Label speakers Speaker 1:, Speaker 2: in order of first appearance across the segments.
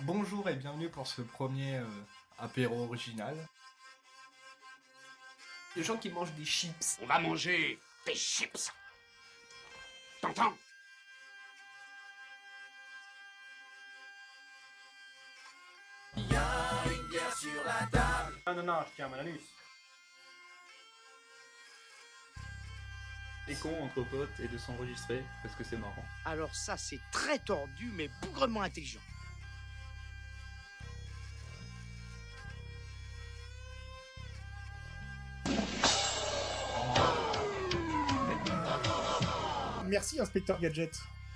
Speaker 1: Bonjour et bienvenue pour ce premier apéro original. Les gens qui mangent des chips.
Speaker 2: On va manger des chips. T'entends?
Speaker 3: Il y a une bière sur la table.
Speaker 4: Non, je tiens à mon anus. C'est con entre potes et de s'enregistrer parce que c'est marrant.
Speaker 2: Alors ça, c'est très tordu, mais bougrement intelligent.
Speaker 5: Merci, inspecteur Gadget.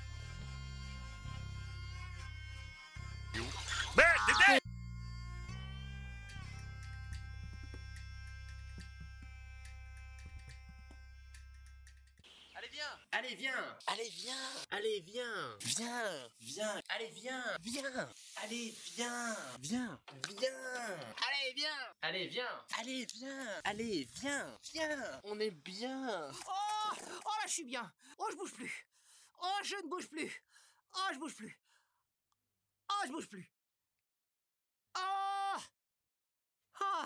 Speaker 3: Allez, viens. Allez, viens. Allez, viens. Viens. Viens. Allez, viens. Viens. Allez, viens. Viens. Viens. Allez, viens. Allez, viens. Allez, viens. Allez, viens. Viens. On est bien.
Speaker 2: Oh là, je suis bien. Oh, je bouge plus. Oh, je ne bouge plus. Oh, je bouge plus. Oh, je bouge plus. Oh. Ah.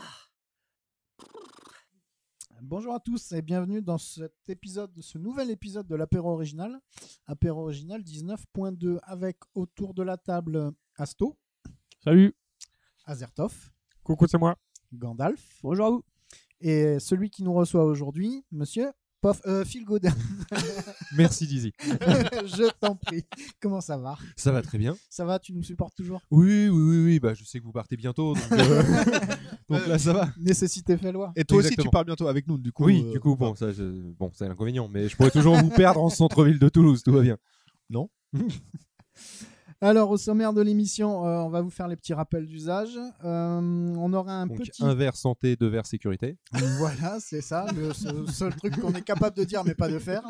Speaker 5: Bonjour à tous et bienvenue dans ce nouvel épisode de l'apéro original. Apéro original 19.2 avec autour de la table Asto.
Speaker 6: Salut.
Speaker 5: Azertov.
Speaker 6: Coucou, c'est moi.
Speaker 5: Gandalf.
Speaker 6: Bonjour à vous.
Speaker 5: Et celui qui nous reçoit aujourd'hui, monsieur Phil Godin.
Speaker 6: Merci Dizzy.
Speaker 5: Je t'en prie. Comment ça va?
Speaker 6: Ça va très bien.
Speaker 5: Ça va, tu nous supportes toujours?
Speaker 6: Oui. Bah, je sais que vous partez bientôt. Donc là, ça va.
Speaker 5: Nécessité fait loi.
Speaker 7: Et toi aussi,
Speaker 6: Exactement.
Speaker 7: tu pars bientôt avec nous, du coup.
Speaker 6: Oui, du coup, bon, c'est l'inconvénient. Mais je pourrais toujours vous perdre en centre-ville de Toulouse. Tout va bien.
Speaker 7: Non.
Speaker 5: Alors, au sommaire de l'émission, on va vous faire les petits rappels d'usage. On aura un
Speaker 6: Donc,
Speaker 5: petit...
Speaker 6: un verre santé, 2 verres sécurité.
Speaker 5: Voilà, c'est ça, le seul truc qu'on est capable de dire mais pas de faire.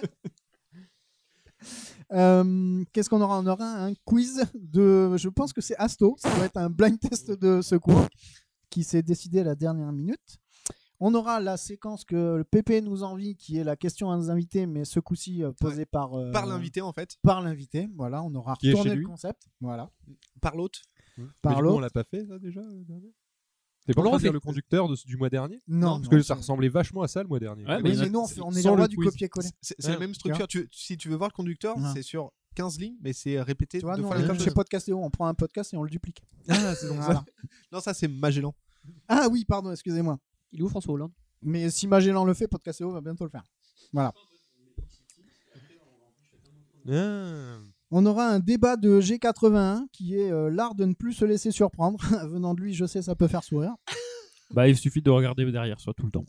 Speaker 5: Qu'est-ce qu'on aura? On aura un quiz de... Je pense que c'est Asto, ça doit être un blind test de secours qui s'est décidé à la dernière minute. On aura la séquence que le PP nous envie, qui est la question à nos invités, mais ce coup-ci posée par
Speaker 7: l'invité, en fait.
Speaker 5: Par l'invité, voilà, on aura
Speaker 6: Qui est
Speaker 5: retourné
Speaker 6: chez
Speaker 5: le
Speaker 6: lui.
Speaker 5: concept. Voilà.
Speaker 7: Par l'autre.
Speaker 5: Par
Speaker 6: Mais du coup,
Speaker 5: l'autre.
Speaker 6: on l'a pas fait, ça, déjà T'es pas en train de dire le conducteur du mois dernier?
Speaker 5: Non,
Speaker 6: Parce que ça ressemblait vachement à ça le mois dernier.
Speaker 4: Ouais,
Speaker 5: Oui,
Speaker 4: mais
Speaker 5: mais nous, on est les
Speaker 6: sans
Speaker 5: rois
Speaker 6: le
Speaker 5: du
Speaker 6: quiz.
Speaker 5: copier-coller.
Speaker 7: C'est la même structure. Si tu veux voir le conducteur,
Speaker 5: Ah.
Speaker 7: c'est sur 15 lignes, mais c'est répété
Speaker 5: Tu vois,
Speaker 7: deux
Speaker 5: nous, on
Speaker 7: fois
Speaker 5: est
Speaker 7: la
Speaker 5: comme
Speaker 7: même
Speaker 5: chez
Speaker 7: chose.
Speaker 5: Podcastéo, on prend un podcast et on le duplique.
Speaker 7: Ah, c'est donc
Speaker 5: Voilà.
Speaker 7: ça. Non, ça, c'est Magellan.
Speaker 5: Ah oui, pardon, excusez-moi.
Speaker 8: Il est où François Hollande?
Speaker 5: Mais si Magellan le fait, Podcastéo va bientôt le faire. Voilà.
Speaker 6: Ah.
Speaker 5: On aura un débat de G81 qui est l'art de ne plus se laisser surprendre. Venant de lui, je sais, ça peut faire sourire.
Speaker 4: Bah, il suffit de regarder derrière soi tout le temps.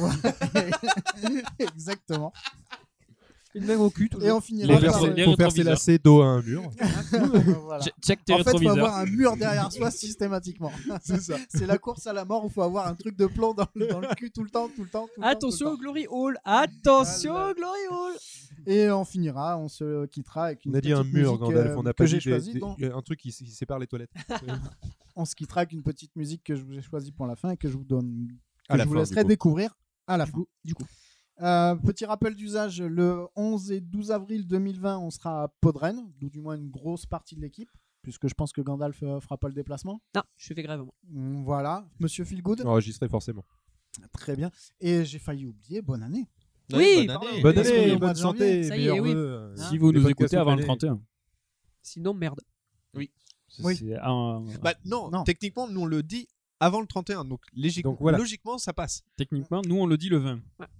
Speaker 5: Exactement.
Speaker 8: Une main au cul, toujours.
Speaker 5: Et on finira par...
Speaker 6: Faut
Speaker 4: les
Speaker 6: faire
Speaker 4: rétroviseurs.
Speaker 6: ses lacets dos à un mur.
Speaker 5: Voilà.
Speaker 4: Check tes
Speaker 5: En fait, il faut
Speaker 4: rétroviseurs.
Speaker 5: avoir un mur derrière soi systématiquement. C'est ça. C'est la course à la mort où il faut avoir un truc de plomb dans le cul tout le temps.
Speaker 8: Attention
Speaker 5: tout
Speaker 8: au Glory Hall. Attention
Speaker 5: Voilà.
Speaker 8: au Glory Hall.
Speaker 5: Et on finira, on se quittera avec une
Speaker 6: On a dit un
Speaker 5: petite
Speaker 6: mur,
Speaker 5: musique,
Speaker 6: Gandalf. On n'a pas
Speaker 5: que j'ai
Speaker 6: dit
Speaker 5: choisie. Donc,
Speaker 6: un truc qui sépare les toilettes.
Speaker 5: on se quittera avec une petite musique que je vous ai choisie pour la fin et que je vous donne,
Speaker 6: À
Speaker 5: que
Speaker 6: la
Speaker 5: je vous
Speaker 6: fin,
Speaker 5: laisserai
Speaker 6: du coup.
Speaker 5: découvrir à la fin.
Speaker 8: Du coup.
Speaker 5: Petit rappel d'usage, le 11 et 12 avril 2020, on sera à Podren, d'où du moins une grosse partie de l'équipe, puisque je pense que Gandalf fera pas le déplacement.
Speaker 8: Non, je fais grève, moi.
Speaker 5: Voilà, Monsieur Feelgood,
Speaker 6: Non, j'y serai forcément.
Speaker 5: très bien. Et j'ai failli oublier, bonne année.
Speaker 8: Oui,
Speaker 7: bonne
Speaker 8: pardon.
Speaker 7: année.
Speaker 6: Bonne
Speaker 5: Parce qu'on est
Speaker 6: année,
Speaker 5: au mois
Speaker 6: bonne
Speaker 5: de janvier.
Speaker 6: santé,
Speaker 8: Ça y est,
Speaker 6: meilleurs
Speaker 8: oui.
Speaker 6: vœux.
Speaker 4: Si vous
Speaker 6: Les
Speaker 4: nous
Speaker 6: podcasts
Speaker 4: écoutez avant le
Speaker 6: préférés.
Speaker 4: 31.
Speaker 8: Sinon, merde.
Speaker 5: Oui.
Speaker 4: C'est un...
Speaker 7: Bah, non,
Speaker 5: Non.
Speaker 7: techniquement, nous, on le dit avant le 31. Donc,
Speaker 6: Donc, voilà.
Speaker 7: logiquement, ça passe.
Speaker 4: Techniquement, nous, on le dit le 20.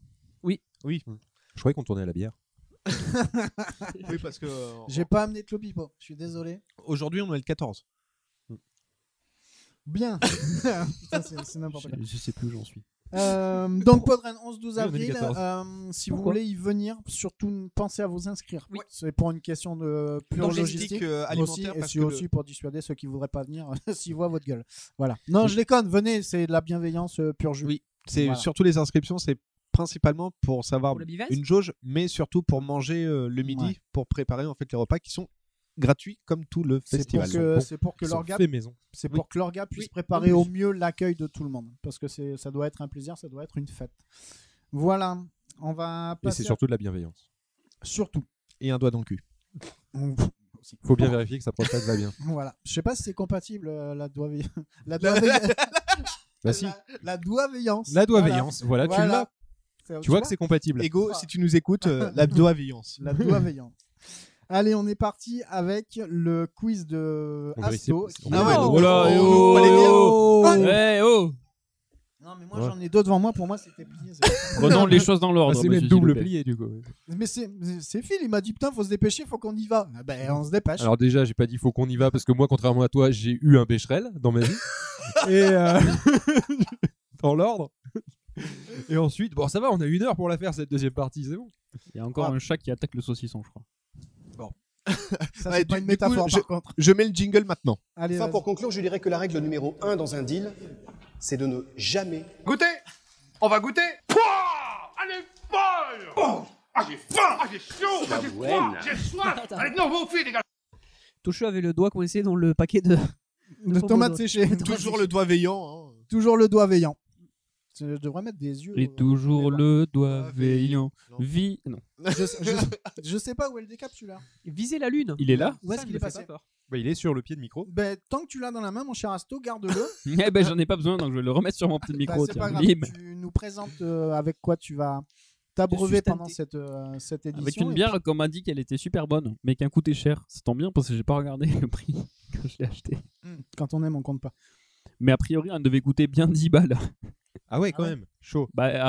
Speaker 6: Je croyais qu'on tournait à la bière.
Speaker 7: Oui, parce que
Speaker 5: J'ai pas amené de Clopipo, je suis désolé.
Speaker 7: aujourd'hui, on est le 14.
Speaker 5: Bien. Putain, c'est n'importe quoi.
Speaker 4: Je sais plus où j'en suis.
Speaker 5: Donc Podren 11-12
Speaker 6: Oui, on est
Speaker 5: avril,
Speaker 6: le 14.
Speaker 5: si vous
Speaker 8: Pourquoi
Speaker 5: voulez y venir, surtout pensez à vous inscrire.
Speaker 8: Oui.
Speaker 5: C'est pour une question de pure logistique
Speaker 7: Logistique alimentaire.
Speaker 5: aussi, et
Speaker 7: parce
Speaker 5: c'est
Speaker 7: que
Speaker 5: aussi pour dissuader ceux qui voudraient pas venir s'ils voient votre gueule. Voilà. Non, je déconne, venez, c'est de la bienveillance pure jus.
Speaker 7: Oui, c'est
Speaker 5: Voilà.
Speaker 7: surtout les inscriptions, c'est principalement pour savoir
Speaker 8: Pour le bivaz
Speaker 7: une jauge, mais surtout pour manger le midi,
Speaker 5: Ouais.
Speaker 7: pour préparer en fait les repas qui sont gratuits comme tout le
Speaker 5: C'est pour
Speaker 7: festival.
Speaker 5: que, c'est pour que
Speaker 6: Ils sont
Speaker 5: l'orga
Speaker 6: faits maison.
Speaker 5: c'est
Speaker 7: Oui.
Speaker 5: pour que l'orga puisse
Speaker 7: Oui.
Speaker 5: préparer
Speaker 7: Oui.
Speaker 5: au mieux l'accueil de tout le monde, parce que ça doit être un plaisir, ça doit être une fête. Voilà, on va
Speaker 6: Et
Speaker 5: passer
Speaker 6: c'est surtout de la bienveillance.
Speaker 5: surtout.
Speaker 7: Et un doigt dans le cul.
Speaker 5: aussi.
Speaker 6: Faut bien vérifier que sa prostate va bien.
Speaker 5: Voilà. Je sais pas si c'est compatible la doiveillance.
Speaker 6: Bah si.
Speaker 5: La doiveillance.
Speaker 6: La doiveillance, voilà, tu l'as. Tu vois que c'est compatible.
Speaker 7: Ego, si tu nous écoutes, la doiveillance.
Speaker 5: La doiveillance. Allez, on est parti avec le quiz de
Speaker 6: On vérifie-
Speaker 5: Asto.
Speaker 7: Ah ouais,
Speaker 4: Oh là,
Speaker 7: on
Speaker 4: oh,
Speaker 7: ouvre les bières.
Speaker 4: oh,
Speaker 5: Ah,
Speaker 4: ouais, oh.
Speaker 5: Non, mais moi
Speaker 6: Ouais.
Speaker 5: j'en ai deux devant moi. Pour moi, c'était plié.
Speaker 4: Prenons les choses dans
Speaker 6: Ah,
Speaker 4: l'ordre.
Speaker 6: c'est même
Speaker 4: monsieur,
Speaker 6: double
Speaker 4: s'il vous plaît.
Speaker 6: plié du coup.
Speaker 5: Mais c'est Phil, il m'a dit putain, faut se dépêcher, faut qu'on y va. Ah ben, on se dépêche.
Speaker 6: Alors déjà, j'ai pas dit faut qu'on y va parce que moi, contrairement à toi, j'ai eu un Becherel dans ma vie. Et dans l'ordre. Et ensuite, bon, ça va, on a 1 heure pour la faire cette deuxième partie, c'est bon.
Speaker 4: Il y a encore
Speaker 5: Ah.
Speaker 4: un chat qui attaque le saucisson, je crois.
Speaker 5: Ça,
Speaker 7: Ouais,
Speaker 5: c'est pas
Speaker 7: du
Speaker 5: une
Speaker 7: coup,
Speaker 5: métaphore
Speaker 7: je-
Speaker 5: par contre.
Speaker 7: Je mets le jingle maintenant.
Speaker 5: Allez,
Speaker 9: Enfin,
Speaker 5: vas-y.
Speaker 9: pour conclure, je dirais que la règle numéro 1 dans un deal, c'est de ne jamais
Speaker 1: Goûtez. On va goûter. Pouah, allez, folle. Oh, ah, j'ai faim, ah, j'ai chaud, ah, j'ai froid, j'ai soif.
Speaker 8: Attends.
Speaker 1: Allez, non, vous filles, les gars.
Speaker 8: Toshio avait le doigt coincé dans le paquet de.
Speaker 5: De tomates séchées.
Speaker 7: Toujours le doigt veillant. Hein.
Speaker 5: Toujours le doigt veillant. Je devrais mettre des yeux.
Speaker 4: Et toujours
Speaker 5: mais
Speaker 4: le doigt
Speaker 7: Ah,
Speaker 4: veillant.
Speaker 7: non.
Speaker 4: Non.
Speaker 5: Je sais pas où est le décapsuleur.
Speaker 8: Viser la lune.
Speaker 4: Il est là.
Speaker 5: Où est-ce
Speaker 8: Ça
Speaker 5: qu'il
Speaker 8: me
Speaker 5: est
Speaker 8: fait
Speaker 5: passé
Speaker 8: pas peur.
Speaker 6: Bah, il est sur le pied de micro.
Speaker 5: Ben, tant que tu l'as dans la main, mon cher Asto, garde-le.
Speaker 4: Eh ben, j'en ai pas besoin, donc je vais le remettre sur mon petit
Speaker 5: Bah,
Speaker 4: micro.
Speaker 5: c'est
Speaker 4: tiens.
Speaker 5: pas grave.
Speaker 4: Bim.
Speaker 5: Tu nous présentes avec quoi tu vas t'abreuver
Speaker 8: sustenter.
Speaker 5: pendant cette édition.
Speaker 4: Avec une
Speaker 5: et
Speaker 4: bière qu'on m'a dit qu'elle était super bonne, mais qui a coûté cher. Ça tombe bien parce que j'ai pas regardé le prix quand je l'ai acheté.
Speaker 5: puis, quand on aime, on compte pas.
Speaker 4: Mais a priori, elle devait coûter bien 10 balles.
Speaker 6: Ah ouais, quand
Speaker 5: ouais.
Speaker 6: même, chaud.
Speaker 4: Bah,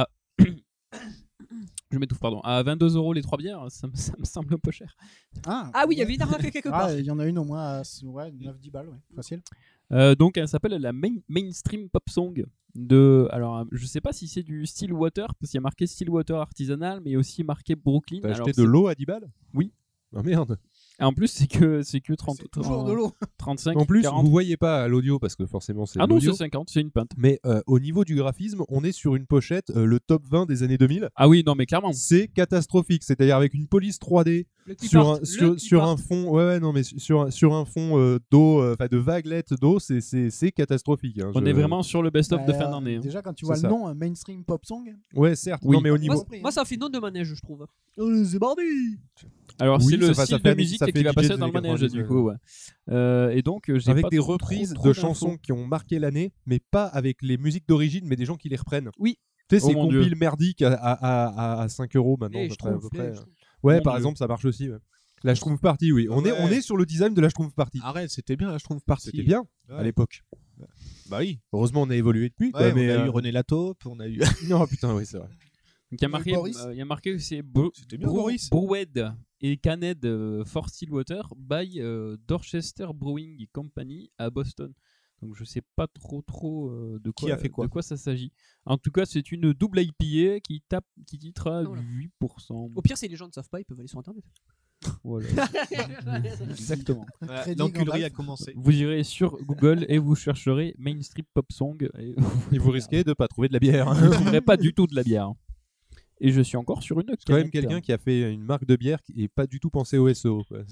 Speaker 4: je m'étouffe, pardon. À 22 € les 3 bières, ça me semble un peu cher.
Speaker 8: Ah oui, il y avait une arnaque quelque part.
Speaker 5: Ah, il y en a une au moins à 9-10 balles, ouais. Facile.
Speaker 4: Donc, elle s'appelle la Mainstream Pop Song. Alors, je sais pas si c'est du Stillwater, parce qu'il y a marqué Stillwater artisanal, mais aussi marqué Brooklyn.
Speaker 6: T'as
Speaker 4: Alors,
Speaker 6: acheté de l'eau à 10 balles?
Speaker 4: Oui.
Speaker 6: Ah merde.
Speaker 4: Et en plus, c'est que 30,
Speaker 5: C'est toujours de l'eau.
Speaker 4: 35,
Speaker 6: En plus,
Speaker 4: 40.
Speaker 6: vous voyez pas à l'audio parce que forcément c'est
Speaker 4: Ah non,
Speaker 6: l'audio.
Speaker 4: c'est 50, c'est une pinte.
Speaker 6: Mais au niveau du graphisme, on est sur une pochette, le top 20 des années 2000.
Speaker 4: Ah oui, non, mais clairement.
Speaker 6: C'est catastrophique, c'est-à-dire avec une police 3D
Speaker 8: Le clip
Speaker 6: sur
Speaker 8: art,
Speaker 6: un,
Speaker 8: le
Speaker 6: sur,
Speaker 8: clip
Speaker 6: sur
Speaker 8: art.
Speaker 6: un fond, ouais, non mais sur un fond d'eau, enfin de vaguelettes d'eau, c'est catastrophique. Hein,
Speaker 4: On est vraiment sur le best-of de fin d'année. hein.
Speaker 5: Déjà, quand tu
Speaker 6: C'est
Speaker 5: vois
Speaker 6: ça.
Speaker 5: le nom, Mainstream Pop Song.
Speaker 6: Ouais, certes.
Speaker 4: Oui.
Speaker 6: Non mais au
Speaker 8: Moi,
Speaker 6: niveau,
Speaker 8: moi, ça fait nom de manège, je trouve.
Speaker 5: C'est bordé.
Speaker 4: Alors,
Speaker 6: Oui,
Speaker 4: c'est le
Speaker 6: ça
Speaker 4: style
Speaker 6: fait
Speaker 4: de musique
Speaker 6: ça
Speaker 4: qui
Speaker 6: fait
Speaker 4: va
Speaker 6: DJ
Speaker 4: passer
Speaker 6: des
Speaker 4: dans le
Speaker 6: années
Speaker 4: manège,
Speaker 6: 90,
Speaker 4: du
Speaker 6: ouais.
Speaker 4: coup. Ouais. Et donc, j'ai
Speaker 6: avec
Speaker 4: pas
Speaker 6: des
Speaker 4: trop
Speaker 6: reprises de
Speaker 4: d'infos.
Speaker 6: chansons qui ont marqué l'année, mais pas avec les musiques d'origine, mais des gens qui les reprennent.
Speaker 8: Oui.
Speaker 6: Tu sais,
Speaker 4: Oh
Speaker 6: ces
Speaker 4: mon Dieu.
Speaker 6: compiles merdiques à 5 € maintenant,
Speaker 8: Eh,
Speaker 6: à peu
Speaker 8: je
Speaker 6: près, à
Speaker 8: trouve,
Speaker 6: peu près.
Speaker 8: je trouve.
Speaker 6: Ouais,
Speaker 4: Mon
Speaker 6: par
Speaker 4: Dieu.
Speaker 6: exemple, ça marche aussi. Ouais. La Schtroumpf Party, oui. On est sur le design de la Schtroumpf Party.
Speaker 7: Arrête, c'était bien, je trouve partie.
Speaker 6: C'était bien à
Speaker 7: Ouais.
Speaker 6: l'époque.
Speaker 7: Bah oui.
Speaker 6: Heureusement, on a évolué depuis. quoi,
Speaker 7: Ouais,
Speaker 6: mais
Speaker 7: on a eu René Lataupe, on a eu.
Speaker 6: non, putain, oui, c'est vrai.
Speaker 4: Donc, il y a marqué que c'est
Speaker 7: C'était bien, Boris.
Speaker 4: Brewed et Canned for Stillwater by Dorchester Brewing Company à Boston. Donc je sais pas trop de
Speaker 7: Qui
Speaker 4: quoi,
Speaker 7: a fait quoi
Speaker 4: de quoi ça s'agit. En tout cas, c'est une double IPA qui titre à
Speaker 8: Voilà.
Speaker 4: 8%.
Speaker 8: Au pire, si les gens ne savent pas, ils peuvent aller sur internet.
Speaker 4: Voilà. Exactement.
Speaker 5: Crédit
Speaker 7: L'enculerie
Speaker 5: Gandalf.
Speaker 7: a commencé.
Speaker 4: Vous irez sur Google et vous chercherez Mainstream Pop Song et
Speaker 6: Et vous risquez de pas trouver de la bière.
Speaker 4: vous ne trouverez pas du tout de la bière. Et je suis encore sur une
Speaker 6: C'est quand même
Speaker 4: canette.
Speaker 6: quelqu'un qui a fait une marque de bière et pas du tout pensé au SEO. Quoi.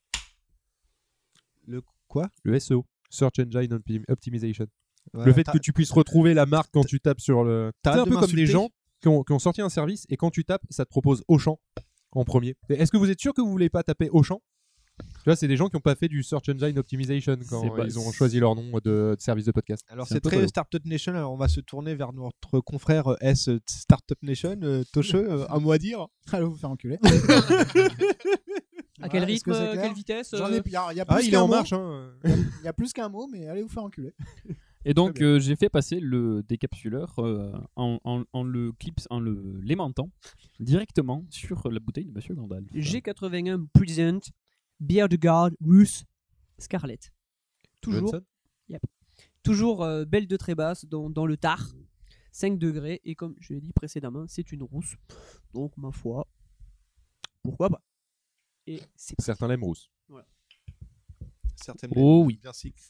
Speaker 7: Le quoi?
Speaker 6: Le SEO, Search Engine Optimization.
Speaker 7: Ouais,
Speaker 6: Le fait
Speaker 7: t'as-
Speaker 6: que tu puisses retrouver la marque quand tu tapes sur le. C'est
Speaker 7: T'arrêtes
Speaker 6: un
Speaker 7: de
Speaker 6: peu comme des
Speaker 7: m'insulter.
Speaker 6: gens qui ont sorti un service et quand tu tapes, ça te propose Auchan en premier. Est-ce que vous êtes sûr que vous voulez pas taper Auchan? Tu vois, c'est des gens qui n'ont pas fait du Search Engine Optimization quand
Speaker 4: C'est pas-
Speaker 6: ils ont choisi leur nom de service de podcast.
Speaker 7: Alors
Speaker 4: C'est un
Speaker 7: c'est
Speaker 4: peu
Speaker 7: très
Speaker 4: relou.
Speaker 7: Startup Nation, alors on va se tourner vers notre confrère S Startup Nation, Toshio, un mot à dire?
Speaker 5: Allez vous faire enculer.
Speaker 8: À quel
Speaker 5: Est-ce que
Speaker 8: rythme,
Speaker 5: c'est clair
Speaker 8: quelle vitesse
Speaker 5: J'en ai, il y a plus
Speaker 6: Ah, il est
Speaker 5: qu'un
Speaker 6: en
Speaker 5: mot.
Speaker 6: marche. Hein.
Speaker 5: Il y a plus qu'un mot, mais allez vous faire enculer.
Speaker 4: Et donc j'ai fait passer le décapsuleur en l'aimantant directement sur la bouteille de Monsieur Gandalf.
Speaker 8: G81 Present Bière de garde Russe Scarlett. Toujours,
Speaker 6: Johnson.
Speaker 8: toujours belle de très basse dans le tard. 5 degrés. Et comme je l'ai dit précédemment, c'est une rousse. Donc, ma foi, pourquoi pas. Et c'est
Speaker 6: Certains l'aiment rousse.
Speaker 7: Certainement.
Speaker 4: Oh oui.
Speaker 7: Bien si.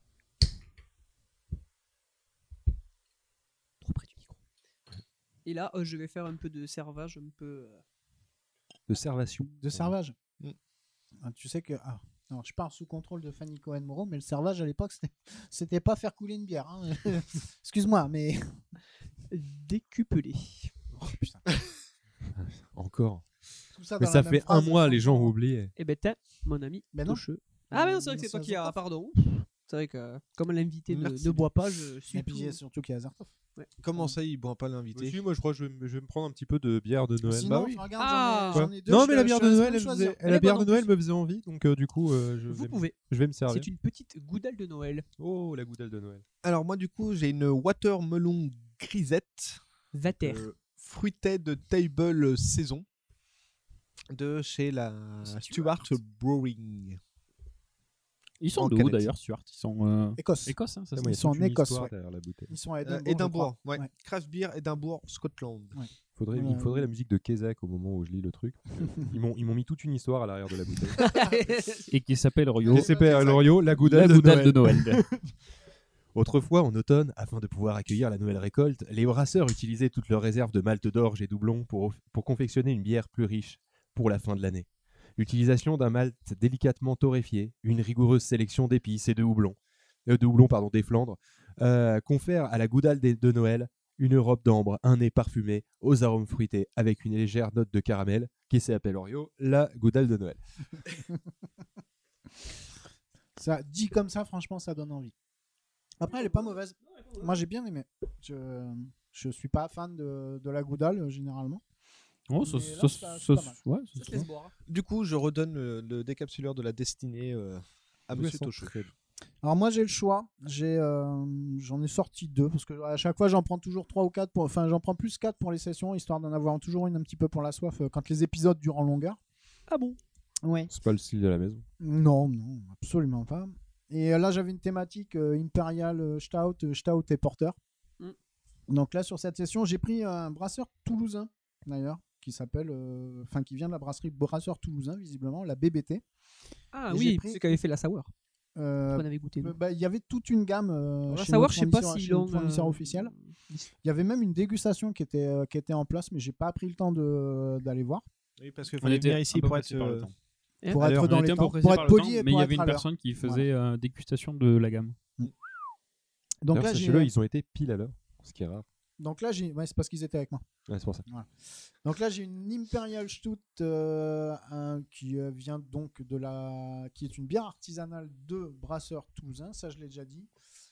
Speaker 8: trop près du micro. Et là, je vais faire un peu de servage, un peu.
Speaker 6: De servation.
Speaker 5: De servage.
Speaker 7: Mm.
Speaker 5: Ah, tu sais que. Ah, non, je pars sous contrôle de Fanny Cohen-Moreau, mais le servage à l'époque, c'était pas faire couler une bière. Hein. Excuse-moi, mais.
Speaker 8: décuplé.
Speaker 5: Oh, putain.
Speaker 6: Encore.
Speaker 5: Tout ça
Speaker 6: Mais
Speaker 5: dans
Speaker 6: ça
Speaker 5: la même
Speaker 6: fait un
Speaker 5: phrase,
Speaker 6: mois, les gens ont
Speaker 5: franchement.
Speaker 6: oublié.
Speaker 8: Eh ben, t'as mon ami
Speaker 5: Mais non.
Speaker 8: Tocheux. Ah, mais non, c'est vrai que c'est toi
Speaker 5: c'est
Speaker 8: qui as.
Speaker 5: Azertov.
Speaker 8: Pardon. C'est vrai que comme l'invité
Speaker 7: Merci.
Speaker 8: ne boit pas, je suis.
Speaker 5: Et puis il y a surtout qu'il y a Azertov.
Speaker 7: Comment ça, il boit pas l'invité?
Speaker 6: Moi, je crois que je vais me prendre un petit peu de bière de Noël.
Speaker 5: Sinon,
Speaker 6: Bah oui.
Speaker 5: regarde,
Speaker 8: Ah.
Speaker 5: j'en ai deux.
Speaker 6: Non,
Speaker 5: je
Speaker 6: mais
Speaker 5: te-
Speaker 6: la
Speaker 5: je
Speaker 6: bière
Speaker 5: te
Speaker 6: de
Speaker 5: laisse
Speaker 6: Noël,
Speaker 5: même choisir.
Speaker 8: Elle
Speaker 6: la
Speaker 8: est
Speaker 6: bière
Speaker 8: bonne
Speaker 6: de
Speaker 8: en
Speaker 6: Noël
Speaker 8: plus.
Speaker 6: me faisait envie, donc du coup,
Speaker 8: Vous pouvez.
Speaker 6: je vais me servir.
Speaker 8: C'est une petite goudale de Noël.
Speaker 6: Oh, la goudelle de Noël.
Speaker 7: Alors moi, du coup, j'ai une watermelon grisette.
Speaker 8: Vater.
Speaker 7: Fruited Table Saison de chez la Stuart Brewing.
Speaker 4: Ils sont
Speaker 7: En
Speaker 4: d'où
Speaker 7: canette.
Speaker 4: d'ailleurs, Stuart? Ils sont
Speaker 5: Écosse.
Speaker 4: Écosse, hein, ça se
Speaker 6: Moi, il y a
Speaker 5: Ils sont
Speaker 6: toute
Speaker 5: en
Speaker 6: une
Speaker 5: Écosse,
Speaker 6: histoire
Speaker 5: ouais.
Speaker 6: derrière la bouteille.
Speaker 5: Ils sont à Édimbourg.
Speaker 7: Édimbourg,
Speaker 5: je crois.
Speaker 7: ouais. Craft Beer, Édimbourg, Scotland.
Speaker 6: Il me faudrait la musique de Kezak au moment où je lis le truc. Ils m'ont mis toute une histoire à l'arrière de la bouteille.
Speaker 4: Et qui s'appelle Rio.
Speaker 6: Qui s'appelle Lorio, la goudelle
Speaker 4: La goudale de Noël.
Speaker 6: Autrefois, en automne, afin de pouvoir accueillir la nouvelle récolte, les brasseurs utilisaient toutes leurs réserves de malt d'orge et doublons pour confectionner une bière plus riche pour la fin de l'année. L'utilisation d'un malt délicatement torréfié, une rigoureuse sélection d'épices et de houblons des Flandres, confère à la goudale de Noël une robe d'ambre, un nez parfumé, aux arômes fruités, avec une légère note de caramel, qui s'appelle Orio, la goudale de Noël.
Speaker 5: Ça dit comme ça, franchement, ça donne envie. Après, elle est pas mauvaise. Moi, j'ai bien aimé. Je suis pas fan de la goudale généralement.
Speaker 4: Oh,
Speaker 5: Mais là, c'est pas mal.
Speaker 4: ouais,
Speaker 8: Ça se laisse boire.
Speaker 7: Du coup, je redonne le décapsuleur de la destinée à Monsieur Tocheux.
Speaker 5: Alors moi, j'ai le choix. J'en ai sorti 2 parce que à chaque fois, j'en prends toujours 3 ou 4. Enfin, j'en prends plus 4 pour les sessions, histoire d'en avoir toujours une un petit peu pour la soif quand les épisodes durent en longueur.
Speaker 8: Ah bon?
Speaker 5: Ouais.
Speaker 6: C'est pas le style de la maison.
Speaker 5: Non, absolument pas. Et là, j'avais une thématique Imperial Stout et Porter.
Speaker 8: Mm.
Speaker 5: Donc là, sur cette session, j'ai pris un brasseur toulousain, d'ailleurs, qui s'appelle, qui vient de la brasserie Brasseur Toulousain, visiblement, la BBT.
Speaker 8: Ah
Speaker 5: Et
Speaker 8: oui,
Speaker 5: j'ai pris-
Speaker 8: c'est qui avait fait la sour. On
Speaker 5: Euh,
Speaker 8: avait goûté. nous.
Speaker 5: Il y avait toute une gamme
Speaker 8: La
Speaker 5: chez
Speaker 8: sour,
Speaker 5: notre
Speaker 8: je sais pas
Speaker 5: fournisseur-
Speaker 8: si
Speaker 5: chez notre
Speaker 8: l'on.
Speaker 5: fournisseur officiel. Il y avait même une dégustation qui était en place, mais j'ai pas pris le temps d'aller voir.
Speaker 7: Oui, parce qu'il
Speaker 4: On
Speaker 7: fallait
Speaker 4: était
Speaker 7: venir
Speaker 4: un
Speaker 7: ici
Speaker 4: peu
Speaker 7: pour
Speaker 4: pressé
Speaker 7: être.
Speaker 4: par le temps.
Speaker 5: Pour
Speaker 4: Alors,
Speaker 5: être dans
Speaker 4: on était
Speaker 5: les
Speaker 4: un peu
Speaker 5: temps,
Speaker 4: pressé
Speaker 5: pour
Speaker 4: par
Speaker 5: être
Speaker 4: le
Speaker 5: poli
Speaker 4: temps,
Speaker 5: et
Speaker 4: mais il
Speaker 5: pour
Speaker 4: y avait
Speaker 5: être à
Speaker 4: une
Speaker 5: l'heure.
Speaker 4: personne qui faisait dégustation de la gamme.
Speaker 5: Donc
Speaker 6: D'ailleurs,
Speaker 5: là,
Speaker 6: sachez-le, ils ont été pile à l'heure, ce qui est rare.
Speaker 5: ouais, c'est parce qu'ils étaient avec moi.
Speaker 6: Ouais, c'est pour ça.
Speaker 5: Donc là, j'ai une Imperial Stout qui vient donc qui est une bière artisanale de brasseur toulousain, ça je l'ai déjà dit,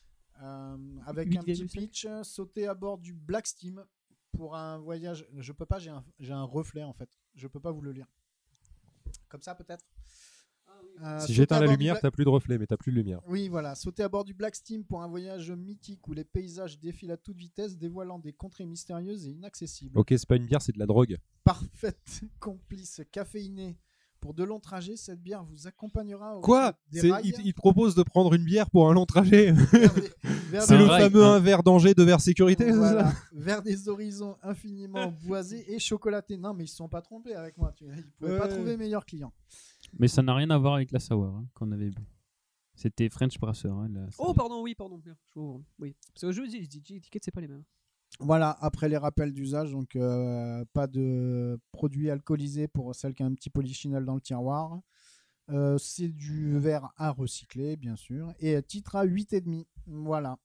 Speaker 5: avec un petit
Speaker 8: 8,5.
Speaker 5: pitch sauté à bord du Black Steam pour un voyage. Je peux pas, j'ai un reflet en fait. Je peux pas vous le lire. Comme ça peut-être.
Speaker 6: Si
Speaker 5: Sauter
Speaker 6: j'éteins
Speaker 5: à
Speaker 6: la
Speaker 5: bord du
Speaker 6: lumière,
Speaker 5: Black-
Speaker 6: t'as plus de reflet, mais t'as plus de lumière.
Speaker 5: Oui, voilà. Sauter à bord du Black Steam pour un voyage mythique où les paysages défilent à toute vitesse, dévoilant des contrées mystérieuses et inaccessibles.
Speaker 6: Ok, c'est pas une bière, c'est de la drogue.
Speaker 5: Parfaite complice caféinée. Pour de longs trajets, cette bière vous accompagnera au
Speaker 6: Quoi
Speaker 5: rythme des rails
Speaker 6: Il te propose de prendre une bière pour un long trajet.
Speaker 5: vers
Speaker 6: C'est
Speaker 5: des-
Speaker 6: le
Speaker 4: Un rail,
Speaker 6: fameux
Speaker 4: hein.
Speaker 6: un verre danger, deux verres sécurité, c'est
Speaker 5: voilà,
Speaker 6: ça
Speaker 5: vers des horizons infiniment boisés et chocolatés. Non, mais ils se sont pas trompés avec moi. Ils pouvaient pas
Speaker 6: Ouais.
Speaker 5: trouver meilleur client.
Speaker 4: Mais ça n'a rien à voir avec la sour hein, qu'on avait bu. C'était French Brasser. Hein,
Speaker 8: Oh, pardon, oui, pardon. Merde, je vois, oui. Parce que je vous dis, les étiquettes, c'est pas les mêmes.
Speaker 5: Voilà, après les rappels d'usage, donc pas de produits alcoolisés pour celle qui a un petit polychinelle dans le tiroir. C'est du verre à recycler, bien sûr. Et titre à 8,5. Voilà.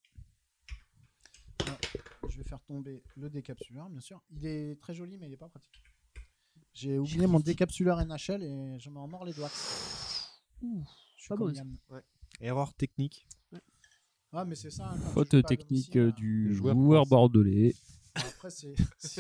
Speaker 5: Je vais faire tomber le décapsuleur, bien sûr. Il est très joli, mais il n'est pas pratique. J'ai oublié mon décapsuleur NHL et je m'en mords les doigts. Je suis
Speaker 8: pas
Speaker 5: comme
Speaker 8: bon,
Speaker 5: Yann.
Speaker 7: Erreur technique.
Speaker 5: Ah, mais c'est ça. hein, quand tu
Speaker 4: Faute
Speaker 5: joues pas à
Speaker 4: technique
Speaker 5: domicile,
Speaker 4: du
Speaker 6: joueur
Speaker 4: joueur
Speaker 6: France.
Speaker 4: bordelais.
Speaker 5: Après, c'est.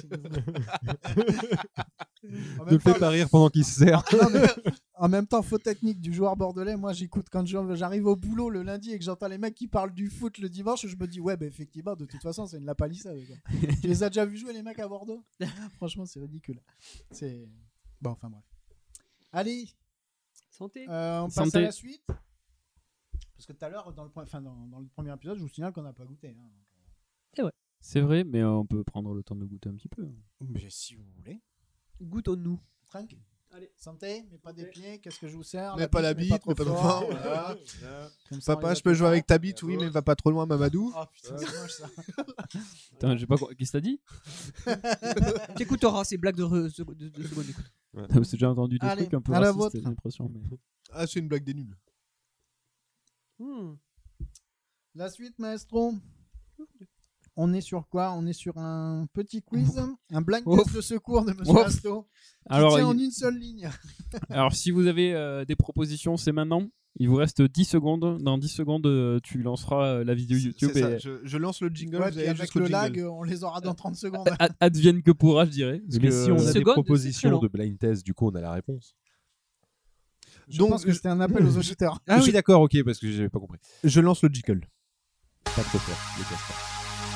Speaker 5: En
Speaker 6: Ne
Speaker 5: même
Speaker 6: le fais
Speaker 5: temps,
Speaker 6: pas rire pendant qu'il se sert.
Speaker 5: non, mais en même temps, faute technique du joueur bordelais. Moi, j'écoute quand j'arrive au boulot le lundi et que j'entends les mecs qui parlent du foot le dimanche, je me dis, ouais, bah, effectivement, de toute façon, c'est une lapalissade. Quoi. Tu les as déjà vu jouer, les mecs à Bordeaux? Franchement, c'est ridicule. C'est. Bon, enfin, bref. Allez,
Speaker 8: Santé.
Speaker 5: on passe
Speaker 4: Santé.
Speaker 5: à la suite. Parce que tout à l'heure, dans le premier épisode, je vous signale qu'on n'a pas goûté. Hein.
Speaker 4: C'est vrai, mais on peut prendre le temps de goûter un petit peu.
Speaker 5: Mais si vous voulez.
Speaker 8: Goûtons-nous.
Speaker 5: Franck,
Speaker 8: Allez.
Speaker 5: santé, mais pas des pieds. Qu'est-ce que je vous sers?
Speaker 7: Mais pas la bite, mais pas trop fort.
Speaker 5: Voilà. Comme ça, on
Speaker 7: Papa,
Speaker 5: y
Speaker 7: je
Speaker 5: va
Speaker 7: peux
Speaker 5: tout
Speaker 7: jouer
Speaker 5: le
Speaker 7: avec
Speaker 5: temps.
Speaker 7: ta bite, oui, mais va pas trop loin, Mamadou.
Speaker 5: Oh putain, c'est moche ça.
Speaker 4: Putain, j'ai pas quoi. Qu'est-ce que t'as dit?
Speaker 8: T'écouteras ces blagues de seconde écoute.
Speaker 4: C'est déjà entendu des
Speaker 5: Allez,
Speaker 4: trucs un peu
Speaker 5: à la
Speaker 4: racistes,
Speaker 5: vôtre.
Speaker 4: j'ai l'impression. Mais...
Speaker 7: Ah, c'est une blague des nuls.
Speaker 8: Hmm.
Speaker 5: La suite, maestro. On est sur quoi? On est sur un petit quiz, un blind
Speaker 4: Ouf.
Speaker 5: test de secours de Monsieur
Speaker 4: Ouf.
Speaker 5: Asto. Qui
Speaker 4: Alors,
Speaker 5: tient en une seule ligne.
Speaker 4: Alors, si vous avez des propositions, c'est maintenant. Il vous reste 10 secondes. Dans 10 secondes, tu lanceras la vidéo YouTube.
Speaker 7: C'est ça,
Speaker 4: Et
Speaker 7: je lance le jingle,
Speaker 5: Ouais,
Speaker 7: vous
Speaker 5: puis
Speaker 7: avez
Speaker 5: avec
Speaker 7: jusqu'au
Speaker 5: le
Speaker 7: jingle.
Speaker 5: lag, on les aura dans 30 secondes.
Speaker 4: advienne que pourra, je dirais. Parce
Speaker 6: Mais
Speaker 4: que,
Speaker 6: si on a des
Speaker 8: secondes,
Speaker 6: propositions
Speaker 8: c'est
Speaker 6: de blind test, du coup, on a la réponse.
Speaker 5: Je
Speaker 7: Donc,
Speaker 5: pense que c'était un appel aux auditeurs.
Speaker 6: Ah oui, d'accord, ok, parce que j'avais pas compris.
Speaker 7: Je lance le jingle.
Speaker 6: Pas trop fort, je le casse pas.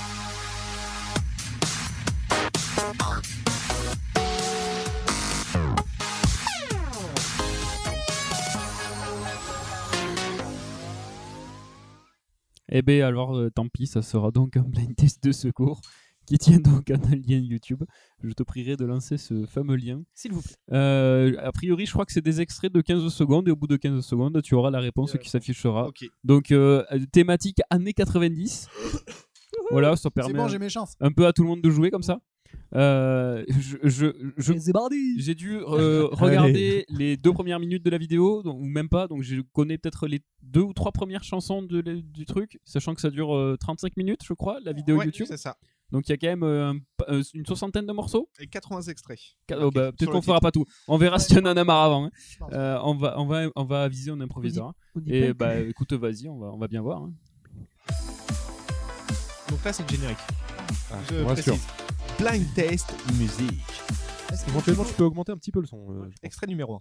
Speaker 4: Eh ben alors, tant pis, ça sera donc un blind test de secours qui tient donc à un lien YouTube. Je te prierai de lancer ce fameux lien.
Speaker 8: S'il vous plaît.
Speaker 4: A priori, je crois que c'est des extraits de 15 secondes et au bout de 15 secondes, tu auras la réponse qui s'affichera.
Speaker 7: Ok.
Speaker 4: Donc, thématique années 90. Voilà, ça
Speaker 5: C'est
Speaker 4: permet
Speaker 5: bon, j'ai mes chances.
Speaker 4: un peu à tout le monde de jouer comme ça.
Speaker 8: C'est bardi.
Speaker 4: J'ai dû regarder les 2 premières minutes de la vidéo, donc, ou même pas, donc je connais peut-être les 2 ou 3 premières chansons du truc, sachant que ça dure 35 minutes, je crois, la vidéo
Speaker 7: Ouais,
Speaker 4: YouTube.
Speaker 7: c'est ça.
Speaker 4: Donc il y a quand même une 60aine de morceaux.
Speaker 7: Et 80 extraits.
Speaker 4: Oh, bah,
Speaker 7: Sur
Speaker 4: peut-être
Speaker 7: le
Speaker 4: qu'on fera
Speaker 7: titre.
Speaker 4: pas tout. On verra si on en a marre avant. Hein.
Speaker 5: Je pense.
Speaker 4: On va aviser, on improvisera.
Speaker 8: On dit
Speaker 4: Et
Speaker 8: pas
Speaker 4: bah écoute, vas-y, on va bien voir. Hein.
Speaker 7: Donc là, c'est le générique.
Speaker 6: Ah,
Speaker 7: Je
Speaker 6: me rassure.
Speaker 7: précise. Blind test musique.
Speaker 6: Éventuellement, tu peux augmenter un petit peu le son. je pense.
Speaker 7: Extrait numéro 1.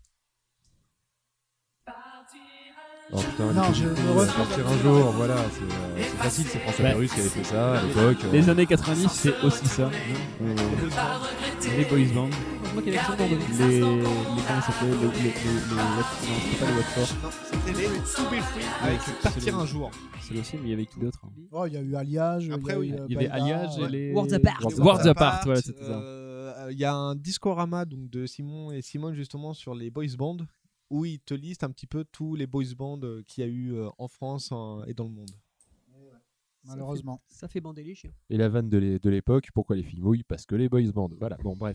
Speaker 6: Oh putain,
Speaker 5: Non,
Speaker 6: les
Speaker 5: je
Speaker 6: Comic
Speaker 5: me
Speaker 6: Con,
Speaker 5: refuse
Speaker 6: partir
Speaker 5: à
Speaker 6: un
Speaker 5: dire
Speaker 6: jour, voilà, c'est facile, c'est François
Speaker 4: Bah,
Speaker 6: Pérus qui avait fait ça à l'époque.
Speaker 4: Les années 90, c'est aussi ça. Les boys band.
Speaker 8: C'est moi qui ai l'accent dans le
Speaker 4: Les comment ça s'appelait non, c'était pas les Watford.
Speaker 7: Non, c'était les To Be Free avec Partir un jour.
Speaker 4: C'est aussi, mais il y avait qui d'autre?
Speaker 5: Oh, il y a eu Alliage.
Speaker 7: Après, oui,
Speaker 4: Il y avait Alliage et les
Speaker 8: Worlds Apart.
Speaker 4: Worlds Apart, voilà, c'était ça.
Speaker 7: Il y a un discorama donc, de Simon et Simone justement sur les boys bands où ils te listent un petit peu tous les boys bands qu'il y a eu en France et dans le monde.
Speaker 5: Malheureusement.
Speaker 8: Ça fait bander les chiens.
Speaker 6: Et la vanne de l'époque, pourquoi les filles mouillent? Parce que les boys band. Voilà, bon, bref.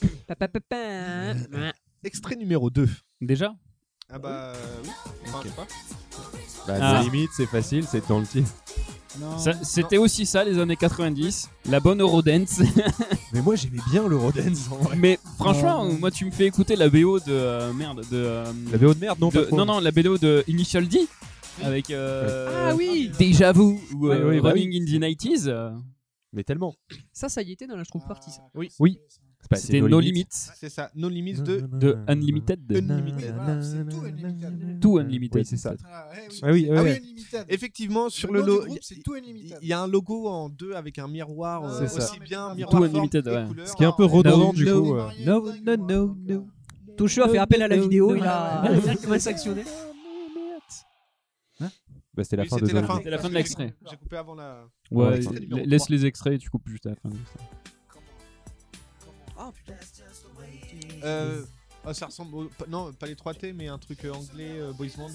Speaker 7: Extrait numéro 2.
Speaker 4: Déjà?
Speaker 7: Ah bah oui. Enfin, je sais pas.
Speaker 6: Bah,
Speaker 4: Ah.
Speaker 6: No Limit, c'est facile, c'est dans le titre.
Speaker 5: Non.
Speaker 4: C'était aussi ça, les années 90. La bonne Eurodance.
Speaker 6: Mais moi, j'aimais bien l'Eurodance. en vrai.
Speaker 4: Mais franchement,
Speaker 5: Non.
Speaker 4: moi, tu me fais écouter la BO de.
Speaker 6: La BO de merde, non, pas trop.
Speaker 4: non, la BO de Initial D. Avec.
Speaker 8: Ah oui.
Speaker 4: Déjà Vu ou
Speaker 6: Ouais, ouais, bah
Speaker 4: Running in the 90s.
Speaker 6: Mais tellement.
Speaker 8: Ça y était dans la Schtroumpf Party. Ça.
Speaker 7: Oui.
Speaker 6: Oui. Bah,
Speaker 4: C'était No Limits
Speaker 7: C'est ça. No Limits de.
Speaker 4: de Unlimited.
Speaker 7: Unlimited.
Speaker 5: Voilà, c'est tout Unlimited.
Speaker 4: Tout Unlimited.
Speaker 6: Oui, c'est ça.
Speaker 4: peut-être.
Speaker 5: Ah, oui.
Speaker 6: Ah oui,
Speaker 5: Ah oui,
Speaker 6: ouais.
Speaker 5: Unlimited.
Speaker 7: Effectivement, sur
Speaker 5: Le
Speaker 7: le
Speaker 5: nom du
Speaker 7: logo,
Speaker 5: groupe, c'est tout Unlimited.
Speaker 7: il y a un logo en 2 avec un miroir
Speaker 5: C'est
Speaker 6: ça.
Speaker 7: aussi bien
Speaker 5: Tout
Speaker 7: miroir
Speaker 4: Unlimited,
Speaker 7: forme et
Speaker 4: ouais.
Speaker 7: couleur.
Speaker 6: Ce qui est un peu redondant, du coup.
Speaker 4: No.
Speaker 8: Toucheux a fait appel à la vidéo,
Speaker 5: no,
Speaker 8: il a
Speaker 5: no,
Speaker 8: directement sanctionné.
Speaker 6: Bah, c'était la
Speaker 7: Oui,
Speaker 6: fin de
Speaker 7: c'était la
Speaker 6: No
Speaker 7: fin.
Speaker 6: Limit.
Speaker 4: C'était la fin de l'extrait.
Speaker 7: J'ai coupé avant la.
Speaker 4: Ouais,
Speaker 7: Extrait numéro
Speaker 4: laisse
Speaker 7: 3.
Speaker 4: les extraits et tu coupes juste à la fin.
Speaker 8: Ah putain.
Speaker 7: Ça ressemble non, pas les 3T, mais un truc anglais, boys band.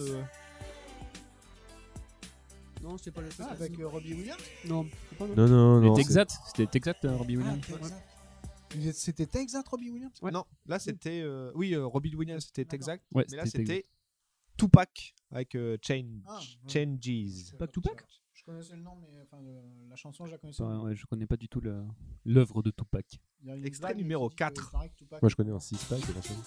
Speaker 8: Non, c'est pas le
Speaker 5: Ah, avec Robbie Williams.
Speaker 8: Non, c'est pas non.
Speaker 6: Non,
Speaker 4: C'était
Speaker 6: c'est-
Speaker 4: exact, c'était exact, Robbie Williams.
Speaker 5: C'était exact, Robbie Williams.
Speaker 7: Non, là c'était. Oui, Robbie Williams c'était exact.
Speaker 4: Ouais,
Speaker 7: Mais là
Speaker 4: c'était
Speaker 7: c'était Tupac avec Change.
Speaker 5: Ah,
Speaker 7: Changes.
Speaker 8: Pas que Tupac.
Speaker 5: Je connaissais le nom, mais enfin, la chanson, je la connaissais.
Speaker 4: Ouais, je connais pas du tout l'œuvre de Tupac.
Speaker 5: Il y a une
Speaker 7: Extrait
Speaker 5: blague
Speaker 7: numéro
Speaker 5: qui dit que
Speaker 7: 4.
Speaker 5: il paraît que Tupac-
Speaker 6: Moi, je connais un 6-pack éventuellement.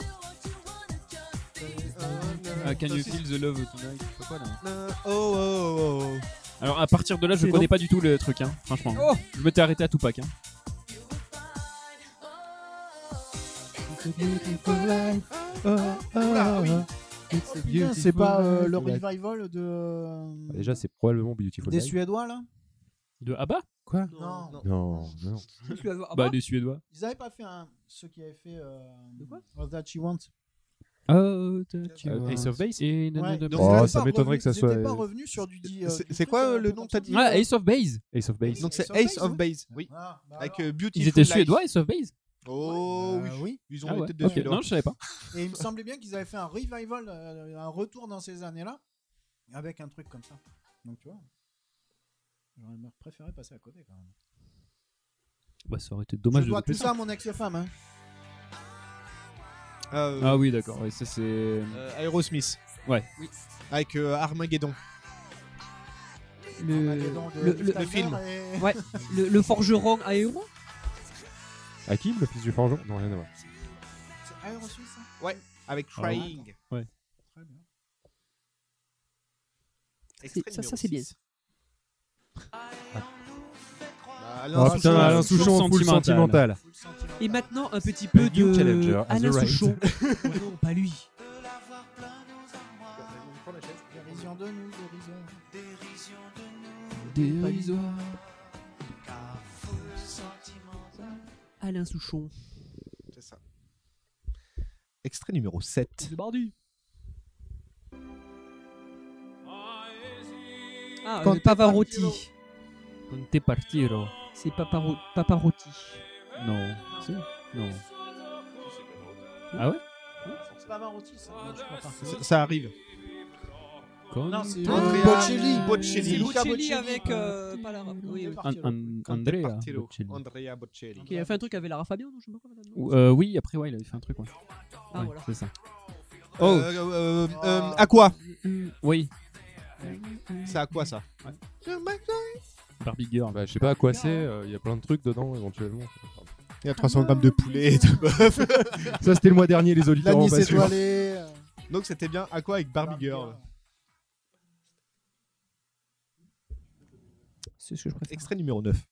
Speaker 4: Ah, Can You Feel the Love Tonight? Je sais pas là.
Speaker 7: Oh.
Speaker 4: Alors à partir de là, je
Speaker 8: C'est
Speaker 4: connais
Speaker 8: non.
Speaker 4: pas du tout le truc, hein, franchement.
Speaker 8: Oh.
Speaker 4: Je m'étais arrêté à Tupac. Hein.
Speaker 5: Oula, oui. Putain, c'est pas le revival de
Speaker 6: Bah, déjà, c'est probablement Beautiful
Speaker 5: des
Speaker 6: Life.
Speaker 5: Suédois là.
Speaker 4: De ABBA?
Speaker 6: Quoi?
Speaker 5: Non.
Speaker 6: Non.
Speaker 4: Bah des Suédois.
Speaker 5: Ils avaient pas fait ceux qui avaient fait
Speaker 8: De quoi
Speaker 5: All That She Wants.
Speaker 4: Oh,
Speaker 6: Ace of Base?
Speaker 4: Et
Speaker 5: Ouais.
Speaker 4: de-
Speaker 5: Donc,
Speaker 6: Oh,
Speaker 5: ils avaient
Speaker 6: ça
Speaker 5: pas
Speaker 6: m'étonnerait que ça
Speaker 5: ils
Speaker 6: soit-
Speaker 5: étaient pas revenus sur du dit.
Speaker 7: C'est quoi le nom que t'as dit
Speaker 4: Ah, Ace of Base.
Speaker 6: Ace of Base.
Speaker 7: Donc c'est
Speaker 5: Ace
Speaker 7: Ace
Speaker 5: of
Speaker 7: of
Speaker 5: Base,
Speaker 7: Base. Oui.
Speaker 5: Ah, bah
Speaker 7: Avec
Speaker 5: alors.
Speaker 7: Beautiful
Speaker 4: Ils étaient
Speaker 7: Life.
Speaker 4: suédois, Ace of Base?
Speaker 7: Oh
Speaker 5: Oui.
Speaker 7: oui. Ils ont
Speaker 4: Ah ouais.
Speaker 7: été des
Speaker 4: Ok,
Speaker 7: Suédois.
Speaker 4: non, je savais pas.
Speaker 5: Et il me semblait bien qu'ils avaient fait un revival, un retour dans ces années-là, avec un truc comme ça. Donc tu vois, j'aurais préféré passer à côté quand même.
Speaker 4: Bah ça aurait été dommage
Speaker 5: Je
Speaker 4: de
Speaker 5: dois
Speaker 4: louper
Speaker 5: tout
Speaker 4: ça.
Speaker 5: ça à mon ex-femme. Hein.
Speaker 4: Ah oui, d'accord. Ouais, ça c'est.
Speaker 7: Aerosmith.
Speaker 4: Ouais.
Speaker 7: Avec Armageddon.
Speaker 8: le
Speaker 7: film.
Speaker 8: Ouais, le forgeron à héros.
Speaker 6: Hakim, le fils du forgeron? Non, rien à voir.
Speaker 5: C'est Aérosuisse, ça
Speaker 7: Ouais, avec
Speaker 6: Ah,
Speaker 7: Crying.
Speaker 4: Ouais.
Speaker 5: Très bien.
Speaker 7: Extrait
Speaker 8: Ça,
Speaker 7: numéro
Speaker 8: c'est bien.
Speaker 7: 6.
Speaker 6: Oh putain, Alain Souchon en full sentimental.
Speaker 8: Et maintenant, un petit peu
Speaker 6: The New
Speaker 8: de
Speaker 6: Challenger has
Speaker 8: Alain
Speaker 6: arrived.
Speaker 8: Souchon. Non, pas lui.
Speaker 5: Dérision de nous, dérision.
Speaker 4: Dérisoire.
Speaker 8: Alain Souchon.
Speaker 7: C'est ça. Extrait numéro 7.
Speaker 8: C'est Bardi. Ah,
Speaker 5: Conte
Speaker 8: Pavarotti.
Speaker 4: Conte partiro.
Speaker 8: C'est Paparotti.
Speaker 4: Non. Si. Non. Ah ouais?
Speaker 5: C'est pas Marotti, ça. Non, je crois pas.
Speaker 7: Ça arrive.
Speaker 5: Non, c'est
Speaker 7: Andrea
Speaker 5: Bocelli.
Speaker 7: Bocelli.
Speaker 5: Luca
Speaker 8: Bocelli avec pas la oui, oui.
Speaker 4: Andrea
Speaker 7: Partilo.
Speaker 4: Bocelli.
Speaker 7: Andrea Bocelli.
Speaker 8: Qui a fait un truc avec Lara Fabian, non, je sais pas quoi.
Speaker 4: Oui, après, ouais, il avait fait un truc. Ouais.
Speaker 8: Ah,
Speaker 4: Ouais,
Speaker 8: voilà.
Speaker 4: c'est ça.
Speaker 7: À quoi?
Speaker 4: Oui.
Speaker 7: C'est à quoi ça?
Speaker 4: Barbie Girl.
Speaker 6: Bah, je sais pas à quoi c'est, il y a plein de trucs dedans éventuellement.
Speaker 7: Il y a 300 grammes de poulet et de bœuf.
Speaker 6: Ça c'était le mois dernier, les auditeurs.
Speaker 5: L'anis
Speaker 6: en bas, sûr.
Speaker 5: étoilé.
Speaker 7: Donc c'était bien à quoi avec Barbie Girl?
Speaker 8: C'est ce que je préfère.
Speaker 7: Extrait numéro 9.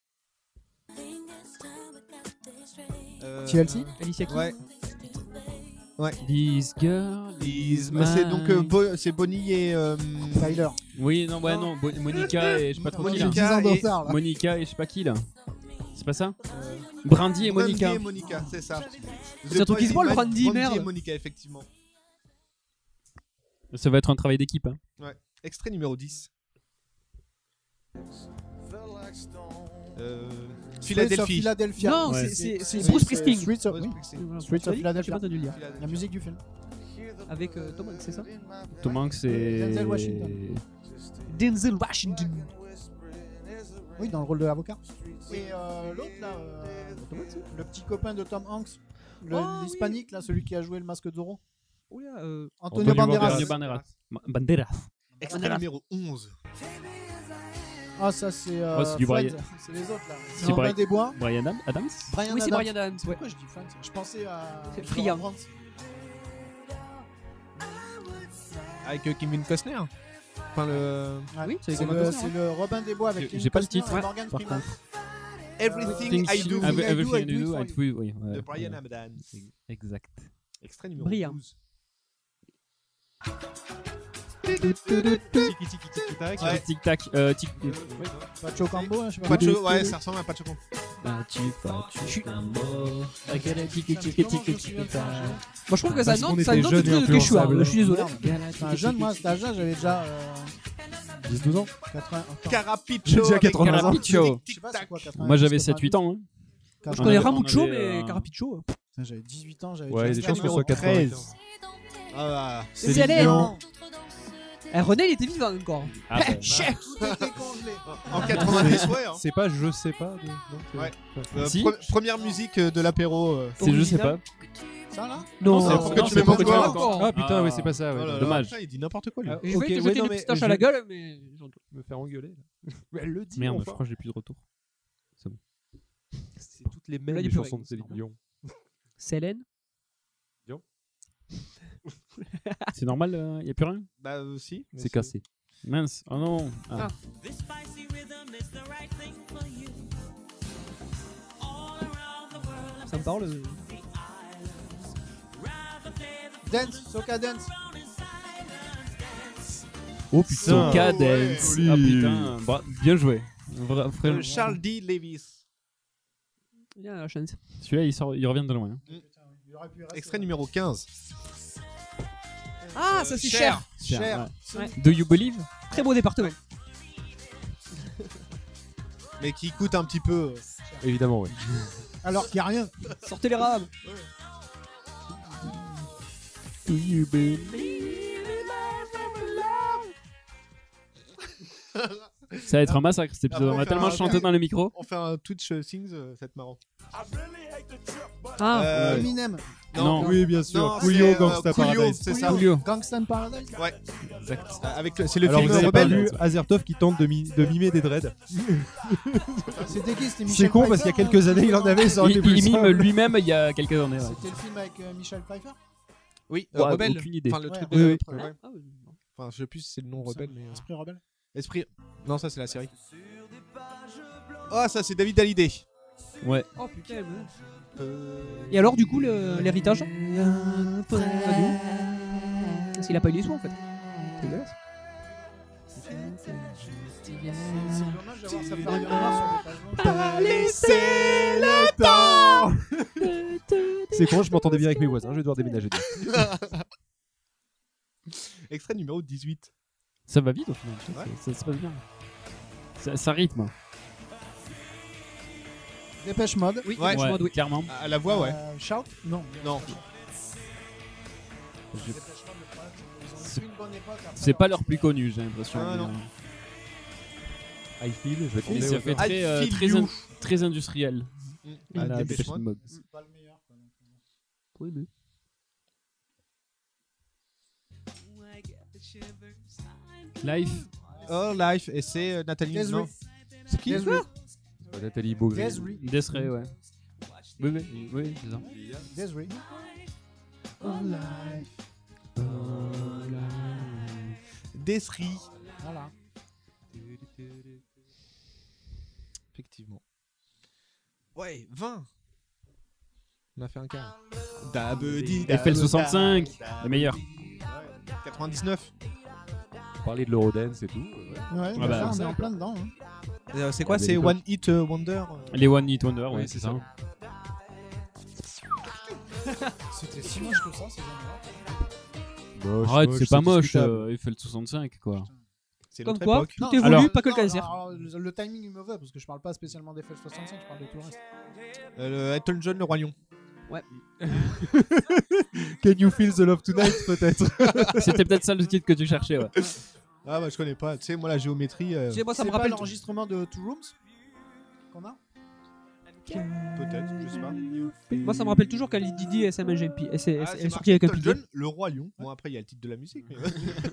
Speaker 5: TLC?
Speaker 8: Alicia Keys.
Speaker 7: Ouais.
Speaker 4: This girl is
Speaker 7: Bah, c'est donc c'est Bonnie et
Speaker 5: Tyler.
Speaker 4: Oui, non, ouais, non. Monica et je sais pas trop qui là.
Speaker 7: Monica
Speaker 5: 10 ans de
Speaker 7: et-
Speaker 5: retard, là.
Speaker 4: Monica et je sais pas qui là. C'est pas ça? Brandy et Monica.
Speaker 7: Brandy et Monica, c'est ça.
Speaker 8: C'est un truc qui se voit, le Brandy, merde.
Speaker 7: et Monica, effectivement.
Speaker 4: Ça va être un travail d'équipe. Hein.
Speaker 7: Ouais. Extrait numéro 10. Philadelphie.
Speaker 5: Philadelphia.
Speaker 8: Non,
Speaker 4: Ouais.
Speaker 8: c'est Bruce Springsteen.
Speaker 5: Streets of,
Speaker 7: Bruce
Speaker 5: oui.
Speaker 7: Springsteen.
Speaker 5: Streets of
Speaker 8: J'ai
Speaker 5: Philadelphia.
Speaker 8: pas entendu le dire.
Speaker 5: La musique du film.
Speaker 8: Avec Tom Hanks, c'est ça?
Speaker 4: Tom Hanks et
Speaker 5: Denzel Washington.
Speaker 8: Denzel Washington.
Speaker 5: Oui, dans le rôle de l'avocat. Et l'autre là, le petit copain de Tom Hanks, l'hispanique là, celui qui a joué le masque de Zorro.
Speaker 8: Oh là,
Speaker 5: Antonio Banderas.
Speaker 4: Antonio Banderas.
Speaker 7: Extrait numéro 11.
Speaker 5: Ah ça c'est
Speaker 4: c'est du
Speaker 5: Friends.
Speaker 4: Brian.
Speaker 5: C'est les autres là.
Speaker 4: C'est
Speaker 5: C'est Robin
Speaker 4: Brian.
Speaker 5: des Bois.
Speaker 4: Brian Adams.
Speaker 5: Brian
Speaker 8: oui, c'est
Speaker 5: Adams.
Speaker 8: Brian Adams. Ouais.
Speaker 5: Pourquoi je dis Friends? Je pensais à
Speaker 8: C'est Friand.
Speaker 5: Friends.
Speaker 7: Avec Kevin Costner. Enfin le.
Speaker 5: Ouais.
Speaker 8: Oui, c'est
Speaker 5: c'est
Speaker 8: Robin
Speaker 5: le,
Speaker 8: Costner,
Speaker 5: c'est le Robin des Bois avec
Speaker 4: J'ai
Speaker 5: Kevin
Speaker 4: pas le
Speaker 5: Costner
Speaker 4: titre,
Speaker 5: et Morgan
Speaker 4: par
Speaker 5: Freeman.
Speaker 4: contre.
Speaker 7: Everything I Do.
Speaker 4: Everything I Do, I do, oui. ouais,
Speaker 7: De Brian
Speaker 4: ouais.
Speaker 7: Adams.
Speaker 4: Exact.
Speaker 7: Extrait numéro
Speaker 8: Brillant.
Speaker 7: 12.
Speaker 6: Tiki-tiki-tiki-tac.
Speaker 7: Ouais.
Speaker 4: Tic tac.
Speaker 5: Pacho Cambo, hein, je sais pas.
Speaker 7: Pacho, ouais, ça ressemble à Pacho.
Speaker 8: Moi, je trouve que ça
Speaker 6: Parce qu'on
Speaker 8: note, ça
Speaker 6: était
Speaker 8: note
Speaker 6: jeunes
Speaker 8: le
Speaker 6: et
Speaker 8: truc de Quechua.
Speaker 6: influençables.
Speaker 8: Je suis désolé.
Speaker 5: Enfin, jeune, moi, cet âge-là, j'avais déjà
Speaker 6: 10-12 ans.
Speaker 5: 80. Attends,
Speaker 7: Carapicho.
Speaker 6: J'ai déjà 80 ans.
Speaker 4: Carapicho.
Speaker 5: je sais pas c'est quoi 80.
Speaker 4: Moi j'avais 7-8 ans. Hein.
Speaker 5: Quand
Speaker 8: Je connais
Speaker 4: avait-
Speaker 8: Ramucho,
Speaker 4: on avait,
Speaker 8: mais Carapicho.
Speaker 5: Putain, j'avais 18 ans, j'avais
Speaker 6: Ouais, il y a des
Speaker 5: déjà
Speaker 6: chances que ce
Speaker 7: numéro
Speaker 6: soit
Speaker 7: 13.
Speaker 6: 95.
Speaker 7: Ah,
Speaker 8: C'est Céline.
Speaker 5: Non,
Speaker 8: Eh, René, il était vivant encore.
Speaker 4: Ah, bah,
Speaker 5: tout était congelé.
Speaker 7: en 90, ouais. Hein.
Speaker 6: C'est pas je sais pas.
Speaker 7: Ouais.
Speaker 4: Si.
Speaker 7: Première musique de l'apéro.
Speaker 4: c'est je sais pas.
Speaker 5: Ça là
Speaker 8: Non,
Speaker 7: c'est pour que tu m'aimes
Speaker 8: pour que tu
Speaker 7: encore.
Speaker 8: m'aimes encore.
Speaker 6: Ah putain, ouais, c'est pas ça.
Speaker 7: Oh
Speaker 6: Ouais.
Speaker 7: là là,
Speaker 4: dommage.
Speaker 7: putain, il dit n'importe quoi lui.
Speaker 6: Ah,
Speaker 8: Je
Speaker 6: ok,
Speaker 8: vais te
Speaker 6: ouais,
Speaker 8: jeter
Speaker 6: non,
Speaker 8: une
Speaker 6: mais
Speaker 8: petite tache
Speaker 6: je
Speaker 8: à la
Speaker 6: vais
Speaker 8: gueule, mais j'entends.
Speaker 6: me faire engueuler. Là. Mais elle le dit.
Speaker 4: Merde, je
Speaker 6: enfin.
Speaker 4: crois que j'ai plus de retour.
Speaker 6: C'est toutes les mêmes
Speaker 8: Là, il y a
Speaker 6: les
Speaker 8: plus
Speaker 6: chansons
Speaker 8: rien.
Speaker 6: de Céline Dion.
Speaker 8: Célène.
Speaker 4: C'est normal, il y a plus rien.
Speaker 7: Bah si. mais
Speaker 6: C'est cassé.
Speaker 4: Mince. Oh non. Ah.
Speaker 8: Ça me parle.
Speaker 5: Dance, Soca Dance.
Speaker 6: Oh putain.
Speaker 4: Soca
Speaker 7: ouais,
Speaker 4: Dance.
Speaker 6: joli.
Speaker 4: Ah putain, bien joué. Vraiment.
Speaker 7: Charles D. Levis.
Speaker 8: Il y a la chance.
Speaker 4: Celui-là, il revient de loin. Hein.
Speaker 5: Il aurait pu rester.
Speaker 7: Extrait numéro 15.
Speaker 8: Ah, ça c'est cher.
Speaker 5: Cher.
Speaker 8: Ouais.
Speaker 4: Do you believe?
Speaker 8: Très beau département.
Speaker 7: Mais qui coûte un petit peu.
Speaker 6: Évidemment, ouais.
Speaker 5: Alors qu'il n'y a rien.
Speaker 8: Sortez les rames.
Speaker 4: Do you believe? Ça va être un massacre cet épisode.
Speaker 7: Après,
Speaker 4: On va
Speaker 7: on fait
Speaker 4: tellement
Speaker 7: un-
Speaker 4: chanter dans le micro.
Speaker 7: On fait un Twitch Things, ça va être marrant.
Speaker 8: Ah,
Speaker 5: Eminem.
Speaker 4: Non.
Speaker 6: Oui, bien sûr.
Speaker 7: Non,
Speaker 6: Coolio,
Speaker 7: c'est,
Speaker 6: Gangsta
Speaker 7: Coolio,
Speaker 6: Paradise.
Speaker 7: c'est ça.
Speaker 4: Coolio.
Speaker 5: Gangsta Paradise.
Speaker 7: Ouais.
Speaker 4: Exact.
Speaker 7: C'est le
Speaker 6: Alors,
Speaker 7: film
Speaker 6: vous avez pas
Speaker 7: rebelle.
Speaker 6: vu Azertov qui tente de mimer des dreads.
Speaker 5: C'était qui? C'était Michel
Speaker 6: C'est con parce qu'il y a
Speaker 5: Pfeiffer,
Speaker 6: quelques années, il en avait, ça aurait été
Speaker 4: Il
Speaker 6: plus
Speaker 4: mime
Speaker 6: simple.
Speaker 4: lui-même il y a quelques années. ouais.
Speaker 5: C'était le film avec Michel Pfeiffer.
Speaker 7: Oui,
Speaker 4: Ouais,
Speaker 7: rebelle.
Speaker 4: aucune idée.
Speaker 7: Enfin, le truc
Speaker 5: Ouais,
Speaker 7: de.
Speaker 6: oui, oui.
Speaker 7: ouais.
Speaker 8: Ah oui.
Speaker 7: Enfin, je sais plus si c'est le nom rebelle, mais.
Speaker 5: Esprit rebelle.
Speaker 7: Esprit. Non, ça c'est la série. Ah, ça c'est David Hallyday.
Speaker 4: Ouais.
Speaker 8: Oh putain, mais... Et alors, du coup, l'héritage Parce qu'il a pas eu les sous en fait. C'est dégueulasse.
Speaker 5: C'est dommage d'avoir sa farine noire sur des pages blanches.
Speaker 6: Pas laisser le temps. C'est con, je m'entendais bien avec mes voisins, je vais devoir déménager.
Speaker 7: Extrait numéro 18.
Speaker 4: Ça va vite au final.
Speaker 7: Ouais.
Speaker 4: Ça se passe bien. Ça rythme.
Speaker 5: Dépêche Mode.
Speaker 8: Oui,
Speaker 7: Ouais.
Speaker 8: je m'en douais.
Speaker 4: Clairement.
Speaker 7: À la voix, ouais.
Speaker 5: Shout. Non.
Speaker 7: Non.
Speaker 4: Je-
Speaker 5: Dépêche Mode, le problème, c'est qu'ils ont eu une bonne époque. après
Speaker 4: C'est pas
Speaker 5: leur-
Speaker 4: leur plus connu, j'ai l'impression.
Speaker 7: Ah, non.
Speaker 6: I feel, je vais
Speaker 4: Et
Speaker 6: tomber
Speaker 4: ça
Speaker 6: au
Speaker 4: fait
Speaker 6: hasard.
Speaker 4: très,
Speaker 7: I feel
Speaker 4: très,
Speaker 7: you.
Speaker 4: très industriel.
Speaker 7: Ah,
Speaker 4: La
Speaker 7: Dépêche
Speaker 4: Dépêche
Speaker 7: Mode.
Speaker 4: Mode.
Speaker 5: C'est pas le meilleur. Quoi, donc.
Speaker 8: Oui, mais...
Speaker 4: Life.
Speaker 7: Oh, Life. Et c'est Nathalie.
Speaker 5: Desiree.
Speaker 7: Non. C'est qui
Speaker 5: Desiree.
Speaker 6: Nathalie Beaugré.
Speaker 5: Desiree.
Speaker 4: Desiree, ouais. Oui, c'est ça.
Speaker 5: Desiree.
Speaker 7: Desri.
Speaker 5: Voilà.
Speaker 7: Effectivement. Ouais, 20. On a fait un quart. Dabedi.
Speaker 4: FL65, le meilleur.
Speaker 7: 99.
Speaker 6: Parler de l'Eurodance et tout.
Speaker 5: Ouais,
Speaker 4: bah,
Speaker 5: ça, on
Speaker 4: c'est
Speaker 5: est en plein dedans. Hein.
Speaker 7: C'est quoi?
Speaker 6: Ah,
Speaker 7: C'est
Speaker 6: mais
Speaker 7: One Hit Wonder.
Speaker 4: Les One Hit Wonder,
Speaker 7: Ouais,
Speaker 4: ouais,
Speaker 7: c'est
Speaker 4: c'est ça.
Speaker 5: C'était si moche que ça, ces années-là.
Speaker 4: Arrête, c'est pas moche,
Speaker 6: discutable.
Speaker 4: FL65, quoi.
Speaker 7: C'est
Speaker 8: Comme
Speaker 7: notre
Speaker 8: quoi,
Speaker 7: époque.
Speaker 8: tout
Speaker 5: Non,
Speaker 8: évolue,
Speaker 4: alors-
Speaker 8: pas que le
Speaker 5: Non,
Speaker 8: Kaiser.
Speaker 5: alors, le timing il me veut parce que je parle pas spécialement des FL65, je parle de tout le reste.
Speaker 7: Le Elton John, le Roi Lion.
Speaker 6: Can you feel the love tonight, peut-être?
Speaker 4: C'était peut-être ça le titre que tu cherchais, ouais.
Speaker 7: Ah bah je connais pas. Tu sais, moi la géométrie.
Speaker 8: Tu sais, moi, ça
Speaker 5: C'est
Speaker 8: me
Speaker 5: pas
Speaker 8: rappelle.
Speaker 5: l'enregistrement de Two Rooms qu'on a.
Speaker 7: Peut-être, je sais pas.
Speaker 8: Moi, ça me rappelle toujours qu'Ali Didi et SMGMP. Elle
Speaker 7: Ah, c'est
Speaker 8: est sortie
Speaker 7: marqué
Speaker 8: avec un
Speaker 7: Elton
Speaker 8: pilier.
Speaker 7: John, le Roi Lion. Bon après il y a le titre de la musique. Mais...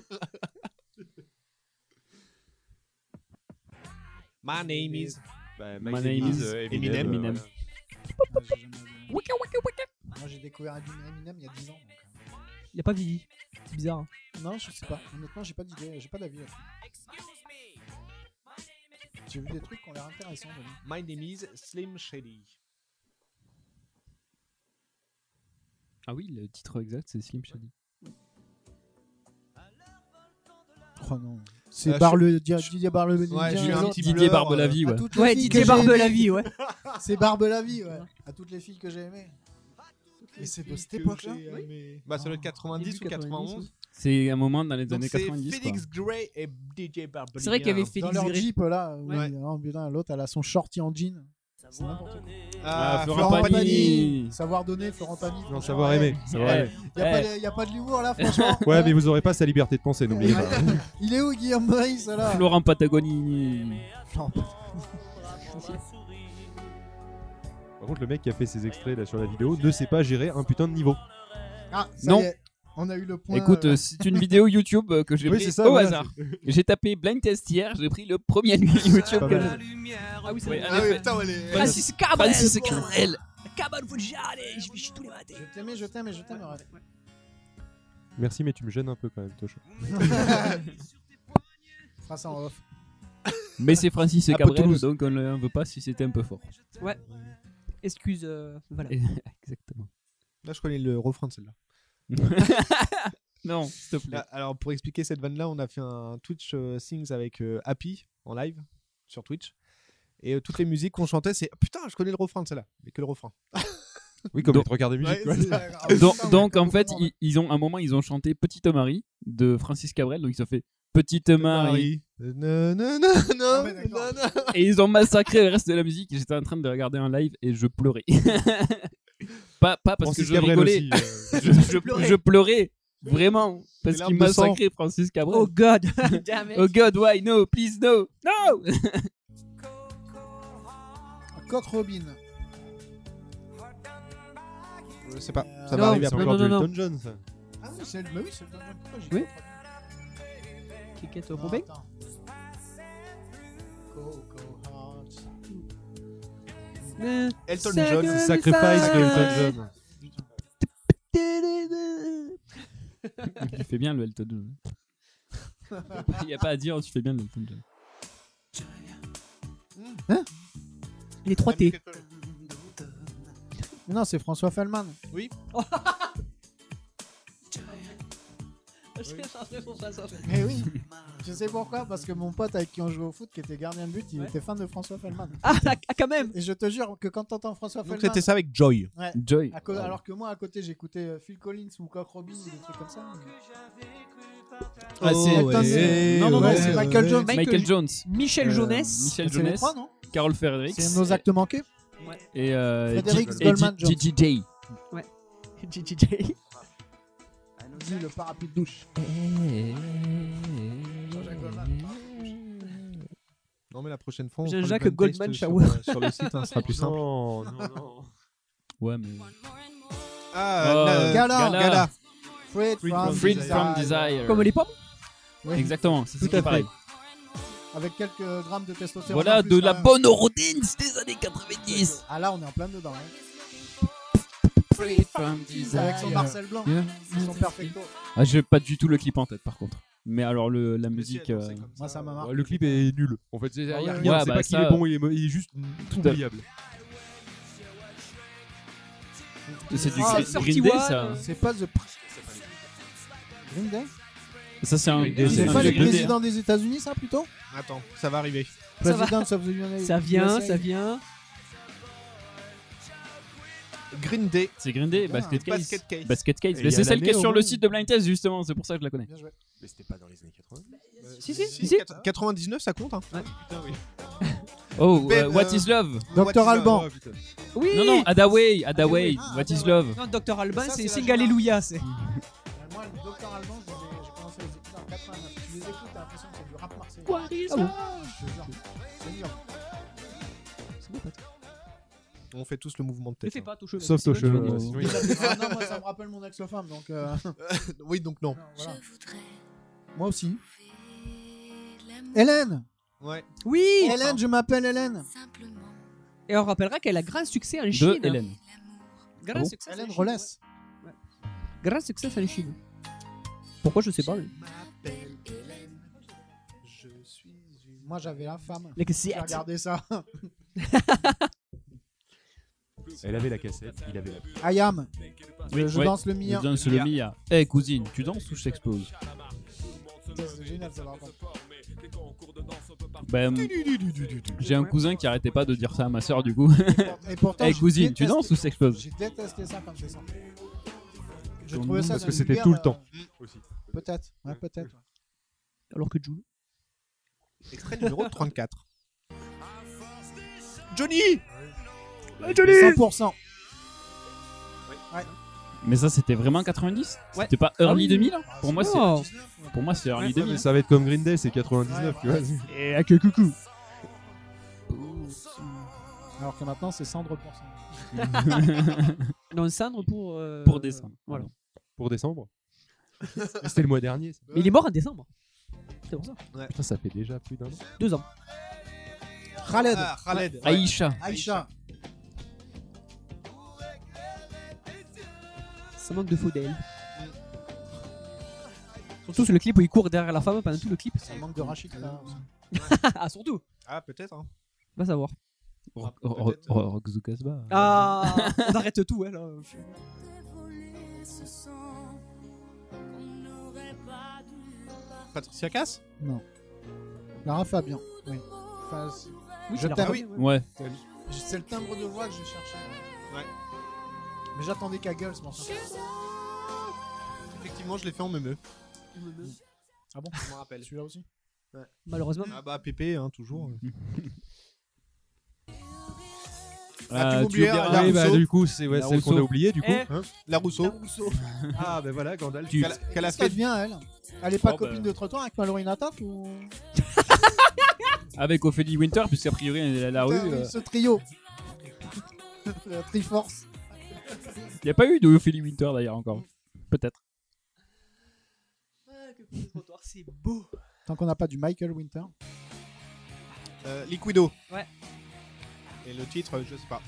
Speaker 7: My name is.
Speaker 4: My name is
Speaker 7: Eminem.
Speaker 4: Eminem.
Speaker 5: Moi j'ai découvert Eminem il y a 10 ans. Donc,
Speaker 8: Il a pas vieilli. C'est bizarre. Hein.
Speaker 5: non, je sais pas. Honnêtement, j'ai pas d'idée, j'ai pas d'avis là-dessus. J'ai vu des trucs qui ont l'air intéressants.
Speaker 7: My name is Slim Shady.
Speaker 4: Ah oui, le titre exact, c'est Slim Shady.
Speaker 5: Oh non. C'est
Speaker 7: Ah,
Speaker 5: Didier Barbe
Speaker 7: Ouais, j'ai eu un petit
Speaker 4: Didier
Speaker 7: blur,
Speaker 4: Barbe-la-Vie, ouais.
Speaker 8: Ouais, Didier Barbe-la-Vie, ouais.
Speaker 5: C'est Barbe-la-Vie, ouais. À toutes les filles que j'ai aimées. Et c'est de cette époque-là.
Speaker 7: Bah ça doit être 90 ou 91.
Speaker 4: C'est un moment dans les
Speaker 7: Donc
Speaker 4: années
Speaker 7: c'est
Speaker 4: 90, quoi.
Speaker 7: Félix Gray et DJ Barbe-la-Vie.
Speaker 8: C'est vrai qu'il y avait
Speaker 5: Dans
Speaker 8: Félix
Speaker 5: leur
Speaker 8: Gray.
Speaker 5: Jeep là. Oui,
Speaker 7: Ouais.
Speaker 5: oh, putain, l'autre elle a son shorty en jean. C'est n'importe quoi.
Speaker 7: Ah,
Speaker 4: Florent Pagny.
Speaker 5: Savoir donner, Florent Pagny.
Speaker 6: Non,
Speaker 5: franchement,
Speaker 6: savoir
Speaker 5: ouais.
Speaker 6: aimer. Savoir aimer.
Speaker 5: Y a pas de l'humour là, franchement.
Speaker 6: Ouais, mais vous aurez pas sa liberté de penser, n'oubliez pas.
Speaker 5: Il est où Guillaume Meurice là
Speaker 4: Florent Patagonini.
Speaker 5: Non.
Speaker 6: Par contre, le mec qui a fait ces extraits là sur la vidéo ne sait pas gérer un putain de niveau.
Speaker 5: Ah, ça
Speaker 4: Non.
Speaker 5: y est. On a eu le point.
Speaker 4: Écoute, c'est une vidéo YouTube que j'ai
Speaker 6: Oui,
Speaker 4: pris
Speaker 6: c'est ça,
Speaker 4: au
Speaker 6: voilà,
Speaker 4: hasard. J'ai tapé blind test hier, j'ai pris le premier YouTube
Speaker 6: Pas
Speaker 4: que
Speaker 6: mal.
Speaker 4: j'ai.
Speaker 8: Ah oui, c'est
Speaker 4: Oui,
Speaker 8: vrai.
Speaker 4: en
Speaker 7: Ah oui,
Speaker 4: effet.
Speaker 7: putain, elle est.
Speaker 8: Francis Cabrel.
Speaker 4: Francis Cabrel.
Speaker 8: Cabane Foggiale, je vais chez tous les matins.
Speaker 5: Je t'aime, ouais.
Speaker 6: Merci, mais tu me gênes un peu quand même, Tocha.
Speaker 5: Fera ça en off.
Speaker 4: Mais c'est Francis
Speaker 7: Un peu
Speaker 4: Cabrel,
Speaker 7: Toulouse.
Speaker 4: donc on ne veut pas si c'était un peu fort.
Speaker 8: Excuse, voilà.
Speaker 4: Exactement.
Speaker 7: Là, je connais le refrain de celle-là.
Speaker 4: Non, s'il te plaît.
Speaker 7: Ah, alors, pour expliquer cette vanne-là, on a fait un Twitch Things avec Happy en live sur Twitch. Et toutes les musiques qu'on chantait, c'est putain, je connais le refrain de celle-là, mais que le refrain.
Speaker 6: Oui, comme
Speaker 4: Donc-
Speaker 6: être regard des musiques.
Speaker 7: Ouais,
Speaker 6: quoi.
Speaker 4: Donc en fait, ils ont un moment, ils ont chanté Petite Marie de Francis Cabrel, donc ils ont fait Petite Marie.
Speaker 7: Non, non, non, non,
Speaker 5: Ah ouais, d'accord.
Speaker 7: non, non.
Speaker 4: Et ils ont massacré le reste de la musique. J'étais en train de regarder un live et je pleurais. pas parce
Speaker 6: Francis
Speaker 4: que je
Speaker 6: Cabrel
Speaker 4: rigolais.
Speaker 6: aussi,
Speaker 4: Je pleurais Vraiment. Parce
Speaker 7: Les
Speaker 4: qu'il
Speaker 7: larmes de sang.
Speaker 4: massacrait Francis Cabrel.
Speaker 8: Oh god. Damn it.
Speaker 4: Oh God, why? No, please, no. No.
Speaker 5: Coq Robin.
Speaker 7: Je sais pas. Ça
Speaker 5: Non,
Speaker 7: va arriver
Speaker 6: C'est
Speaker 7: après.
Speaker 6: encore du
Speaker 8: non.
Speaker 6: Elton John, ça.
Speaker 5: Ah oui, c'est le John. Pourquoi j'ai
Speaker 8: Oui.
Speaker 5: pas entendu
Speaker 8: Cricket
Speaker 5: Non,
Speaker 8: Robin.
Speaker 5: attends. Coco Hearts.
Speaker 7: Elton
Speaker 8: Sacrifice
Speaker 7: John,
Speaker 6: C'est Sacrifice de Elton John.
Speaker 4: Tu fais bien le Elton John. Il n'y a pas à dire, tu fais bien le Elton John.
Speaker 8: Les 3 T.
Speaker 5: Mais non, c'est François Fellman. Mais oui. Je sais pourquoi, parce que mon pote avec qui on jouait au foot, qui était gardien de but, il était fan de François Fellman.
Speaker 8: Ah, quand même.
Speaker 5: Et je te jure que quand t'entends François
Speaker 7: Donc
Speaker 5: Fellman.
Speaker 7: c'était ça avec Joy.
Speaker 5: Ouais.
Speaker 4: Joy.
Speaker 5: Alors que moi, à côté, j'écoutais Phil Collins ou Cock Robin ou des trucs comme ça.
Speaker 4: Ah, c'est
Speaker 5: Elton, c'est-
Speaker 4: non, non, non,
Speaker 5: ouais,
Speaker 4: c'est
Speaker 5: c'est Michael Jones.
Speaker 4: Michael Jones.
Speaker 8: Michel Jonas.
Speaker 4: Michel
Speaker 5: C'est les
Speaker 4: Jonas.
Speaker 5: trois, non
Speaker 4: Carol Fredericks.
Speaker 5: C'est nos actes manqués.
Speaker 4: Et
Speaker 5: Frédéric
Speaker 4: et
Speaker 5: Goldman Jones.
Speaker 4: GGJ.
Speaker 8: Ouais. JJJ.
Speaker 5: Dis le parapluie de douche.
Speaker 7: Non mais la prochaine fois, on
Speaker 8: Jean-Jacques
Speaker 7: fera le blind
Speaker 8: Goldman
Speaker 7: test
Speaker 8: Shower.
Speaker 7: sur le site, hein, ce sera plus simple.
Speaker 6: Non, non, non.
Speaker 4: Ouais, mais.
Speaker 7: Ah,
Speaker 5: Gala. Freed
Speaker 4: Freed from Desire.
Speaker 8: Comme les pommes.
Speaker 5: Oui.
Speaker 4: Exactement, c'est
Speaker 8: Tout à
Speaker 4: pareil.
Speaker 5: Avec quelques grammes de testostérone.
Speaker 4: Voilà
Speaker 5: en plus,
Speaker 4: de la
Speaker 5: là.
Speaker 4: bonne eurodance des années 90.
Speaker 5: Ah là, on est en plein dedans. Hein.
Speaker 4: Freed from Desire.
Speaker 5: Avec son Marcel Blanc.
Speaker 4: Yeah.
Speaker 5: Son perfecto.
Speaker 4: Ah, j'ai pas du tout le clip en tête par contre. Mais alors la musique.
Speaker 5: Moi, ça m'a marqué.
Speaker 6: Ouais, le clip est nul. En fait, il y a
Speaker 5: ouais,
Speaker 6: rien.
Speaker 4: ouais,
Speaker 6: C'est
Speaker 4: bah,
Speaker 6: pas qu'il
Speaker 4: ça-
Speaker 6: est bon, il est juste oubliable.
Speaker 4: C'est du
Speaker 5: Ah,
Speaker 4: Green Day, ça.
Speaker 5: C'est pas The Green Day.
Speaker 4: Ça, c'est un.
Speaker 5: C'est pas
Speaker 4: du
Speaker 5: le
Speaker 4: Green Day.
Speaker 5: président des États-Unis, ça plutôt
Speaker 7: Attends, ça va arriver.
Speaker 8: Ça va.
Speaker 5: President of the United
Speaker 8: Ça vient,
Speaker 5: USA.
Speaker 8: ça vient.
Speaker 7: Green Day.
Speaker 4: C'est Green Day, Basket Case.
Speaker 7: Basket Case.
Speaker 4: Basket Case.
Speaker 6: Et
Speaker 4: Mais
Speaker 6: il y a
Speaker 4: c'est celle qui est
Speaker 6: l'année,
Speaker 4: sur
Speaker 6: au
Speaker 4: le
Speaker 6: moins.
Speaker 4: site de Blind Test, justement. C'est pour ça que je la connais.
Speaker 5: Bien joué.
Speaker 6: Mais c'était pas dans les années 80.
Speaker 8: Si.
Speaker 7: 99, ça compte. Hein.
Speaker 6: Putain, oui.
Speaker 4: Oh,
Speaker 7: Ben,
Speaker 4: What is Love?
Speaker 5: Docteur Alban.
Speaker 6: Oh, putain.
Speaker 8: Oui.
Speaker 4: Non, non, Adaway. Adaway.
Speaker 5: Ah,
Speaker 4: What is
Speaker 5: Adaway.
Speaker 4: Love?
Speaker 8: Non, Dr Alban,
Speaker 5: Ça,
Speaker 8: c'est
Speaker 5: c'est
Speaker 8: Sing
Speaker 5: la
Speaker 8: Alléluia. C'est.
Speaker 5: Moi, le Docteur Alban, j'ai commencé à les écouter en 89. Tu les écoutes, t'as l'impression que c'est du rap marseillais.
Speaker 8: What is
Speaker 5: Ah bon
Speaker 8: love?
Speaker 5: Je te jure. C'est dur.
Speaker 8: C'est beau, Pat.
Speaker 7: On fait tous le mouvement de
Speaker 8: Ne
Speaker 7: tête.
Speaker 8: fais pas ton cheveu.
Speaker 6: Sauf
Speaker 8: Simon,
Speaker 6: ton
Speaker 8: tu vas
Speaker 6: cheveu,
Speaker 8: dire.
Speaker 6: ouais, sinon,
Speaker 5: Ah non, moi, ça me rappelle mon ex-femme, donc.
Speaker 7: Oui, donc non.
Speaker 5: Voilà. Moi aussi. Hélène.
Speaker 7: Ouais.
Speaker 8: Oui.
Speaker 5: Hélène, je m'appelle Hélène.
Speaker 8: Et on rappellera qu'elle a grand succès en
Speaker 4: De
Speaker 8: Chine.
Speaker 4: Hélène.
Speaker 8: Grand
Speaker 4: Ah bon
Speaker 8: succès en
Speaker 5: Hélène
Speaker 8: Chine,
Speaker 5: Rollès.
Speaker 8: ouais. Grand succès en Chine. Pourquoi je sais pas. Mais...
Speaker 5: Moi, j'avais la femme.
Speaker 8: Les
Speaker 5: J'ai regardé ça.
Speaker 6: Elle avait la cassette, il avait la.
Speaker 5: Ayam. Je
Speaker 4: Ouais.
Speaker 5: danse le mien.
Speaker 4: Je danse le Mia. Eh, cousine, tu danses ou je t'explose?
Speaker 5: C'est génial, ça va.
Speaker 4: Ben, j'ai un cousin qui arrêtait pas de dire ça à ma soeur, du coup.
Speaker 5: Et pourtant,
Speaker 4: Eh,
Speaker 5: j'ai
Speaker 4: cousine, tu
Speaker 5: détesté-
Speaker 4: danses ou je t'explose?
Speaker 5: J'ai détesté ça quand c'est ça. Je
Speaker 4: Parce
Speaker 5: trouvais ça
Speaker 6: Parce
Speaker 5: d'un
Speaker 6: que c'était
Speaker 5: vulgaire,
Speaker 6: tout le temps. Aussi.
Speaker 5: Peut-être. Ouais, peut-être.
Speaker 8: Alors que Jules.
Speaker 7: Extrait numéro 34. Johnny.
Speaker 5: 100%.
Speaker 4: Mais ça, c'était vraiment 90?
Speaker 8: Ouais.
Speaker 4: C'était pas early
Speaker 8: Ah oui.
Speaker 4: 2000? Pour moi, c'est.
Speaker 8: Oh.
Speaker 4: Pour moi, c'est early
Speaker 6: Ouais,
Speaker 4: 2000.
Speaker 6: mais ça va être comme Green Day, c'est 99, tu vois.
Speaker 4: Et à que coucou.
Speaker 5: Alors que maintenant, c'est Cendre pour
Speaker 8: Non, cendre pour.
Speaker 4: Pour décembre.
Speaker 8: Voilà.
Speaker 6: Pour décembre. C'était le mois dernier. Ça.
Speaker 8: Mais il est mort en décembre. C'est pour ça.
Speaker 6: Putain, ça fait déjà plus d'un an.
Speaker 8: 2 ans.
Speaker 5: Khaled.
Speaker 7: Ah, Khaled.
Speaker 4: Aïcha.
Speaker 5: Aïcha.
Speaker 8: Ça manque de faux d'elle. Surtout sur le clip où il court derrière la femme pendant tout le clip.
Speaker 5: Ça manque de Rachid. Là.
Speaker 8: Ah, surtout.
Speaker 7: Ah, peut-être. Hein.
Speaker 8: Va savoir.
Speaker 4: Rock Zukasba.
Speaker 8: Ah, on arrête tout, hein, là.
Speaker 7: Patricia Cass.
Speaker 5: Non. Lara Fabian. Oui. Enfin,
Speaker 8: Oui,
Speaker 5: je
Speaker 8: c'est la
Speaker 5: t'aime.
Speaker 8: femme,
Speaker 4: Ouais.
Speaker 5: C'est le timbre de voix que je cherchais.
Speaker 7: Ouais.
Speaker 5: Mais j'attendais qu'elle gueule, c'est pour ça.
Speaker 7: Effectivement, je l'ai fait en meumeux.
Speaker 5: Ah bon
Speaker 7: Je m'en rappelle.
Speaker 5: Celui-là aussi.
Speaker 8: Malheureusement.
Speaker 7: Ah bah Pépé, hein, toujours. Ah, tu
Speaker 6: tu oublies
Speaker 7: oublies la
Speaker 6: oui, bah,
Speaker 7: Rousseau.
Speaker 6: du coup, c'est ouais,
Speaker 7: La
Speaker 6: celle qu'on
Speaker 7: Rousseau.
Speaker 6: a oubliée, du coup.
Speaker 8: Eh,
Speaker 6: Hein
Speaker 7: La Rousseau.
Speaker 6: Ah, ben voilà, Gandalf.
Speaker 7: Qu'elle a
Speaker 5: Qu'est-ce
Speaker 7: fait
Speaker 5: qu'elle devient, elle? Elle est pas
Speaker 4: Oh,
Speaker 5: copine
Speaker 4: bah.
Speaker 5: de trottoir avec Mallory Nataf ou...
Speaker 4: Avec Ophélie Winter, puisqu'a priori elle est à la rue.
Speaker 5: Putain, oui, ce trio. La Triforce.
Speaker 4: Il n'y a pas eu de Ophélie Winter d'ailleurs encore. Peut-être.
Speaker 8: C'est beau.
Speaker 5: Tant qu'on n'a pas du Michael Winter.
Speaker 7: Liquido.
Speaker 8: Ouais.
Speaker 7: Et le titre, je sais pas.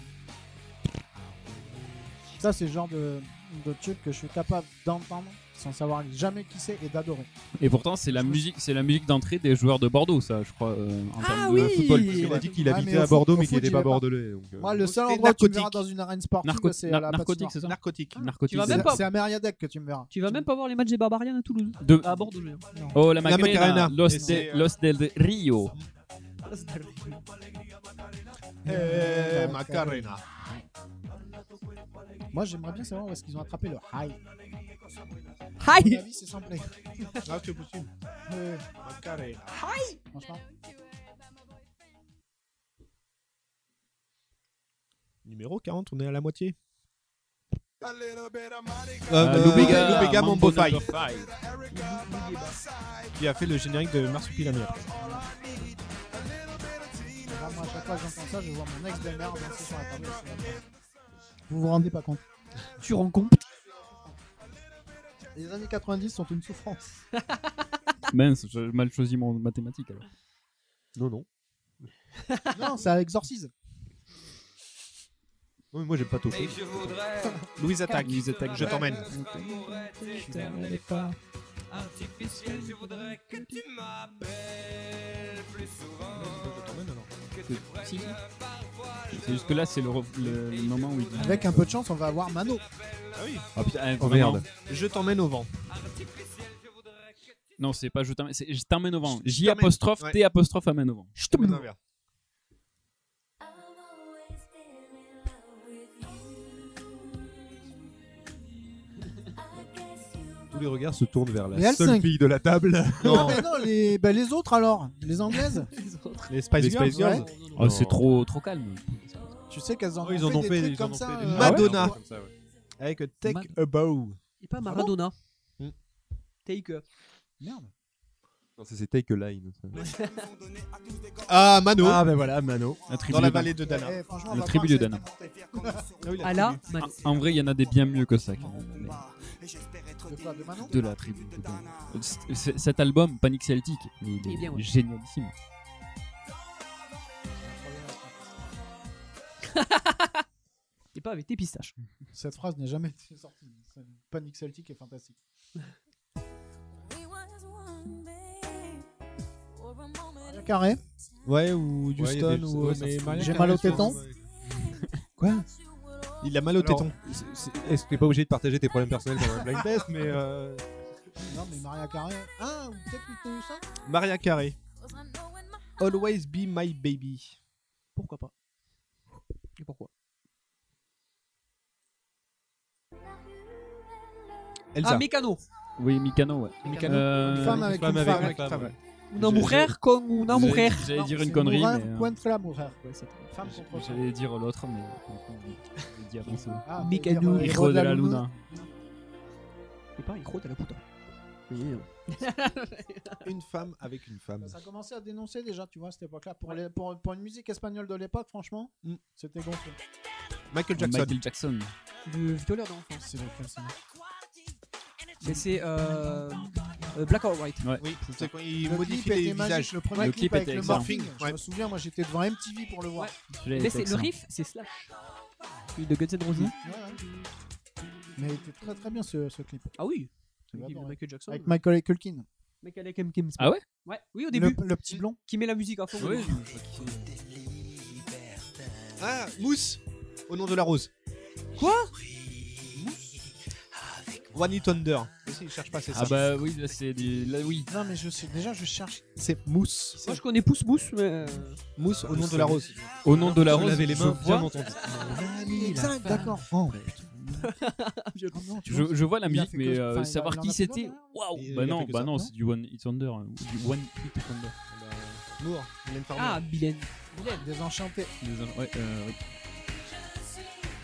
Speaker 5: Ça, c'est le genre de tube que je suis capable d'entendre sans savoir jamais qui c'est et d'adorer.
Speaker 4: Et pourtant c'est la musique d'entrée des joueurs de Bordeaux, ça, je crois, en termes
Speaker 8: oui.
Speaker 4: de football.
Speaker 6: Parce qu'il a dit qu'il
Speaker 5: Ouais,
Speaker 6: habitait
Speaker 5: mais au
Speaker 6: à Bordeaux,
Speaker 5: foot-
Speaker 6: mais
Speaker 5: au
Speaker 6: qu'il
Speaker 5: foot,
Speaker 6: n'était
Speaker 5: j'y
Speaker 6: pas
Speaker 5: vais pas.
Speaker 6: bordelais. Donc,
Speaker 5: Moi, le seul
Speaker 7: C'était
Speaker 5: endroit où tu me
Speaker 7: narcotique.
Speaker 5: verras dans une arène sportive, c'est à la
Speaker 4: Narcotique,
Speaker 5: patinoire.
Speaker 4: c'est ça.
Speaker 7: Narcotique.
Speaker 4: Narcotique.
Speaker 8: Tu vas
Speaker 4: c'est
Speaker 8: même
Speaker 4: ça.
Speaker 8: pas-
Speaker 5: C'est à Mériadec que tu me verras.
Speaker 8: Tu vas même pas voir les matchs des Barbarians à Toulouse.
Speaker 4: De-
Speaker 8: À Bordeaux, je veux dire.
Speaker 4: Oh, la Macarena,
Speaker 7: Macarena.
Speaker 4: Los,
Speaker 7: Et c'est,
Speaker 4: Los del Rio.
Speaker 7: Macarena.
Speaker 5: Moi, j'aimerais bien savoir où est-ce qu'ils ont attrapé le high. À mon
Speaker 8: Hi.
Speaker 5: avis, c'est samplé.
Speaker 7: Ah, c'est possible.
Speaker 5: Ouais,
Speaker 7: Macarena.
Speaker 5: franchement.
Speaker 7: Numéro 40, on est à la moitié.
Speaker 4: Lubega,
Speaker 7: Mambo Five.
Speaker 4: Number Five.
Speaker 7: Qui a fait le générique de Marsupilami après.
Speaker 5: Là, moi, à chaque fois que j'entends ça, je vois mon ex-belle-mère danser sur la table. Vous vous rendez pas compte.
Speaker 8: Tu rends compte?
Speaker 5: Les années 90 sont une souffrance.
Speaker 4: Mince, j'ai mal choisi mon mathématique alors.
Speaker 6: Non, non.
Speaker 5: Non, ça exorcise.
Speaker 6: Non, mais moi, j'aime pas toucher.
Speaker 7: Louise Attaque. Je t'emmène.
Speaker 4: C'est juste que là, c'est le moment où il dit.
Speaker 5: Avec un peu de chance, on va avoir Mano.
Speaker 4: Ah putain,
Speaker 6: Oh
Speaker 4: vraiment.
Speaker 6: merde.
Speaker 7: Je t'emmène au vent.
Speaker 4: Non, c'est pas je t'emmène, c'est je t'emmène au vent.
Speaker 7: Je
Speaker 4: J
Speaker 7: t'emmène.
Speaker 4: apostrophe
Speaker 7: Ouais.
Speaker 4: T apostrophe amène au vent.
Speaker 7: Je t'emmène au vent.
Speaker 6: Tous les regards se tournent vers
Speaker 5: Les
Speaker 6: la
Speaker 5: L5.
Speaker 6: seule fille de la table.
Speaker 5: Non, mais non, les autres alors. Les anglaises.
Speaker 7: Les Spice
Speaker 6: Les
Speaker 7: Girls.
Speaker 6: Spice Girls.
Speaker 5: Ouais.
Speaker 4: Oh,
Speaker 6: Non.
Speaker 4: c'est trop calme.
Speaker 5: Tu sais qu'elles en
Speaker 6: Oh, ils en ont
Speaker 5: des
Speaker 6: fait,
Speaker 5: trucs
Speaker 6: ils en
Speaker 5: comme
Speaker 6: ont
Speaker 5: ça.
Speaker 6: fait des
Speaker 7: Madonna.
Speaker 6: comme ça, ouais.
Speaker 7: Avec Take a Bow.
Speaker 8: Et pas Maradona.
Speaker 7: Hmm.
Speaker 8: Take a.
Speaker 5: Merde.
Speaker 6: Non, ça, c'est Take a Line. ça.
Speaker 7: Ah, Mano.
Speaker 6: Ah, ben voilà, Mano.
Speaker 4: La tribu
Speaker 7: Dans la
Speaker 4: de
Speaker 7: vallée de Dana.
Speaker 5: Eh, franchement, on
Speaker 4: Le
Speaker 5: va
Speaker 4: tribu
Speaker 5: voir
Speaker 4: de
Speaker 5: cette
Speaker 4: Dana.
Speaker 5: portée.
Speaker 8: À la Mano.
Speaker 4: En vrai, il y en a des bien mieux que ça. quand même. Mais
Speaker 5: De quoi, de Manon
Speaker 4: de la tribu de Dana. Cet album, Panic Celtic, il
Speaker 8: Il est
Speaker 4: est
Speaker 8: bien, ouais.
Speaker 4: génialissime.
Speaker 8: Et pas avec tes pistaches.
Speaker 5: Cette phrase n'a jamais été sortie. Panic Celtic est fantastique. Maria Carré.
Speaker 7: Ouais, ou
Speaker 6: Ouais, il y a
Speaker 7: Houston,
Speaker 6: des-
Speaker 7: ou
Speaker 6: ouais, ça
Speaker 7: mais
Speaker 6: se-
Speaker 7: Mariah
Speaker 5: J'ai
Speaker 7: Carey,
Speaker 5: mal au
Speaker 7: je pense.
Speaker 5: téton.
Speaker 7: Quoi? Il a mal au
Speaker 6: Alors,
Speaker 7: téton.
Speaker 6: Est-ce que t'es pas obligé de partager tes problèmes personnels pendant un blind test, mais
Speaker 5: Non, mais Maria Carré. Ah, ou peut-être Whitney Houston.
Speaker 7: Mariah Carey. Always be my baby.
Speaker 8: Pourquoi pas? Et pourquoi?
Speaker 7: Elsa.
Speaker 8: Ah, Mécano.
Speaker 4: Oui, Mikano, ouais.
Speaker 8: Mikano.
Speaker 5: Une femme avec une femme.
Speaker 6: une femme, ouais.
Speaker 8: Una mujer con una mujer.
Speaker 4: J'allais dire
Speaker 5: Non,
Speaker 4: une
Speaker 5: c'est
Speaker 4: connerie,
Speaker 5: Morin
Speaker 4: mais.
Speaker 5: contre la mujer.
Speaker 8: Ouais, c'est
Speaker 5: Femme contre femme.
Speaker 4: J'allais dire l'autre, mais. Je vais dire un seul.
Speaker 5: Ah,
Speaker 8: Mikano.
Speaker 5: c'est-à-dire,
Speaker 4: Hijo de la Luna.
Speaker 8: Et pas Hijo de la puta.
Speaker 7: Une femme avec une femme.
Speaker 5: Ça a commencé à dénoncer déjà, tu vois, à cette époque-là. Pour une musique espagnole de l'époque, franchement, c'était gonflé.
Speaker 7: Michael Jackson.
Speaker 4: Michael Jackson.
Speaker 8: Le violeur d'enfance.
Speaker 5: C'est lequel, ça
Speaker 8: Mais c'est Black or White.
Speaker 4: Ouais.
Speaker 7: Oui, c'est quand il
Speaker 5: Le
Speaker 7: modifie
Speaker 5: clip
Speaker 7: les
Speaker 5: était magique,
Speaker 7: visages.
Speaker 5: le premier
Speaker 4: Le
Speaker 5: clip
Speaker 4: clip
Speaker 5: avec
Speaker 4: était
Speaker 5: le
Speaker 4: excellent.
Speaker 5: morphing. Je
Speaker 7: Ouais.
Speaker 5: me souviens, moi j'étais devant MTV pour le voir.
Speaker 8: Mais c'est le riff, c'est Slash. Celui de Guns N' Roses.
Speaker 5: Ouais, ouais. Mais il était très très bien ce clip.
Speaker 8: Ah oui.
Speaker 5: Je
Speaker 8: Le clip de
Speaker 5: l'adore,
Speaker 8: Michael Jackson.
Speaker 5: Avec Michael Culkin.
Speaker 8: Michael Kim Kim.
Speaker 4: Ah ouais?
Speaker 8: Ouais. Oui, au début.
Speaker 5: Le petit blond.
Speaker 8: Qui met la musique à fond.
Speaker 4: Oui.
Speaker 7: Ah, Mousse. Au nom de la rose.
Speaker 8: Quoi?
Speaker 7: One Hit Wonder. Aussi, il cherche pas, c'est ça.
Speaker 4: Ah bah oui, là c'est du. Là oui.
Speaker 5: Non, mais je sais, déjà je cherche.
Speaker 7: C'est Mousse.
Speaker 8: Moi je connais Pousse Mousse, mais.
Speaker 7: Mousse au nom de la rose.
Speaker 4: Au nom de la
Speaker 6: Je
Speaker 4: rose.
Speaker 6: lavais les
Speaker 4: je
Speaker 6: mains,
Speaker 4: vois-
Speaker 6: bien entendu.
Speaker 5: Exact, d'accord. Oh,
Speaker 4: Je vois la
Speaker 5: Il a
Speaker 4: musique,
Speaker 5: fait
Speaker 4: mais
Speaker 5: que- enfin,
Speaker 4: savoir
Speaker 5: il en a
Speaker 4: qui
Speaker 5: fait
Speaker 4: c'était.
Speaker 5: d'autres, hein.
Speaker 4: Waouh!
Speaker 7: Il
Speaker 4: Bah
Speaker 7: a
Speaker 4: non,
Speaker 7: fait que
Speaker 4: bah
Speaker 7: ça,
Speaker 4: non,
Speaker 7: non
Speaker 4: c'est du One Hit Wonder, ou du One Hit Wonder.
Speaker 7: Moore. Mylène Farmer.
Speaker 8: Ah, Bilène.
Speaker 5: Désenchanté.
Speaker 4: Ouais, oui.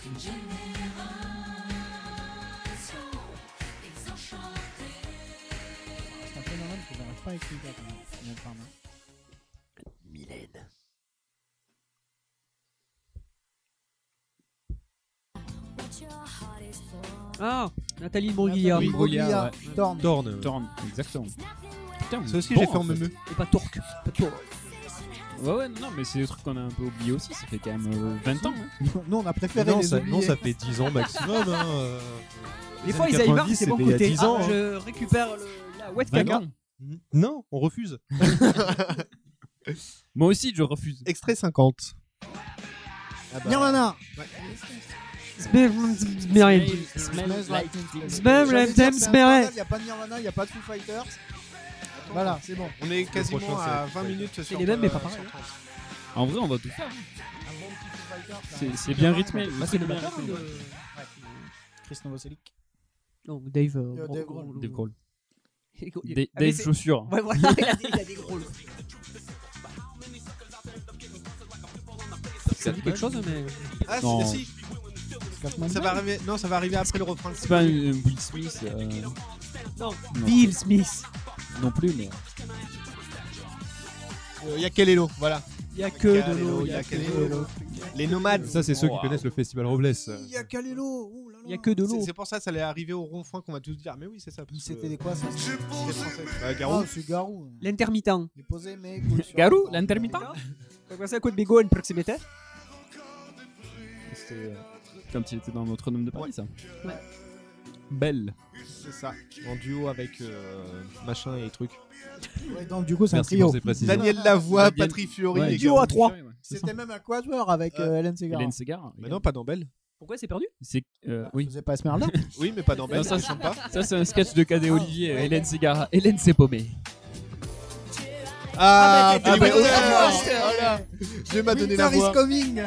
Speaker 5: C'est un phénomène que j'arrive pas à expliquer quand même. Mylène Farmer.
Speaker 3: Mylène.
Speaker 8: Ah, Nathalie Bruglia.
Speaker 5: Nathalie
Speaker 4: Bruglia,
Speaker 5: Torn.
Speaker 4: Torn, exactement. Putain,
Speaker 7: Ça aussi,
Speaker 4: bon,
Speaker 7: j'ai fait en
Speaker 4: en fait.
Speaker 7: memeux.
Speaker 8: Et pas Torque. Pas Torque.
Speaker 4: Ouais, non, mais c'est des trucs qu'on a un peu oublié aussi. Ça fait quand même 20 ans. Hein.
Speaker 5: Nous, on a préféré
Speaker 6: Non,
Speaker 5: les
Speaker 6: ça,
Speaker 5: oublier.
Speaker 6: non, ça fait 10 ans maximum. Hein,
Speaker 8: Des
Speaker 6: les
Speaker 8: fois,
Speaker 6: années
Speaker 8: ils avaient marre,
Speaker 6: 90,
Speaker 8: c'est bon
Speaker 6: c'était il y a
Speaker 8: côté.
Speaker 6: 10 ans, hein.
Speaker 8: Je récupère la wet
Speaker 4: Bah
Speaker 8: caca.
Speaker 4: non.
Speaker 6: Non, on refuse.
Speaker 4: Moi aussi, je refuse.
Speaker 7: Extrait 50. Ah bah,
Speaker 5: Nirvana.
Speaker 8: Smells
Speaker 5: like
Speaker 8: Smells
Speaker 5: Teen Spirit.
Speaker 8: like
Speaker 5: J'allais dire,
Speaker 8: Teen
Speaker 5: c'est un
Speaker 8: Spirit.
Speaker 5: scandale, il n'y a pas de Nirvana, il n'y a pas de Foo Fighters. Voilà, c'est bon.
Speaker 7: On est quasiment
Speaker 6: prochain,
Speaker 7: à
Speaker 6: c'est-
Speaker 7: 20 minutes sur
Speaker 8: les mêmes, mais pas pareil,
Speaker 7: sur 30.
Speaker 4: En vrai, on va tout faire.
Speaker 5: Un bon petit Foo Fighters, là.
Speaker 4: C'est bien rythmé.
Speaker 8: Bah, c'est le
Speaker 4: bien
Speaker 8: batteur
Speaker 4: rythmé.
Speaker 8: de...
Speaker 5: Chris Novoselic.
Speaker 8: Non, Dave.
Speaker 5: Dave Grohl.
Speaker 4: Dave Grohl.
Speaker 8: Ah, mais
Speaker 4: Dave
Speaker 8: c'est-
Speaker 4: Chaussures.
Speaker 8: Ouais, voilà, il a des gros. Ça dit quelque chose, mais.
Speaker 7: Ah,
Speaker 4: Non.
Speaker 7: si.
Speaker 5: Scatman
Speaker 7: Ça va arriver. Non, ça va arriver après le refrain.
Speaker 4: C'est pas un Will Smith.
Speaker 8: Non,
Speaker 4: Non.
Speaker 8: Bill Smith.
Speaker 4: Non plus, mais.
Speaker 7: Il y a Kelelo, voilà.
Speaker 8: Il y a que de l'eau.
Speaker 7: Il y a Kelelo. Les nomades.
Speaker 6: Ça, c'est ceux qui
Speaker 4: Wow.
Speaker 6: connaissent le festival Robles.
Speaker 5: Il y a Kalelo. Oh là là.
Speaker 8: Il y a que de l'eau.
Speaker 7: C'est pour ça que ça allait arriver au rond-point qu'on va tous dire. Mais oui, c'est ça. parce que-
Speaker 5: C'était des quoi ça
Speaker 7: C'est des Français.
Speaker 5: Garou. Oh, c'est Garou.
Speaker 8: L'intermittent.
Speaker 5: Déposez mes couilles sur
Speaker 4: Garou,
Speaker 5: la table.
Speaker 4: l'intermittent.
Speaker 8: T'as passé à quoi de Bego en proximité?
Speaker 4: C'était quand il était dans Notre-Dame de Paris, ça.
Speaker 8: Ouais.
Speaker 4: Belle.
Speaker 7: C'est ça. En duo avec machin et truc.
Speaker 5: Ouais, donc du coup, c'est un
Speaker 6: Merci
Speaker 5: trio.
Speaker 6: pour ces précisions.
Speaker 7: Daniel Lavoie,
Speaker 4: Daniel-
Speaker 7: Patrick Fiori.
Speaker 4: Ouais,
Speaker 7: et
Speaker 8: duo
Speaker 7: Garou.
Speaker 8: à 3.
Speaker 5: C'était même un quatuor avec Hélène Segarra.
Speaker 4: Hélène Segarra.
Speaker 7: Mais non, pas dans Belle.
Speaker 8: Pourquoi c'est perdu?
Speaker 4: C'est. Oui.
Speaker 5: Vous pas Esmeralda.
Speaker 7: Oui, mais pas dans Belle.
Speaker 4: Non, ça,
Speaker 7: je chante pas.
Speaker 4: Ça, c'est un sketch de Cadet Olivier. Hélène Segarra. Hélène s'est paumée.
Speaker 7: Ah,
Speaker 8: bah,
Speaker 7: bah,
Speaker 8: t'es-
Speaker 7: voilà. Je m'a donné la
Speaker 5: Winter is
Speaker 7: voix.
Speaker 5: coming.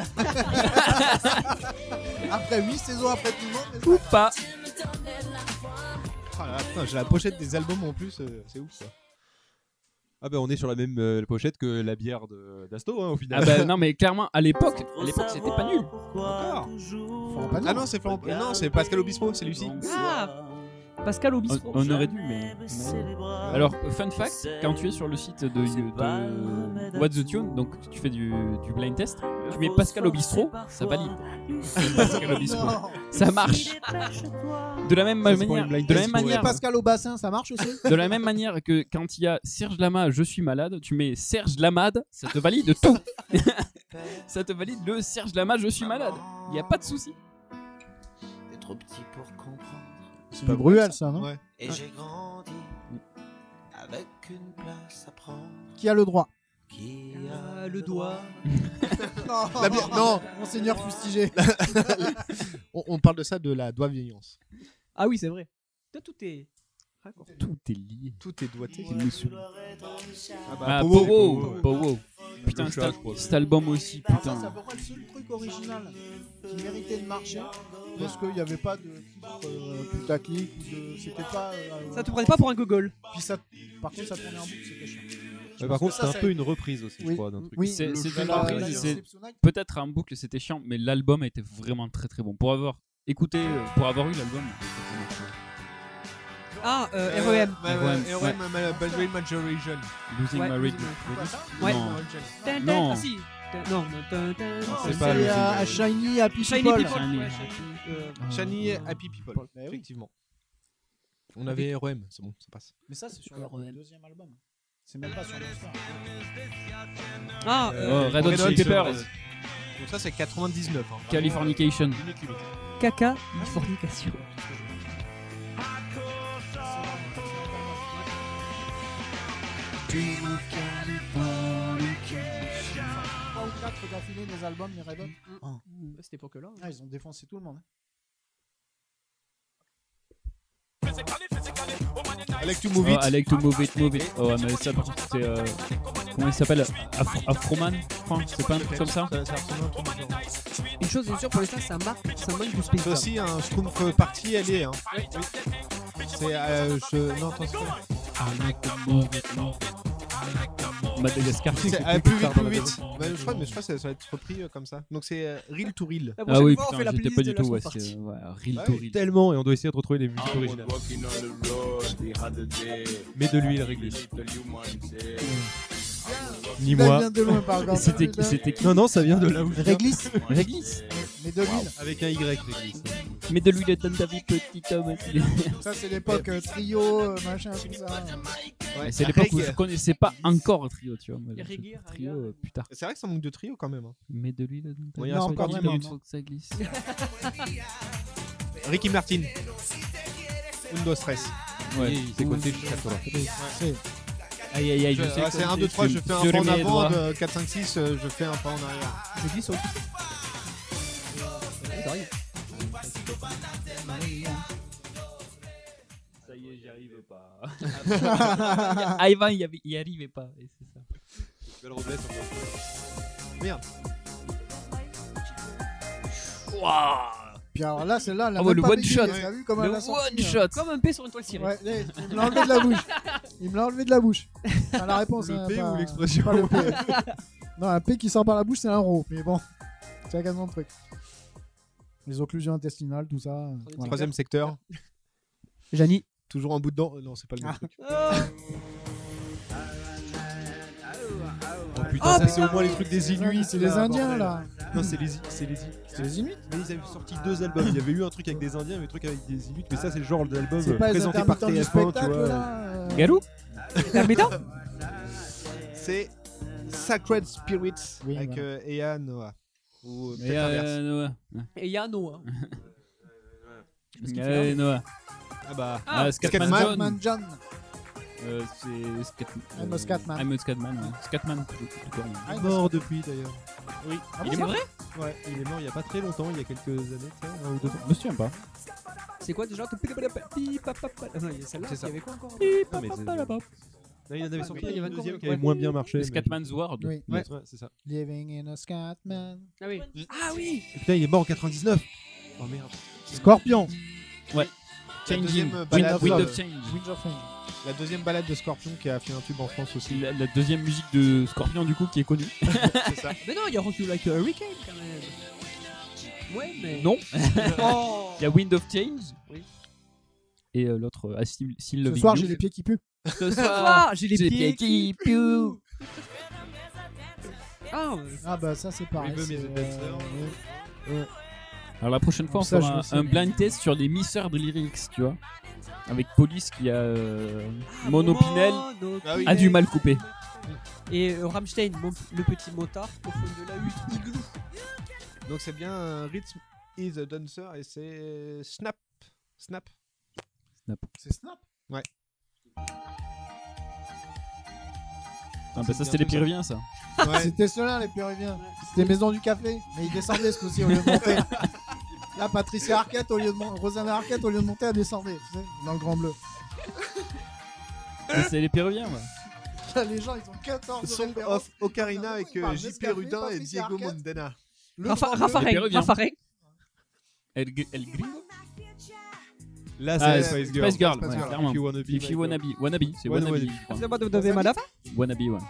Speaker 5: Après 8 saisons après tout le monde. n'est-ce
Speaker 4: Ou pas.
Speaker 7: Ah là, putain, j'ai la pochette des albums en plus. C'est ouf, quoi.
Speaker 6: Ah bah on est sur la même pochette que la bière d'Asto, hein, au final.
Speaker 4: Ah bah non, mais clairement, à l'époque, c'était pas nul.
Speaker 7: Encore.
Speaker 5: Florent Pagny.
Speaker 7: Ah non, c'est Florent. Non, c'est Pascal Obispo, c'est Lucie.
Speaker 8: Ah, Pascal Obispo.
Speaker 4: On aurait dû, mais. Alors, fun fact, quand tu es sur le site de What's the Tune, donc tu fais du blind test, tu mets Pascal Obistro, ça valide. Pascal Obistro.
Speaker 5: Non.
Speaker 4: Ça marche. De la même
Speaker 6: Ça, c'est pour
Speaker 4: manière,
Speaker 6: une blind
Speaker 4: de la
Speaker 6: test,
Speaker 4: même
Speaker 6: faut-
Speaker 4: manière,
Speaker 5: Pascal au bassin, ça marche aussi.
Speaker 4: de la même manière que quand il y a Serge Lama, je suis malade, tu mets Serge Lamade, ça te valide tout. Ça te valide le Serge Lama, je suis malade. Il y a pas de souci.
Speaker 3: T'es trop petit pour comprendre.
Speaker 5: C'est du Bruel, ça, non?
Speaker 7: Ouais.
Speaker 3: Et j'ai grandi avec une place à prendre.
Speaker 5: Qui a le droit?
Speaker 3: Qui
Speaker 8: Ah, le doigt.
Speaker 5: Non,
Speaker 7: La bière- non.
Speaker 5: Monseigneur fustigé.
Speaker 7: On parle de ça, de la doigt-veillance.
Speaker 8: Ah oui, c'est vrai. Tout est. raccord.
Speaker 4: Tout est lié.
Speaker 7: Tout est doigté.
Speaker 4: Ah,
Speaker 7: Powo.
Speaker 4: Powo. Putain,
Speaker 6: Le chat, je crois.
Speaker 4: cet album aussi,
Speaker 5: Ça, c'est
Speaker 4: putain.
Speaker 5: à peu près le seul truc original qui méritait de marcher parce qu'il n'y avait pas de titre putaclic ou de. C'était pas.
Speaker 8: Ça te prenait pas pour un gogol.
Speaker 5: Puis ça, par contre, ça tournait en boucle, c'était chiant.
Speaker 6: Ouais, par contre,
Speaker 5: Ça,
Speaker 6: c'est
Speaker 5: ça-
Speaker 6: un peu une reprise aussi, je
Speaker 5: Oui.
Speaker 6: crois, d'un truc.
Speaker 5: Oui,
Speaker 4: C'est
Speaker 5: le-
Speaker 4: une
Speaker 5: la-
Speaker 4: reprise,
Speaker 5: la-
Speaker 4: c'est-
Speaker 5: Exceptionnel.
Speaker 4: Peut-être en boucle c'était chiant, mais l'album a été vraiment très très bon. Pour avoir écouté, pour avoir eu l'album.
Speaker 8: Ah, REM.
Speaker 4: REM,
Speaker 7: REM, Baldwin Majoration.
Speaker 4: Losing
Speaker 8: Ouais,
Speaker 4: My
Speaker 8: Losing
Speaker 4: Rhythm.
Speaker 8: Ouais.
Speaker 4: Non.
Speaker 8: Non.
Speaker 4: Non.
Speaker 8: Ah si. Non.
Speaker 6: C'est pas
Speaker 5: C'est
Speaker 6: le-
Speaker 5: à Shiny Happy
Speaker 8: Shiny
Speaker 5: People.
Speaker 8: People.
Speaker 4: Shiny.
Speaker 8: Ouais, Shiny.
Speaker 7: Shiny Happy People.
Speaker 5: Bah oui.
Speaker 7: Effectivement. On avait REM, c'est bon, ça passe.
Speaker 5: Mais ça, c'est sur leur
Speaker 8: REM.
Speaker 5: deuxième album. C'est même pas sur Monster.
Speaker 8: Ah,
Speaker 4: Oh, Red Hot Chili Peppers.
Speaker 7: Donc ça, c'est 99. Hein.
Speaker 4: Californication.
Speaker 8: caca, fornication.
Speaker 5: Trois ou quatre d'affilée des albums des Red Hot.
Speaker 8: À cette époque-là.
Speaker 5: Ah, ils ont défoncé tout le monde.
Speaker 7: I like to move it.
Speaker 4: Oh, I like to move it, move it. Oh, ouais, mais ça, par contre, c'est. Comment il s'appelle Afroman, je crois. C'est pas un truc comme ça
Speaker 7: Ça ressemble à un truc différent.
Speaker 8: Une chose est sûre pour l'instant, ça manque de space.
Speaker 7: C'est aussi un Schtroumpf party allié. Hein. C'est. Non, attends, c'est pas.
Speaker 4: Madagascar.
Speaker 7: C'est plus vite, plus vite. Je crois que ça va être repris comme ça. Donc c'est Reel to Reel.
Speaker 4: Ah oui, putain, j'étais pas du tout. Ouais, Reel to Reel.
Speaker 6: Tellement, et on doit essayer de retrouver les musiques originales. Mais de l'huile réglisse. Ni
Speaker 5: Ça
Speaker 6: moi.
Speaker 5: vient de loin, par contre.
Speaker 4: C'était qui?
Speaker 6: Non, ça vient de là où je viens.
Speaker 5: Réglisse.
Speaker 4: Réglisse.
Speaker 5: Mais de l'huile.
Speaker 6: Avec un Y, réglisse.
Speaker 4: Mets de l'huile dans ta vie, petit homme.
Speaker 5: Ça, c'est l'époque trio, machin, tout ça.
Speaker 4: Ouais, c'est l'époque où je connaissais pas encore Trio, tu vois. Moi,
Speaker 8: Et
Speaker 4: j'ai
Speaker 8: reggae,
Speaker 4: fait Trio plus tard.
Speaker 7: C'est vrai que ça manque de trio quand même.
Speaker 4: Mets de l'huile dans ta
Speaker 7: Ouais,
Speaker 4: vie.
Speaker 5: non, pas
Speaker 4: petit
Speaker 5: vraiment,
Speaker 4: homme,
Speaker 5: non.
Speaker 4: faut que ça glisse.
Speaker 7: Ricky Martin. Undo Stress.
Speaker 4: Ouais,
Speaker 6: C'est côté jusqu'à toi.
Speaker 4: Aïe aïe aïe, je sais.
Speaker 7: C'est 1, 2, 3, je fais un pas en avant, de 4, 5, 6, je fais un pas en arrière.
Speaker 8: Je glisse aussi.
Speaker 4: Ça y est, j'y arrive pas. Ivan, il y arrivait pas. Et c'est ça.
Speaker 6: Je vais le remettre encore.
Speaker 7: Merde.
Speaker 5: Puis alors là, celle-là,
Speaker 4: Ah ouais, le one shot.
Speaker 5: T'as vu comment
Speaker 4: Le
Speaker 5: elle a sorti,
Speaker 4: one shot.
Speaker 8: Comme un P sur une toile cirée.
Speaker 5: Ouais, il me l'a enlevé de la bouche. Il me l'a enlevé de la bouche. Enfin, la réponse.
Speaker 6: Le
Speaker 5: hein,
Speaker 6: P
Speaker 5: pas-
Speaker 6: ou l'expression?
Speaker 5: pas le P. Non, un P qui sort par la bouche, c'est un rho. Mais bon, c'est quasiment le truc. Les occlusions intestinales, tout ça. Voilà.
Speaker 7: Troisième secteur.
Speaker 8: Jani.
Speaker 7: Toujours un bout dedans. Non, c'est pas le même truc.
Speaker 6: Oh putain, ça c'est au moins les trucs des Inuits.
Speaker 5: C'est les Indiens là.
Speaker 6: Non, c'est les
Speaker 5: Inuits.
Speaker 6: Mais ils avaient sorti 2 albums. Il y avait eu un truc avec des Indiens et un truc avec des Inuits. Mais ça, c'est le genre d'album
Speaker 5: C'est pas les
Speaker 6: présenté par
Speaker 5: intermittents du
Speaker 6: TF1, tu
Speaker 5: spectacle
Speaker 6: vois.
Speaker 5: là.
Speaker 4: Garou.
Speaker 7: C'est Sacred Spirits
Speaker 5: Oui,
Speaker 7: avec
Speaker 5: voilà.
Speaker 7: Ea Noah. Ou
Speaker 4: Et
Speaker 7: peut-être inverse.
Speaker 4: Noah.
Speaker 8: Et il y a Noah.
Speaker 4: Noah.
Speaker 7: Ah bah.
Speaker 4: Ah, Scatman
Speaker 5: Scatman
Speaker 4: John.
Speaker 5: John.
Speaker 4: C'est Scatman.
Speaker 5: I'm a Scatman.
Speaker 4: I'm a Scatman, ouais. Scatman, tout court.
Speaker 5: Ah,
Speaker 6: Il est mort depuis d'ailleurs.
Speaker 4: Oui.
Speaker 5: Ah
Speaker 4: Il est
Speaker 5: bon,
Speaker 4: mort.
Speaker 6: Ouais, il est mort il y a pas très longtemps, il y a quelques années, tu sais, 1 ou 2 ans.
Speaker 4: Je me souviens pas.
Speaker 8: C'est quoi déjà? Ah non, il y a celle-là.
Speaker 7: C'est ça.
Speaker 8: Il y avait quoi encore?
Speaker 6: Non, mais Là, il y en avait sorti
Speaker 8: il y avait
Speaker 6: une
Speaker 8: encore
Speaker 6: deuxième qui
Speaker 8: ouais.
Speaker 6: avait moins bien marché. mais-
Speaker 4: Scatman's World.
Speaker 5: Oui.
Speaker 6: Ouais, c'est ça.
Speaker 5: Living in a Scatman.
Speaker 8: Ah oui. Ah oui.
Speaker 6: Et putain, il est mort en 99. Oh merde.
Speaker 5: Scorpion.
Speaker 4: Ouais.
Speaker 7: La
Speaker 4: Changing.
Speaker 7: deuxième
Speaker 4: Wind
Speaker 7: balade,
Speaker 4: Wind
Speaker 7: euh,
Speaker 4: of Change.
Speaker 5: Winds of Change.
Speaker 7: La deuxième balade de Scorpion qui a fait un tube en France aussi.
Speaker 4: La deuxième musique de Scorpion, du coup, qui est connue.
Speaker 7: C'est ça.
Speaker 8: Mais non, il y a Rock You Like a Hurricane quand même. Ouais, mais.
Speaker 4: Non.
Speaker 8: Oh.
Speaker 4: Il y a Wind of Change.
Speaker 8: Oui.
Speaker 4: Et l'autre, Still
Speaker 5: Ce
Speaker 4: Loving
Speaker 5: soir,
Speaker 4: You.
Speaker 5: j'ai les pieds qui puent.
Speaker 4: Ce
Speaker 8: Ah, j'ai les pieds
Speaker 4: qui puent.
Speaker 8: Ah,
Speaker 5: Ah bah ça c'est pareil.
Speaker 6: Rhythm is
Speaker 5: c'est,
Speaker 6: a dancer.
Speaker 5: ouais.
Speaker 4: Alors la prochaine fois, on
Speaker 5: Ça, je
Speaker 4: fera
Speaker 5: le sais.
Speaker 4: un blind test sur les misseurs de lyrics, tu vois. Avec Police qui a Monopinel
Speaker 7: Ah oui.
Speaker 4: a du mal coupé.
Speaker 8: Et Rammstein, le petit motard au fond de la hutte, igloo.
Speaker 7: Donc c'est bien Rhythm is a Dancer et c'est Snap. Snap.
Speaker 5: C'est Snap.
Speaker 7: Ouais.
Speaker 4: Ah bah ça c'était les Péruviens ça.
Speaker 7: Ouais.
Speaker 5: C'était ceux-là les Péruviens. C'était Maison du Café. Mais ils descendaient ce coup-ci au lieu de monter. Là, Patricia Arquette, au lieu de Rosanna Arquette, au lieu de monter, elle descendait. Tu sais, dans le Grand Bleu.
Speaker 4: Ça, c'est les Péruviens ouais.
Speaker 5: Là, les gens, ils ont 14
Speaker 7: Song
Speaker 5: références.
Speaker 7: of Ocarina avec
Speaker 5: Ils parlent
Speaker 7: JP
Speaker 5: d'Escafé,
Speaker 7: Rudin et
Speaker 5: Patricia
Speaker 7: Diego
Speaker 5: Arquette.
Speaker 7: Mondena.
Speaker 5: Le Grand Bleu.
Speaker 8: Rafa
Speaker 4: Les
Speaker 8: Reng,
Speaker 4: Péruviens.
Speaker 8: Rafa Reng.
Speaker 4: El Gringo.
Speaker 6: Là,
Speaker 4: Ah,
Speaker 6: c'est
Speaker 4: Spice
Speaker 6: Spice
Speaker 4: Girl,
Speaker 6: Girl.
Speaker 4: ouais, clairement.
Speaker 6: If you wanna be.
Speaker 4: If you wanna be. Wannabe, c'est
Speaker 6: Wannabe.
Speaker 4: Wannabe. je crois.
Speaker 8: C'est pas de madame.
Speaker 4: Wannabe, ouais.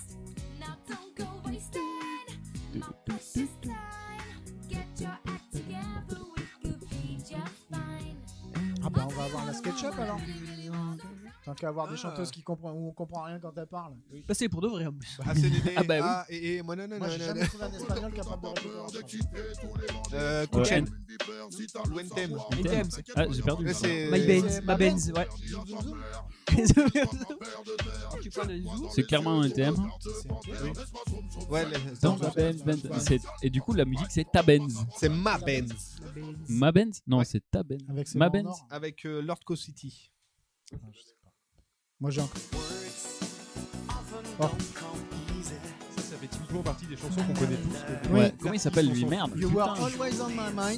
Speaker 5: Ah bah on va avoir la SketchUp alors. Tant qu'à avoir des chanteuses qui comprennent où on comprend rien quand elles parlent.
Speaker 8: Bah, c'est pour de vrai en plus.
Speaker 7: ACDD,
Speaker 4: Ah bah oui.
Speaker 7: A et moi non non
Speaker 5: Moi
Speaker 7: non
Speaker 5: j'ai
Speaker 7: non.
Speaker 5: jamais trouvé un espagnol capable de répéter.
Speaker 7: Kuchen. Wentem.
Speaker 8: NTM.
Speaker 4: Ah, j'ai perdu.
Speaker 7: Là, c'est
Speaker 8: My Benz,
Speaker 5: c'est
Speaker 8: ma
Speaker 5: ma
Speaker 8: Benz, ouais. Tu prends un zoo.
Speaker 4: C'est clairement un thème.
Speaker 7: Ouais,
Speaker 4: Dans la Benz, et du coup, la musique c'est ta Benz.
Speaker 7: c'est ma Benz
Speaker 4: Ma Benz. Non,
Speaker 7: Ouais.
Speaker 4: c'est ta Benz.
Speaker 5: Avec ses
Speaker 4: Ma
Speaker 5: mains en
Speaker 4: Benz.
Speaker 5: or.
Speaker 7: avec Lord Co City.
Speaker 5: Moi j'ai encore.
Speaker 6: Ça fait typiquement partie des chansons qu'on connaît tous.
Speaker 5: Oui.
Speaker 4: Ouais. Comment il s'appelle lui? Merde.
Speaker 5: You
Speaker 4: Putain.
Speaker 5: were always on my mind.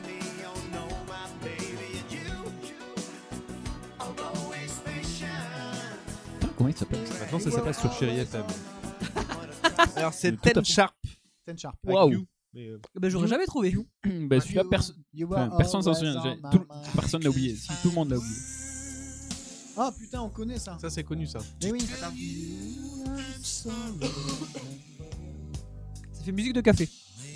Speaker 4: Comment il s'appelle?
Speaker 6: Maintenant, ça passe sur Chéri FM.
Speaker 7: Alors c'est
Speaker 4: Tout à
Speaker 7: Ten
Speaker 4: fait.
Speaker 7: Sharp.
Speaker 5: Ten Sharp.
Speaker 7: avec
Speaker 4: Waouh.
Speaker 7: You. Mais,
Speaker 8: Bah, j'aurais jamais trouvé.
Speaker 4: Bah celui-là,
Speaker 5: You were
Speaker 4: personne s'en
Speaker 5: always
Speaker 4: souvient.
Speaker 5: on my mind.
Speaker 4: Personne l'a oublié. Si, tout le monde l'a oublié.
Speaker 5: Ah putain, on connaît ça.
Speaker 7: ça c'est connu ça.
Speaker 5: Mais oui.
Speaker 8: Ça fait musique de café.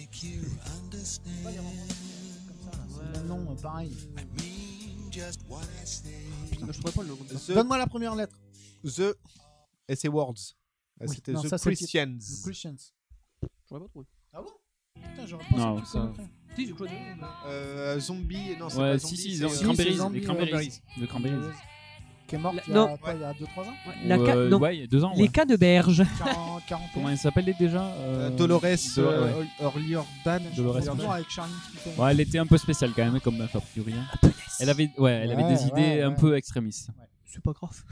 Speaker 5: C'est le nom, pareil.
Speaker 8: Putain, je pourrais pas le nom.
Speaker 5: Donne-moi la première lettre.
Speaker 7: The. Et c'est Words.
Speaker 5: Oui,
Speaker 7: C'était
Speaker 5: non,
Speaker 7: The
Speaker 5: ça, c'est le
Speaker 7: Christians.
Speaker 5: The Christians.
Speaker 8: J'aurais pas trouvé.
Speaker 5: Ah bon? Putain, j'aurais pas
Speaker 4: Non,
Speaker 5: ça.
Speaker 4: ça-
Speaker 8: Si, je crois que
Speaker 7: Zombie. Non, c'est
Speaker 4: Ouais,
Speaker 7: pas
Speaker 4: si,
Speaker 7: Zombie.
Speaker 4: si,
Speaker 7: c'est,
Speaker 4: Cranberries,
Speaker 5: Zombie,
Speaker 4: les Cranberries.
Speaker 5: Cranberries.
Speaker 4: De Cranberries.
Speaker 5: Qui est morte
Speaker 8: La-
Speaker 5: il y
Speaker 8: non.
Speaker 5: a quoi, il y a 2-3 ans?
Speaker 8: La non.
Speaker 4: Ouais, il y a 2 ans.
Speaker 8: Les
Speaker 4: Ouais.
Speaker 8: cas de berge.
Speaker 5: 40
Speaker 4: Comment elle s'appelait déjà
Speaker 7: Dolores
Speaker 4: ouais.
Speaker 7: O'Riordan.
Speaker 4: Dolores
Speaker 5: Toujours avec Charlie Theron.
Speaker 4: Ouais, elle était un peu spéciale quand même, comme meuf, a priori. hein. Elle avait, elle avait des idées un peu extrémistes.
Speaker 8: C'est pas grave.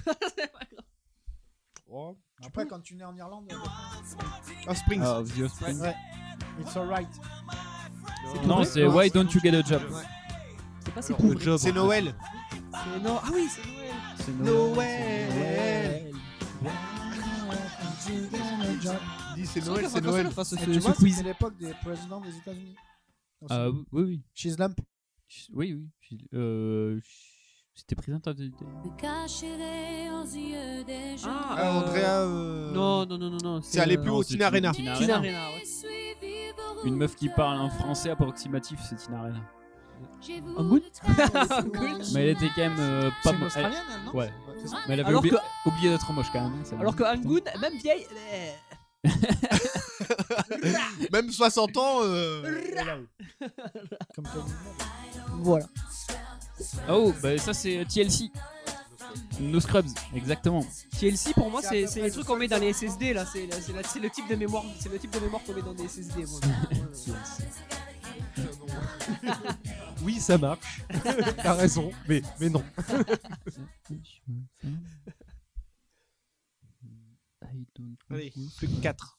Speaker 5: Après, quand tu nais en Irlande.
Speaker 7: Offspring.
Speaker 4: Ah, The Offspring.
Speaker 5: Ouais. It's alright.
Speaker 4: Non, c'est Why Don't You Get a Job.
Speaker 8: C'est pas c'est pour.
Speaker 7: C'est Noël.
Speaker 8: C'est non. Ah oui, c'est Noël.
Speaker 4: C'est
Speaker 7: Noël. Dis c'est Noël, c'est Noël.
Speaker 5: Et
Speaker 8: Ce
Speaker 5: tu vois,
Speaker 8: quiz.
Speaker 5: c'était l'époque des présidents des États-Unis.
Speaker 4: Ah oui, oui.
Speaker 5: She's Lamp.
Speaker 4: Oui. C'était présentateur.
Speaker 10: Me cacherai aux yeux des gens.
Speaker 7: Ah, Andrea.
Speaker 8: Non.
Speaker 7: C'est aller plus haut, Tina Arena.
Speaker 8: Tina Arena, ouais.
Speaker 4: Une meuf qui parle en français approximatif, c'est Tina Arena.
Speaker 8: Angoon
Speaker 4: Mais elle était quand même pas
Speaker 5: C'est une
Speaker 4: mo-
Speaker 5: Australienne, elle, non?
Speaker 4: Ouais.
Speaker 5: C'est ça.
Speaker 4: Mais elle avait
Speaker 8: Alors
Speaker 4: oublié d'être moche quand même. hein, celle-là.
Speaker 8: Alors que Angoon, même vieille.
Speaker 7: Même 60 ans.
Speaker 5: Comme Tony.
Speaker 8: Voilà.
Speaker 4: Oh, bah ça c'est TLC. No Scrubs, exactement.
Speaker 8: TLC pour moi c'est les trucs qu'on met dans les SSD là, c'est le type de mémoire, c'est le type de mémoire qu'on met dans des SSD. Moi.
Speaker 6: Oui, ça marche. T'as raison, mais non.
Speaker 7: Allez, plus que 4.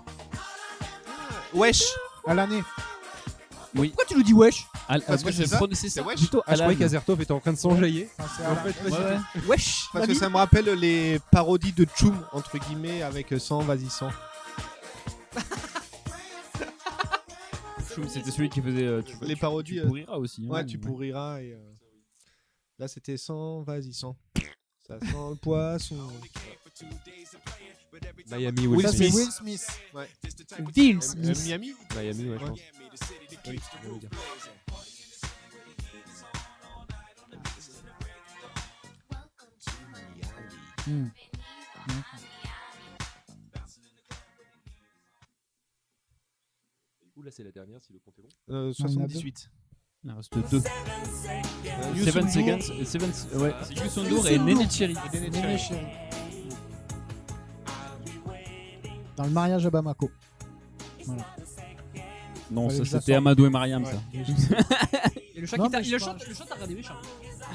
Speaker 7: Wesh.
Speaker 5: À l'année.
Speaker 8: Pourquoi tu nous dis wesh?
Speaker 7: Parce que
Speaker 4: je
Speaker 7: c'est ça,
Speaker 4: prononçais
Speaker 7: c'est
Speaker 4: ça
Speaker 7: wesh.
Speaker 4: plutôt
Speaker 6: Ah, je croyais
Speaker 4: Alan.
Speaker 6: qu'Azertov était en train de s'enjailler.
Speaker 5: Enfin, c'est
Speaker 6: En
Speaker 5: à la-
Speaker 6: fait,
Speaker 4: Ouais, ouais.
Speaker 8: Wesh.
Speaker 7: Parce que
Speaker 8: Mami.
Speaker 7: ça me rappelle les parodies de Choum, entre guillemets, avec 100, vas-y 100.
Speaker 4: Choum, c'était celui qui faisait
Speaker 7: Les parodies.
Speaker 4: tu pourriras aussi.
Speaker 7: Ouais,
Speaker 4: hein,
Speaker 7: tu pourriras. Et, là, c'était 100, vas-y 100. Ça sent le poisson.
Speaker 6: Miami,
Speaker 7: Will
Speaker 5: Ça, c'est
Speaker 7: Smith.
Speaker 5: Will Smith.
Speaker 7: Ouais.
Speaker 8: Will Smith.
Speaker 7: Miami.
Speaker 6: Miami, ouais, je pense.
Speaker 7: Oui,
Speaker 6: je veux dire. Du coup, là, c'est la dernière, si le compte est bon.
Speaker 7: 78.
Speaker 4: Il en reste 2.
Speaker 7: Youssou
Speaker 4: 7
Speaker 7: N'Dour.
Speaker 4: seconds. Ouais, c'est Youssou N'Dour et Néné Cherry.
Speaker 5: Néné Chéri. Dans le mariage à Bamako. Voilà.
Speaker 4: Non,
Speaker 5: Fallait
Speaker 4: ça
Speaker 5: que je la
Speaker 4: c'était
Speaker 5: sorte.
Speaker 4: Amadou et Mariam, ça.
Speaker 5: Ouais, je sais.
Speaker 8: Et le chat
Speaker 5: Non,
Speaker 8: qui t'a
Speaker 5: mais je
Speaker 8: le
Speaker 5: pense-
Speaker 8: chat t'as regardé méchant.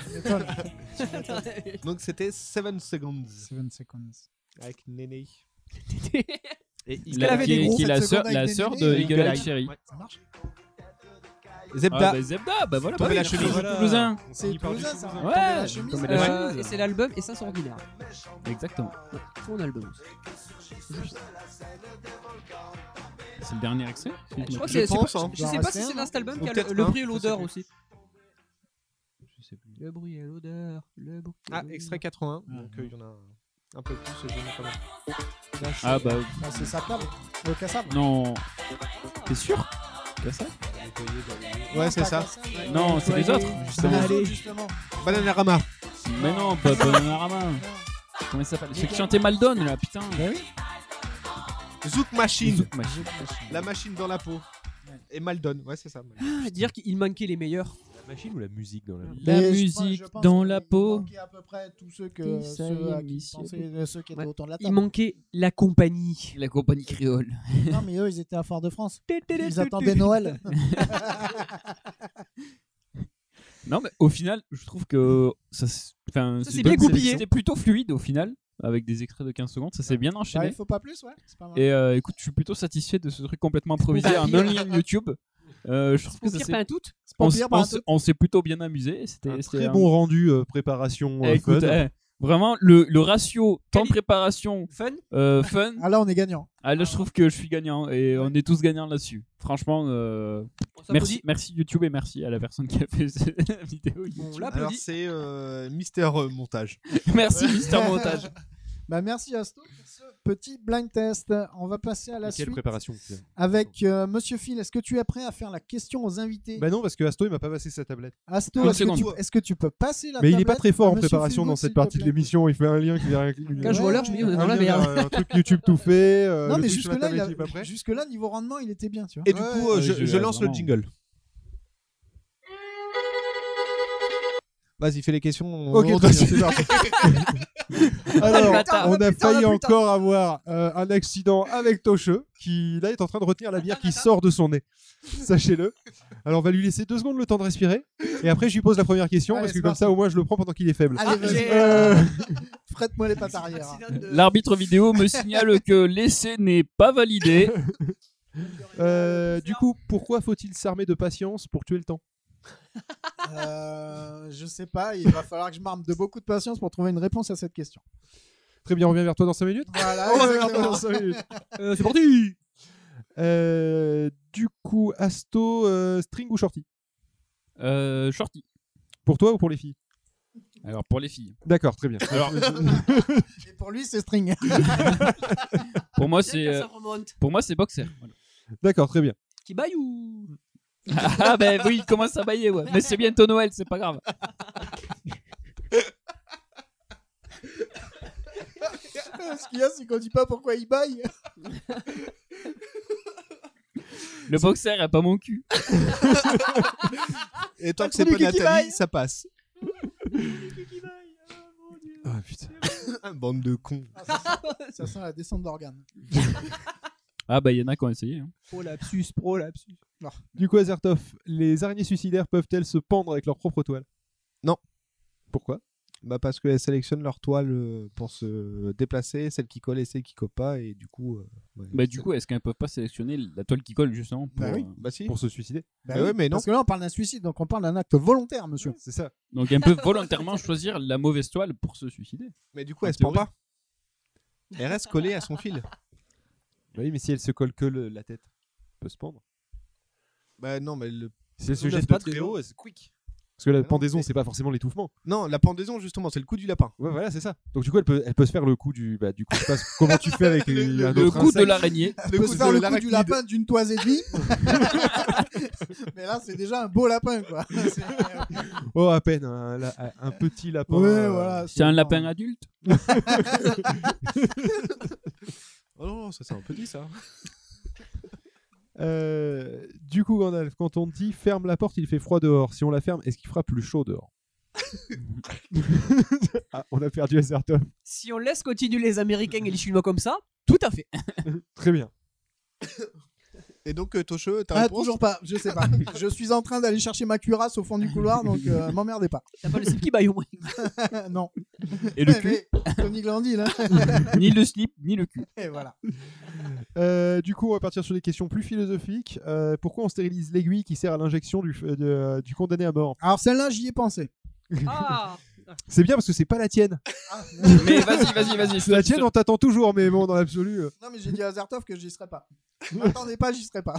Speaker 7: Donc c'était 7 seconds
Speaker 5: 7 seconds.
Speaker 7: avec Néné.
Speaker 4: Et
Speaker 8: qu'elle avait des gros
Speaker 4: qui est la
Speaker 5: 7
Speaker 4: sœur,
Speaker 5: secondes
Speaker 4: la
Speaker 5: avec
Speaker 4: sœur
Speaker 5: Néné,
Speaker 4: de
Speaker 5: et
Speaker 4: Eagle Eye Cherry.
Speaker 5: Ça marche?
Speaker 7: Zebda.
Speaker 4: Ah, bah Zebda, bah voilà.
Speaker 7: Tomber
Speaker 4: bah
Speaker 7: la
Speaker 4: oui,
Speaker 7: chemise.
Speaker 4: voilà. Toulousain.
Speaker 5: C'est Toulousain, ça.
Speaker 4: Ouais,
Speaker 5: Tomber la chemise.
Speaker 4: tomber la chemise.
Speaker 8: Et c'est l'album Essence Ordinaire.
Speaker 4: Exactement.
Speaker 8: Son album.
Speaker 4: C'est le dernier extrait.
Speaker 8: Je crois que
Speaker 7: Je
Speaker 8: c'est
Speaker 7: pense,
Speaker 8: pas-
Speaker 7: hein.
Speaker 8: je sais pas si c'est dans cet album
Speaker 7: Ou
Speaker 8: qu'il y a
Speaker 7: peut-être
Speaker 8: le
Speaker 7: un,
Speaker 8: bruit et
Speaker 7: je sais
Speaker 8: l'odeur
Speaker 7: plus.
Speaker 8: aussi.
Speaker 4: Je sais plus.
Speaker 8: Le bruit et l'odeur, le bruit. et
Speaker 7: Ah,
Speaker 8: l'odeur.
Speaker 7: extrait 80. Donc il y en a un peu plus, je n'ai quand même.
Speaker 5: Là, c'est-
Speaker 4: Ah bah
Speaker 5: Ah, c'est sa table. Le cassable.
Speaker 4: non. T'es sûr que ça
Speaker 7: Ouais, c'est
Speaker 5: Pas
Speaker 7: ça.
Speaker 5: Cassable.
Speaker 4: Non, c'est les autres. Justement.
Speaker 5: Les autres, justement.
Speaker 7: Bananarama.
Speaker 4: Mais non, pas Bananarama. Comment il s'appelle? Celui qui chantait Maldon là, putain.
Speaker 5: Ben oui.
Speaker 7: Zouk Machine.
Speaker 4: Zouk Machine.
Speaker 7: La machine dans la peau. Et Maldon. Ouais, c'est ça.
Speaker 8: Ah, dire qu'il manquait les meilleurs.
Speaker 6: La machine ou la musique dans la vie
Speaker 4: La
Speaker 5: Mais
Speaker 4: musique
Speaker 5: je pense
Speaker 4: dans
Speaker 5: qu'il
Speaker 4: la peau.
Speaker 5: manquait à peu près tous ceux que
Speaker 4: Qui ça y
Speaker 5: ceux
Speaker 4: est,
Speaker 5: à qui
Speaker 4: monsieur.
Speaker 5: pensaient, ceux qui étaient
Speaker 8: Ouais.
Speaker 5: autour de la
Speaker 8: Il
Speaker 5: table.
Speaker 8: manquait la compagnie.
Speaker 4: La compagnie créole.
Speaker 5: Non, mais eux, ils étaient à Fort-de-France. Ils attendaient Noël.
Speaker 4: Non, mais au final, je trouve que ça, enfin,
Speaker 8: Ça, c'est bien goupillé.
Speaker 4: C'était plutôt fluide au final, avec des extraits de 15 secondes. Ça s'est bien
Speaker 5: Bah,
Speaker 4: enchaîné.
Speaker 5: il faut pas plus, ouais. C'est pas mal.
Speaker 4: Et écoute, je suis plutôt satisfait de ce truc complètement improvisé
Speaker 8: Bah,
Speaker 4: en un lien YouTube. Je trouve que
Speaker 8: Au
Speaker 4: ça
Speaker 8: pire,
Speaker 4: s'est-
Speaker 8: pas un tout.
Speaker 4: on s'est plutôt bien amusé. C'était
Speaker 6: Un
Speaker 4: c'était
Speaker 6: très
Speaker 4: un-
Speaker 6: bon rendu préparation
Speaker 4: Eh, écoute,
Speaker 6: fun.
Speaker 4: vraiment, le ratio temps de préparation
Speaker 8: Fun.
Speaker 4: fun.
Speaker 5: Ah là, on est gagnant.
Speaker 4: Ah, là, je trouve que je suis gagnant et on est tous gagnants là-dessus. Franchement,
Speaker 8: On
Speaker 4: merci,
Speaker 8: s'applaudit.
Speaker 4: merci YouTube et merci à la personne qui a fait cette vidéo.
Speaker 8: On
Speaker 4: YouTube.
Speaker 8: l'applaudit.
Speaker 7: Alors c'est Mister Montage.
Speaker 4: Merci Mister Montage.
Speaker 5: Bah, merci Asto pour ce petit blind test. On va passer à la
Speaker 6: Quelle
Speaker 5: suite
Speaker 6: préparation.
Speaker 5: avec Monsieur Phil. Est-ce que tu es prêt à faire la question aux invités?
Speaker 6: Bah non, parce que Asto il m'a pas passé sa tablette.
Speaker 5: Asto,
Speaker 4: Une
Speaker 5: est-ce que tu peux passer la
Speaker 6: Mais il est
Speaker 5: tablette
Speaker 6: pas très fort
Speaker 5: à
Speaker 6: en
Speaker 5: Monsieur
Speaker 6: préparation
Speaker 5: Philgood,
Speaker 6: dans
Speaker 5: s'il
Speaker 6: cette
Speaker 5: te
Speaker 6: partie de
Speaker 5: plaît
Speaker 6: l'émission. Il fait un lien qui vient.
Speaker 8: Quand je voleur, je me dis, on est dans la
Speaker 6: Un lien
Speaker 8: merde.
Speaker 6: vers un truc YouTube tout fait.
Speaker 5: Non,
Speaker 6: le
Speaker 5: mais
Speaker 6: truc sur la tablette, il est pas prêt.
Speaker 5: jusque-là, niveau rendement, il était bien, tu vois.
Speaker 7: Et du coup, je lance le jingle. Vas-y, fais les questions.
Speaker 6: Ok,
Speaker 7: on
Speaker 6: très bien,
Speaker 7: continue.
Speaker 6: c'est parti. Alors,
Speaker 8: bâtard.
Speaker 6: on a failli
Speaker 5: putain.
Speaker 6: encore avoir un accident avec Tocheux qui là est en train de retenir la bière qui sort de son nez. Sachez-le. Alors on va lui laisser 2 secondes le temps de respirer et après je lui pose la première question
Speaker 5: Allez,
Speaker 6: parce que
Speaker 5: c'est
Speaker 6: comme
Speaker 5: parti.
Speaker 6: ça au moins je le prends pendant qu'il est faible.
Speaker 5: Allez, vas-y.
Speaker 8: j'ai-
Speaker 5: Frette-moi les pattes arrière.
Speaker 4: L'arbitre vidéo me signale que l'essai n'est pas validé.
Speaker 6: Du coup, pourquoi faut-il s'armer de patience pour tuer le temps?
Speaker 5: Je sais pas, il va falloir que je m'arme de beaucoup de patience pour trouver une réponse à cette question.
Speaker 6: Très bien, on revient vers toi dans 5 minutes.
Speaker 5: Voilà,
Speaker 6: On revient vers toi
Speaker 5: exactement.
Speaker 6: dans 5 minutes.
Speaker 7: C'est parti.
Speaker 6: Du coup, Asto, string ou shorty?
Speaker 4: Shorty.
Speaker 6: Pour toi ou pour les filles?
Speaker 4: Alors pour les filles.
Speaker 6: D'accord, très bien.
Speaker 4: Alors
Speaker 5: Et pour lui, c'est string.
Speaker 4: pour moi
Speaker 8: Bien
Speaker 4: c'est
Speaker 8: que ça remonte.
Speaker 4: pour moi c'est boxer. Voilà.
Speaker 6: D'accord, très bien.
Speaker 8: Qui baille ou.
Speaker 4: Ah ben oui, il commence à bailler ouais. Mais c'est bientôt Noël, c'est pas grave.
Speaker 5: Ce qu'il y a, c'est qu'on dit pas pourquoi il baille.
Speaker 4: Le boxer a pas mon cul.
Speaker 7: Et tant
Speaker 5: T'as
Speaker 7: que c'est
Speaker 5: connu
Speaker 7: pas
Speaker 5: Kiki
Speaker 7: Nathalie,
Speaker 5: Baye
Speaker 7: ça passe.
Speaker 6: Ah putain.
Speaker 7: Bande de cons.
Speaker 5: Ça sent la descente d'organes.
Speaker 4: Ah bah il y en a qui ont essayé. Hein.
Speaker 8: Pro lapsus.
Speaker 6: Du coup, Azertov, les araignées suicidaires peuvent-elles se pendre avec leur propre toile?
Speaker 7: Non.
Speaker 6: Pourquoi?
Speaker 7: Bah parce qu'elles sélectionnent leur toile pour se déplacer, celles qui collent et celles qui collent pas, et du coup.
Speaker 4: Bah du coup, est-ce qu'elles peuvent pas sélectionner la toile qui colle justement pour,
Speaker 5: Bah oui.
Speaker 7: Bah si.
Speaker 6: Pour se suicider?
Speaker 5: Bah
Speaker 7: ouais, mais non.
Speaker 5: Parce que là, on parle d'un suicide, donc on parle d'un acte volontaire, monsieur.
Speaker 6: C'est ça.
Speaker 4: Donc elles peuvent volontairement choisir la mauvaise toile pour se suicider.
Speaker 7: Mais du coup,
Speaker 4: En
Speaker 7: elle se pend
Speaker 4: théorie.
Speaker 7: pas. Elle reste collée à son fil.
Speaker 6: Oui, mais si elle se colle que la tête, elle peut se pendre.
Speaker 7: Bah non, mais
Speaker 6: Si elle se
Speaker 7: Lève
Speaker 6: jette de
Speaker 7: pas
Speaker 6: très
Speaker 7: dedans.
Speaker 6: haut, elle se quick. Parce que la
Speaker 7: non,
Speaker 6: pendaison,
Speaker 7: mais-
Speaker 6: c'est pas forcément l'étouffement.
Speaker 7: non, la pendaison justement, c'est le coup du lapin.
Speaker 6: Ouais, voilà, c'est ça. Donc du coup, elle peut se faire le coup du. Bah, du coup, je sais pas comment tu fais avec un
Speaker 4: Le
Speaker 6: autre
Speaker 4: coup de
Speaker 6: insecte.
Speaker 4: l'araignée.
Speaker 5: Elle peut se faire le coup du lapin d'une toise et demie. Mais là, c'est déjà un beau lapin, quoi.
Speaker 6: Oh, à peine un petit lapin.
Speaker 5: Ouais, voilà.
Speaker 4: C'est un lapin adulte.
Speaker 7: Oh non, ça c'est un petit ça.
Speaker 6: Du coup, Gandalf, quand on dit ferme la porte, il fait froid dehors. Si on la ferme, est-ce qu'il fera plus chaud dehors? Ah, on a perdu Azertov.
Speaker 8: Si on laisse continuer les Américains et les Chinois comme ça, tout à fait.
Speaker 6: Très bien.
Speaker 7: Et donc, Tocheux, ta
Speaker 5: Ah,
Speaker 7: réponse?
Speaker 5: toujours pas, je sais pas. Je suis en train d'aller chercher ma cuirasse au fond du couloir, donc m'emmerdez pas.
Speaker 8: T'as pas le slip qui baille au moins.
Speaker 5: Non.
Speaker 4: Et le cul.
Speaker 5: Mais Tony Glandil, là.
Speaker 4: Ni le slip, ni le cul.
Speaker 5: Et voilà.
Speaker 6: Du coup, on va partir sur des questions plus philosophiques. Pourquoi on stérilise l'aiguille qui sert à l'injection du condamné à mort?
Speaker 5: Alors celle-là, j'y ai pensé.
Speaker 8: Ah.
Speaker 6: C'est bien parce que c'est pas la tienne.
Speaker 4: Mais vas-y.
Speaker 6: C'est la tienne, on t'attend toujours, mais bon, dans l'absolu.
Speaker 5: Non, mais j'ai dit à Azertov que j'y serais pas. M'attendez pas, j'y serais pas.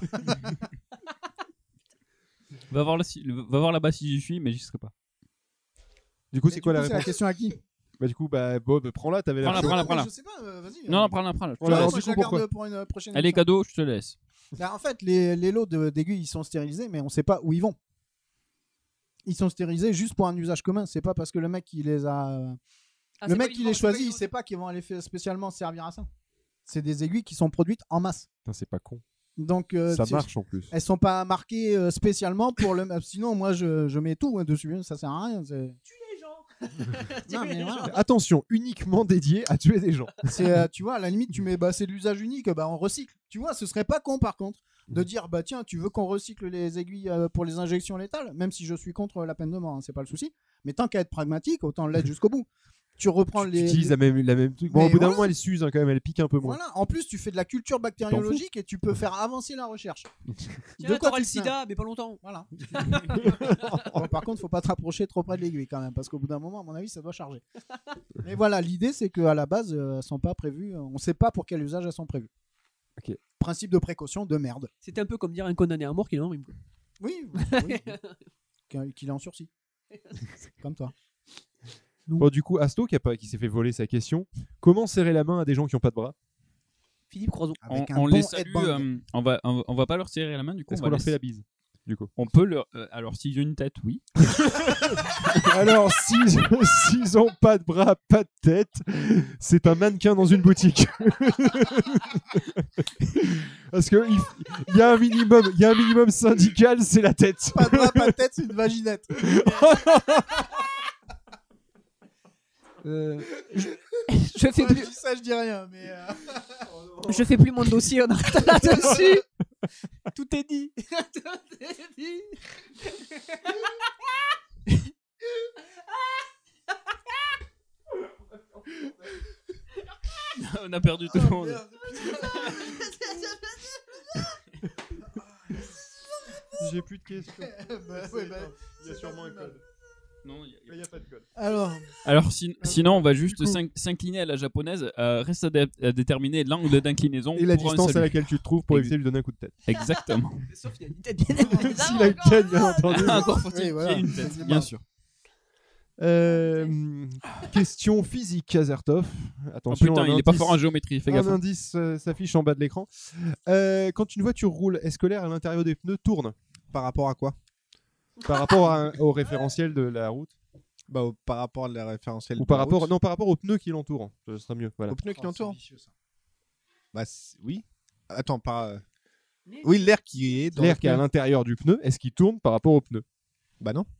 Speaker 4: Va voir là-bas si j'y suis, mais j'y serai pas.
Speaker 6: Du coup,
Speaker 5: Mais
Speaker 6: c'est
Speaker 5: du
Speaker 6: quoi la
Speaker 5: coup, c'est la
Speaker 6: réponse?
Speaker 5: question à qui?
Speaker 6: Bah, du coup, Bob, prends-la, t'avais l'air.
Speaker 4: Prends-la.
Speaker 5: Je sais pas, vas-y.
Speaker 4: Non, prends-la.
Speaker 6: Voilà, alors,
Speaker 5: Moi,
Speaker 6: du
Speaker 5: je la
Speaker 6: coup, pourquoi?
Speaker 5: garde pour une prochaine
Speaker 4: Allez,
Speaker 5: émission.
Speaker 4: cadeau, je te laisse.
Speaker 5: Là, en fait, les lots d'aiguilles, ils sont stérilisés, mais on sait pas où ils vont. Ils sont stérilisés juste pour un usage commun. C'est pas parce que le mec, il les a. Le mec qui les choisit, il sait pas qu'ils vont aller spécialement servir à ça. C'est des aiguilles qui sont produites en masse.
Speaker 6: Putain, c'est pas con.
Speaker 5: Donc,
Speaker 6: Ça marche en plus.
Speaker 5: elles sont pas marquées spécialement pour le. Sinon, moi, je mets tout dessus. Ça sert à rien. Non, mais voilà.
Speaker 6: Attention, uniquement dédié à tuer des gens.
Speaker 5: Tu vois, à la limite, tu mets c'est de l'usage unique, on recycle. Tu vois, ce serait pas con par contre de dire bah tiens, tu veux qu'on recycle les aiguilles pour les injections létales, même si je suis contre la peine de mort, hein, c'est pas le souci. Mais tant qu'à être pragmatique, autant l'être jusqu'au bout. Tu reprends
Speaker 6: Tu
Speaker 5: les.
Speaker 6: utilises la même truc. Bon,
Speaker 5: Mais
Speaker 6: au bout d'un
Speaker 5: voilà.
Speaker 6: moment, elle s'use quand même, elle pique un peu moins.
Speaker 5: Voilà. En plus, tu fais de la culture bactériologique et tu peux faire avancer la recherche.
Speaker 8: Tiens,
Speaker 5: quoi
Speaker 8: t'auras le
Speaker 5: tu te plains?
Speaker 8: sida, mais pas longtemps.
Speaker 5: Voilà. Bon, par contre, faut pas te rapprocher trop près de l'aiguille quand même, parce qu'au bout d'un moment, à mon avis, ça doit charger. Mais voilà, l'idée, c'est qu'à la base, elles sont pas prévues. On sait pas pour quel usage elles sont prévues.
Speaker 6: Ok.
Speaker 5: Principe de précaution de merde.
Speaker 8: C'était un peu comme dire un condamné à mort qui est en rime. quoi.
Speaker 5: Oui. Qu'il est en sursis. Comme toi.
Speaker 6: Bon, du coup, Asto qui s'est fait voler sa question. Comment serrer la main à des gens qui n'ont pas de bras?
Speaker 8: Philippe Croison.
Speaker 4: On les salue. On va pas leur serrer la main du coup.
Speaker 6: Est-ce
Speaker 4: on
Speaker 6: qu'on
Speaker 4: va
Speaker 6: leur fait la bise du coup?
Speaker 4: On peut leur. Alors s'ils ont une tête, oui.
Speaker 6: Alors, s'ils ont pas de bras, pas de tête, c'est un mannequin dans une boutique. Parce que il y a un minimum syndical, c'est la tête.
Speaker 5: Pas de bras, pas de tête, c'est une vaginette.
Speaker 8: Je fais
Speaker 5: Moi,
Speaker 8: plus.
Speaker 5: je dis ça, je dis rien, mais.
Speaker 8: Je fais plus mon dossier, on arrête là-dessus. Tout est dit.
Speaker 5: Tout est dit.
Speaker 4: On a perdu tout le monde.
Speaker 6: J'ai plus de questions.
Speaker 5: Il
Speaker 6: y a sûrement un code.
Speaker 4: Non,
Speaker 6: il n'y a pas de code.
Speaker 4: Alors sinon, on va juste s'incliner à la japonaise. Reste à déterminer l'angle d'inclinaison
Speaker 6: Et la
Speaker 4: pour un
Speaker 6: distance à
Speaker 4: salut.
Speaker 6: laquelle tu te trouves pour éviter de lui donner un coup de tête.
Speaker 4: Exactement.
Speaker 8: Sauf qu'il y a une tête bien évidemment.
Speaker 6: S'il a une tête, bien entendu.
Speaker 4: Encore faut-il
Speaker 5: Oui,
Speaker 4: qu'il
Speaker 5: voilà.
Speaker 4: y ait une tête, bien sûr.
Speaker 6: Question physique, Kazertov.
Speaker 4: Oh
Speaker 6: Attention,
Speaker 4: putain,
Speaker 6: un
Speaker 4: il est pas
Speaker 6: indice-
Speaker 4: fort en géométrie, fais
Speaker 6: Un
Speaker 4: gaffe.
Speaker 6: indice s'affiche en bas de l'écran. Quand une voiture roule, est-ce que l'air à l'intérieur des pneus tourne?
Speaker 7: Par rapport à quoi?
Speaker 6: Par rapport au référentiel de la route?
Speaker 7: Par rapport à la référentielle.
Speaker 6: Ou
Speaker 7: de
Speaker 6: par
Speaker 7: la
Speaker 6: rapport,
Speaker 7: route.
Speaker 6: non, par rapport aux pneus qui l'entourent. Ce sera mieux. Voilà.
Speaker 7: Aux pneus qui l'entourent.
Speaker 5: C'est vicieux, ça.
Speaker 7: Oui. Attends, oui, l'air qui est dans
Speaker 6: L'air
Speaker 7: le
Speaker 6: qui est à
Speaker 7: pneu.
Speaker 6: l'intérieur du pneu, est-ce qu'il tourne par rapport aux pneus?
Speaker 7: Bah non.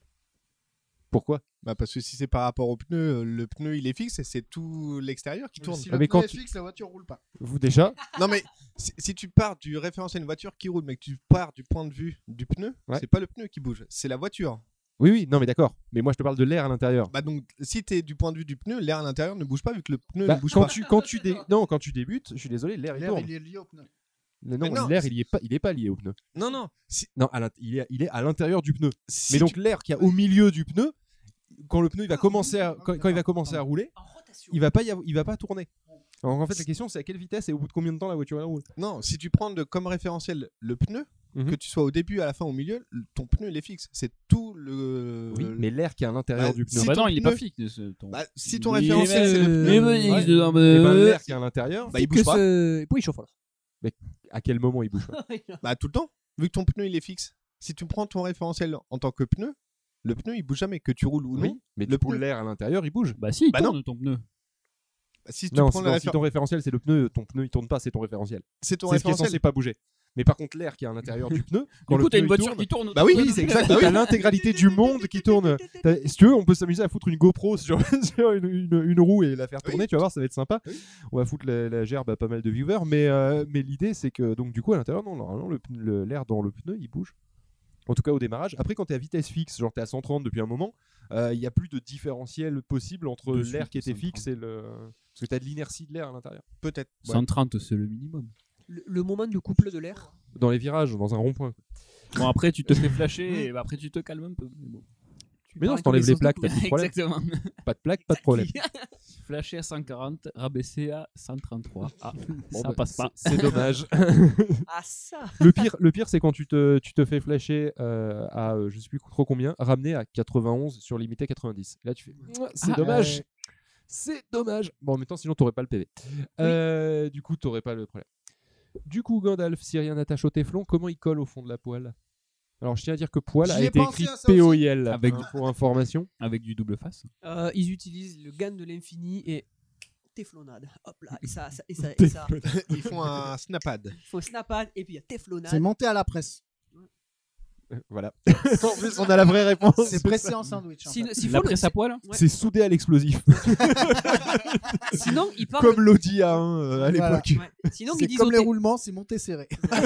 Speaker 6: Pourquoi?
Speaker 7: Parce que si c'est par rapport au pneu, le pneu il est fixe et c'est tout l'extérieur qui tourne.
Speaker 5: Si
Speaker 6: Ah,
Speaker 5: le
Speaker 6: mais
Speaker 5: pneu
Speaker 6: quand
Speaker 5: est
Speaker 6: tu-
Speaker 5: fixe, la voiture roule pas.
Speaker 6: Vous déjà?
Speaker 7: Non mais si tu pars du référentiel d'une voiture qui roule, mais que tu pars du point de vue du pneu,
Speaker 6: Ouais.
Speaker 7: c'est pas le pneu qui bouge, c'est la voiture.
Speaker 6: Oui, non, mais d'accord. Mais moi, je te parle de l'air à l'intérieur.
Speaker 7: Bah donc si t'es du point de vue du pneu, l'air à l'intérieur ne bouge pas vu que le pneu
Speaker 6: Bah,
Speaker 7: ne bouge
Speaker 6: quand
Speaker 7: pas.
Speaker 6: quand tu débutes, je suis désolé, l'air il
Speaker 5: L'air,
Speaker 6: tourne.
Speaker 5: il est lié au pneu.
Speaker 6: Mais
Speaker 7: Mais non,
Speaker 6: l'air il est pas lié au pneu.
Speaker 7: Non.
Speaker 6: Non, il est à l'intérieur du pneu.
Speaker 7: Si
Speaker 6: Mais donc
Speaker 7: tu-
Speaker 6: l'air qui a au milieu du pneu, quand le pneu il va commencer quand il va commencer à rouler, il va pas tourner. Alors, en fait, la question c'est à quelle vitesse et au bout de combien de temps la voiture elle roule.
Speaker 7: Non, si tu prends comme référentiel le pneu,
Speaker 6: Mhm.
Speaker 7: que tu sois au début, à la fin, au milieu, ton pneu il est fixe. C'est tout le.
Speaker 6: Oui, mais l'air qui est à l'intérieur
Speaker 7: Bah,
Speaker 6: du pneu.
Speaker 7: si
Speaker 4: Bah
Speaker 7: ton
Speaker 4: non, il est
Speaker 7: pneu-
Speaker 4: pas fixe.
Speaker 7: Si ton
Speaker 4: Oui,
Speaker 7: référentiel
Speaker 4: mais-
Speaker 7: c'est le pneu.
Speaker 4: mais-
Speaker 7: Ouais.
Speaker 6: Et ben, l'air qui est à l'intérieur,
Speaker 7: Bah, il bouge pas.
Speaker 8: Pourquoi il chauffe alors?
Speaker 6: à quel moment il bouge pas?
Speaker 7: Bah tout le temps, vu que ton pneu il est fixe. Si tu prends ton référentiel en tant que pneu, le pneu il bouge jamais, que tu roules ou non.
Speaker 6: Oui, mais
Speaker 7: le
Speaker 6: du coup
Speaker 7: pneu.
Speaker 6: l'air à l'intérieur il bouge.
Speaker 4: Bah si, il
Speaker 7: Bah
Speaker 4: tourne ton pneu.
Speaker 7: Bah, si tu
Speaker 6: Non,
Speaker 7: prends
Speaker 6: si ton référentiel c'est le pneu, ton pneu il tourne pas, c'est ton référentiel.
Speaker 7: c'est ton
Speaker 6: C'est ce qui est
Speaker 7: référentiel.
Speaker 6: censé pas bouger. Mais par contre l'air qui est à l'intérieur du pneu, quand
Speaker 4: Du
Speaker 6: le
Speaker 4: coup, t'as
Speaker 6: pneu
Speaker 4: une
Speaker 6: il
Speaker 4: voiture
Speaker 6: tourne,
Speaker 4: qui tourne.
Speaker 7: Bah oui,
Speaker 6: oui, c'est exact.
Speaker 7: Bah oui.
Speaker 6: T'as l'intégralité du monde qui tourne. Si tu veux, on peut s'amuser à foutre une GoPro sur une roue et la faire tourner.
Speaker 7: Oui.
Speaker 6: Tu vas voir, ça va être sympa.
Speaker 7: Oui.
Speaker 6: On va foutre la gerbe à pas mal de viewers. Mais l'idée, c'est que donc du coup, à l'intérieur, non, normalement, l'air dans le pneu, il bouge. En tout cas, au démarrage. Après, quand t'es à vitesse fixe, genre t'es à 130 depuis un moment, il y a plus de différentiel possible entre
Speaker 4: De
Speaker 6: l'air
Speaker 4: suite,
Speaker 6: qui était
Speaker 4: 130.
Speaker 6: fixe et le. Parce que t'as de l'inertie de l'air à l'intérieur.
Speaker 7: Peut-être. Ouais.
Speaker 4: 130, c'est le minimum.
Speaker 8: Le moment de couple de l'air.
Speaker 6: Dans les virages, dans un rond-point.
Speaker 4: Bon, après, tu te fais flasher et après, tu te calmes un peu. Mais bon.
Speaker 6: Mais non,
Speaker 8: pars
Speaker 6: si t'enlèves
Speaker 8: dans les
Speaker 6: les plaques,
Speaker 8: sens
Speaker 6: t'as
Speaker 8: de
Speaker 6: plus de problème.
Speaker 4: Exactement.
Speaker 6: Pas de plaques, pas de problème.
Speaker 4: Flasher à 140, rabaisser à 133. Ah,
Speaker 6: Bon,
Speaker 4: ça
Speaker 6: bah,
Speaker 4: passe pas.
Speaker 6: C'est dommage.
Speaker 8: Ah ça.
Speaker 6: Le pire, c'est quand tu te fais flasher à je sais plus trop combien, ramener à 91 sur limité 90. Et là, tu fais c'est
Speaker 4: Ah,
Speaker 6: dommage.
Speaker 5: ouais.
Speaker 6: C'est dommage. Bon, en même temps, sinon, t'aurais pas le PV. Du coup, t'aurais pas le problème. Du coup, Gandalf, si rien n'attache au téflon, comment il colle au fond de la poêle? Alors, je tiens à dire que poêle a
Speaker 5: J'y ai
Speaker 6: été
Speaker 5: pensé
Speaker 6: écrit
Speaker 5: à ça aussi.
Speaker 6: POIL
Speaker 4: Avec-
Speaker 6: pour information.
Speaker 4: Avec du double face.
Speaker 8: Ils utilisent le GAN de l'infini et téflonade. Hop là, et ça.
Speaker 7: Ils font un snapad.
Speaker 8: Il faut snapad et puis il y a téflonade.
Speaker 5: C'est monté à la presse.
Speaker 6: Voilà. En plus, on a la vraie réponse.
Speaker 5: C'est pressé en sandwich. en fait.
Speaker 8: S'il
Speaker 4: La
Speaker 8: faut
Speaker 4: presse à poil.
Speaker 8: Ouais.
Speaker 6: C'est soudé à l'explosif.
Speaker 8: Sinon, ils parlent.
Speaker 6: Comme l'Audi A1 à
Speaker 5: Voilà.
Speaker 6: l'époque.
Speaker 8: Ouais. Sinon,
Speaker 5: C'est
Speaker 8: ils disent
Speaker 5: comme
Speaker 8: au
Speaker 5: les
Speaker 8: té-
Speaker 5: roulements, c'est monté serré.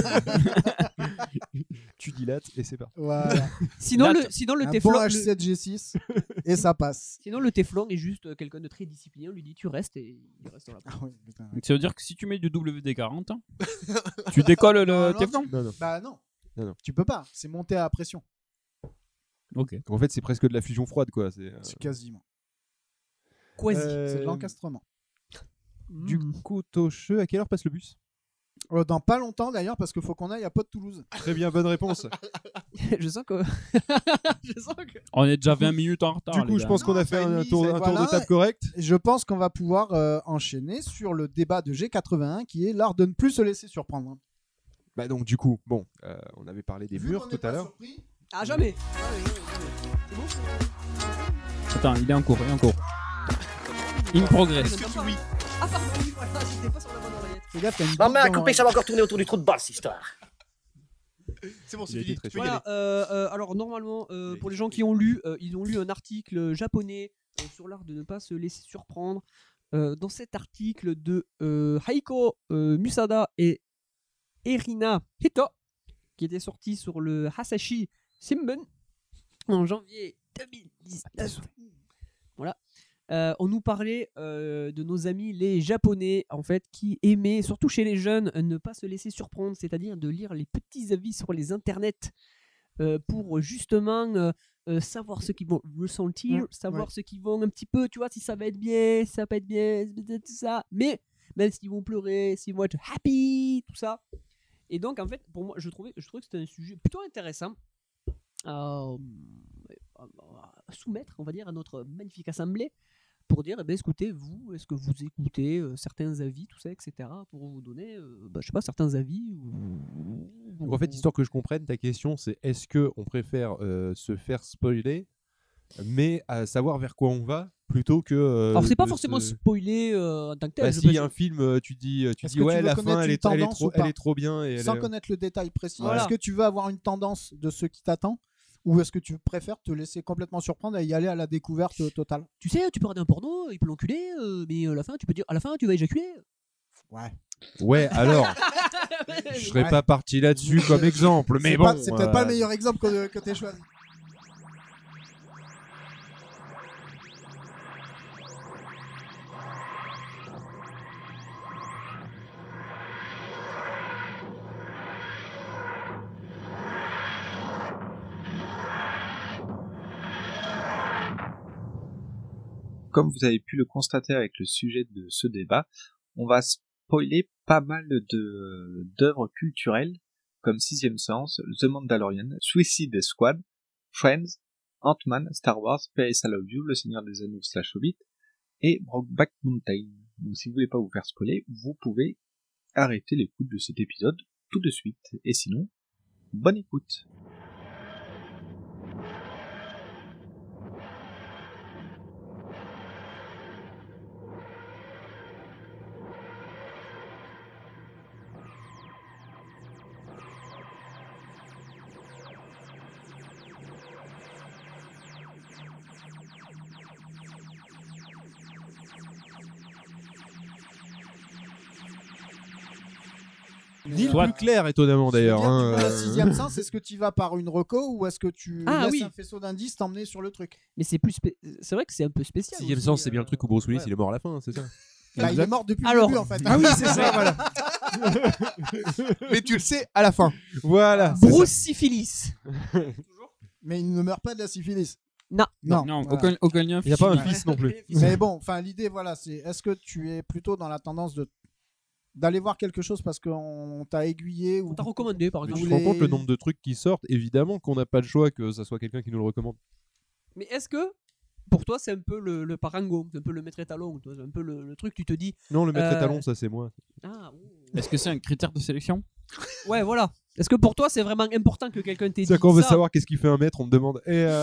Speaker 6: Tu dilates et c'est parti.
Speaker 5: Voilà.
Speaker 8: Sinon,
Speaker 4: Latte.
Speaker 8: sinon le
Speaker 5: Un
Speaker 8: téflon.
Speaker 5: bon
Speaker 8: le-
Speaker 5: H7G6 et ça passe.
Speaker 8: Sinon, le téflon est juste quelqu'un de très discipliné. On lui dit tu restes et il reste dans la
Speaker 5: Ah oui, putain.
Speaker 4: Donc, ça veut dire que si tu mets du WD-40, tu décolles le
Speaker 5: Non,
Speaker 4: téflon.
Speaker 6: Non, non.
Speaker 5: Bah non.
Speaker 6: Non.
Speaker 5: Tu peux pas. C'est monté à pression.
Speaker 4: Ok.
Speaker 6: En fait, c'est presque de la fusion froide, quoi.
Speaker 5: C'est quasiment.
Speaker 8: quasi.
Speaker 5: C'est de l'encastrement.
Speaker 6: Du coup, Tocheux, à quelle heure passe le bus?
Speaker 5: Dans pas longtemps d'ailleurs, parce qu'il faut qu'on aille à Pau de Toulouse.
Speaker 6: Très bien, bonne réponse.
Speaker 8: Je sens que.
Speaker 4: On est déjà 20 minutes en retard.
Speaker 6: Du coup,
Speaker 4: les
Speaker 6: je
Speaker 4: gars.
Speaker 6: pense qu'on a fait un tour de table correct.
Speaker 5: Je pense qu'on va pouvoir enchaîner sur le débat de G81 qui est l'art de ne plus se laisser surprendre.
Speaker 6: Bah donc du coup, bon, on avait parlé des murs tout à l'heure.
Speaker 8: Ah, jamais. C'est bon.
Speaker 4: Attends, il est en cours, In progress.
Speaker 8: Ah, pardon, oui, voilà, j'étais pas sur la bonne oreillette.
Speaker 5: Fais gaffe, t'as une
Speaker 2: Ma main à
Speaker 5: boucle dans
Speaker 2: couper, ça va encore tourner autour du trou de balle, cette histoire.
Speaker 7: C'est bon,
Speaker 6: Il
Speaker 7: c'est
Speaker 6: a été
Speaker 7: fini.
Speaker 6: très
Speaker 7: Tu peux y
Speaker 8: Voilà,
Speaker 7: aller.
Speaker 8: alors normalement, pour les gens qui ont lu, ils ont lu un article japonais sur l'art de ne pas se laisser surprendre. Dans cet article de Haiko Musada et Erina Hito, qui était sorti sur le Hasashi Shimbun en janvier 2019. Voilà. On nous parlait de nos amis les japonais en fait qui aimaient, surtout chez les jeunes, ne pas se laisser surprendre, c'est-à-dire de lire les petits avis sur les internets pour justement savoir ce qu'ils vont ressentir, savoir ce qu'ils vont un petit peu, tu vois, si ça va être bien, si ça va pas être bien, tout ça, mais même s'ils vont pleurer, s'ils vont être happy, tout ça. Et donc en fait, pour moi, je trouvais que c'était un sujet plutôt intéressant à soumettre, on va dire, à notre magnifique assemblée pour dire, eh ben, écoutez, vous, est-ce que vous écoutez certains avis, tout ça, etc., pour vous donner, je sais pas, certains avis
Speaker 6: Donc, en fait, histoire que je comprenne, ta question, c'est est-ce qu'on préfère se faire spoiler, mais à savoir vers quoi on va, plutôt que...
Speaker 8: Alors, c'est pas
Speaker 6: de
Speaker 8: forcément
Speaker 6: se-
Speaker 8: spoiler en tant que tel.
Speaker 6: Bah,
Speaker 8: je
Speaker 6: s'il y
Speaker 8: pense-
Speaker 6: a un film, tu dis
Speaker 5: Est-ce
Speaker 6: ouais,
Speaker 5: que tu veux
Speaker 6: la
Speaker 5: connaître
Speaker 6: fin,
Speaker 5: une
Speaker 6: elle
Speaker 5: tendance ou pas
Speaker 6: est trop bien. Et
Speaker 5: Sans connaître le détail précis,
Speaker 8: Voilà.
Speaker 5: est-ce que tu veux avoir une tendance de ce qui t'attend ou est-ce que tu préfères te laisser complètement surprendre et y aller à la découverte totale?
Speaker 8: Tu sais, tu peux regarder un porno, il peut l'enculer, mais à la fin, tu peux dire, à la fin, tu vas éjaculer.
Speaker 5: Ouais.
Speaker 6: Ouais, alors, je serais pas parti là-dessus comme exemple, mais
Speaker 5: C'est
Speaker 6: bon.
Speaker 5: c'est peut-être pas le meilleur exemple que t'aies choisi.
Speaker 11: Comme vous avez pu le constater avec le sujet de ce débat, on va spoiler pas mal d'œuvres culturelles comme Sixième Sens, The Mandalorian, Suicide Squad, Friends, Ant-Man, Star Wars, P.S. I Love You, Le Seigneur des Anneaux / Hobbit et Brokeback Mountain. Donc si vous voulez pas vous faire spoiler, vous pouvez arrêter l'écoute de cet épisode tout de suite. Et sinon, bonne écoute.
Speaker 6: Ni le plus clair, étonnamment d'ailleurs.
Speaker 5: Tu
Speaker 6: hein,
Speaker 5: vois, la sixième sens, est-ce que tu vas par une reco ou est-ce que tu
Speaker 8: Ah,
Speaker 5: laisses
Speaker 8: oui.
Speaker 5: un faisceau d'indices t'emmener sur le truc?
Speaker 8: Mais c'est c'est vrai que c'est un peu spécial.
Speaker 6: Sixième
Speaker 8: aussi,
Speaker 6: Sens, c'est bien le truc où Bruce Willis
Speaker 5: ouais.
Speaker 6: il est mort à la fin, c'est ça?
Speaker 5: Bah, il est mort depuis
Speaker 8: Alors-
Speaker 5: le début en fait.
Speaker 7: Ah oui, c'est ça, voilà. Mais tu le sais à la fin.
Speaker 6: Voilà.
Speaker 8: Bruce Syphilis.
Speaker 5: Mais il ne meurt pas de la syphilis.
Speaker 8: Non.
Speaker 5: Non,
Speaker 4: Non,
Speaker 5: voilà.
Speaker 4: aucun lien.
Speaker 6: Il n'y a pas un
Speaker 4: physique.
Speaker 6: fils non plus.
Speaker 5: Mais bon, enfin l'idée voilà, c'est est-ce que tu es plutôt dans la tendance d'aller voir quelque chose parce qu'on t'a aiguillé ou
Speaker 8: On t'a recommandé, par
Speaker 6: Mais
Speaker 8: exemple.
Speaker 6: tu te rends compte le nombre de trucs qui sortent? Évidemment qu'on n'a pas le choix que ça soit quelqu'un qui nous le recommande.
Speaker 8: Mais est-ce que, pour toi, c'est un peu le parangon, c'est un peu le maître étalon, c'est un peu le truc, tu te dis...
Speaker 6: Non, le maître
Speaker 8: Euh,
Speaker 6: étalon, ça c'est moi.
Speaker 8: Ah,
Speaker 4: Est-ce que c'est un critère de sélection?
Speaker 8: ouais, voilà. Est-ce que pour toi, c'est vraiment important que quelqu'un t'ait dit
Speaker 6: C'est quand on veut
Speaker 8: ça
Speaker 6: savoir qu'est-ce qu'il fait un maître, on me demande.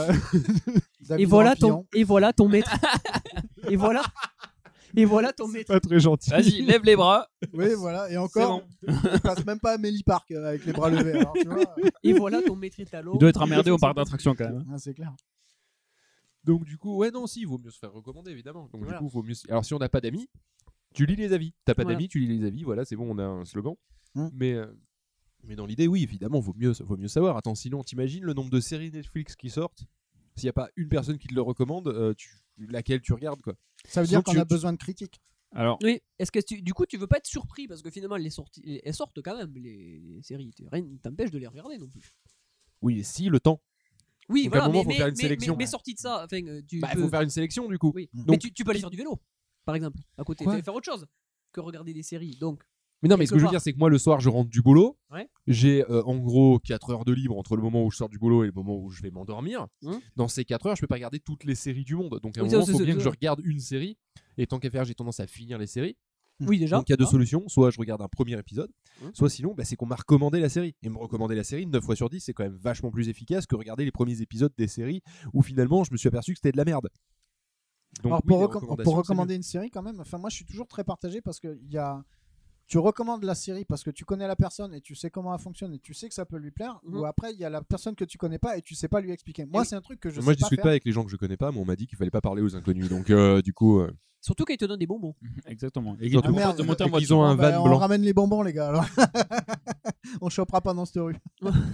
Speaker 5: David
Speaker 8: et voilà
Speaker 5: Rampillon.
Speaker 8: et voilà ton maître. et voilà. Et voilà ton maître.
Speaker 6: Pas très gentil.
Speaker 4: Vas-y, lève les bras.
Speaker 5: Oui, voilà, et encore, il passe même pas à Amélie Park avec les bras levés. Alors, tu vois,
Speaker 8: Et voilà ton maître étalon.
Speaker 4: Il doit être emmerdé au parc d'attractions quand même.
Speaker 5: ah, c'est clair.
Speaker 6: Donc du coup, ouais, non, si, il vaut mieux se faire recommander, évidemment. Donc
Speaker 8: Voilà.
Speaker 6: du coup, vaut mieux... Alors si on n'a pas d'amis, tu lis les avis. T'as pas
Speaker 8: Voilà.
Speaker 6: d'amis, tu lis les avis, voilà, c'est bon, on a un slogan.
Speaker 5: Mm.
Speaker 6: Mais dans l'idée, oui, évidemment, vaut mieux savoir. Attends, sinon, t'imagines le nombre de séries Netflix qui sortent? S'il n'y a pas une personne qui te le recommande, laquelle tu regardes, quoi.
Speaker 5: Ça veut
Speaker 6: Sinon,
Speaker 5: dire qu'on a besoin de critiques.
Speaker 4: Alors,
Speaker 8: Oui, est-ce que du coup, tu veux pas être surpris parce que finalement, elles sortent quand même, les séries. Rien ne t'empêche de les regarder non plus.
Speaker 6: Oui, si, le temps.
Speaker 8: Oui,
Speaker 6: Donc, à un
Speaker 8: voilà,
Speaker 6: moment, faut faire une sélection.
Speaker 8: mais sorti de ça, enfin, tu
Speaker 6: Bah, il
Speaker 8: peux...
Speaker 6: faut faire une sélection, du coup.
Speaker 8: Oui.
Speaker 6: Donc,
Speaker 8: mais tu peux aller faire du vélo, par exemple, à côté.
Speaker 6: Quoi
Speaker 8: Tu vas faire autre chose que regarder des séries. Donc,
Speaker 6: Mais non, mais ce que je veux
Speaker 8: quelque
Speaker 6: dire, c'est que moi, le soir, je rentre du boulot.
Speaker 8: Ouais.
Speaker 6: j'ai en gros 4 heures de libre entre le moment où je sors du boulot et le moment où je vais m'endormir. Dans ces 4 heures, je peux pas regarder toutes les séries du monde. Donc à un moment, il faut bien que je regarde une série. Et tant qu'à faire, j'ai tendance à finir les séries.
Speaker 8: Oui, déjà.
Speaker 6: Donc il y a deux solutions. Soit je regarde un premier épisode, soit sinon, c'est qu'on m'a recommandé la série. Et me recommander la série 9 fois sur 10, c'est quand même vachement plus efficace que regarder les premiers épisodes des séries où finalement, je me suis aperçu que c'était de la merde. Donc,
Speaker 5: Alors,
Speaker 6: oui,
Speaker 5: pour recommander une série, quand même, enfin, moi je suis toujours très partagé parce que tu recommandes la série parce que tu connais la personne et tu sais comment elle fonctionne et tu sais que ça peut lui plaire, ou après il y a la personne que tu connais pas et tu sais pas lui expliquer. Moi, c'est un truc que je sais pas.
Speaker 6: Moi, je discute
Speaker 5: faire.
Speaker 6: pas avec les gens que je connais pas, mais on m'a dit qu'il fallait pas parler aux inconnus. Donc, du coup.
Speaker 8: Surtout quand ils te donnent des bonbons.
Speaker 4: Exactement. Et
Speaker 6: Surtout qu'ils ont un van blanc.
Speaker 5: On ramène les bonbons, les gars. Alors. On chopera pas dans cette rue.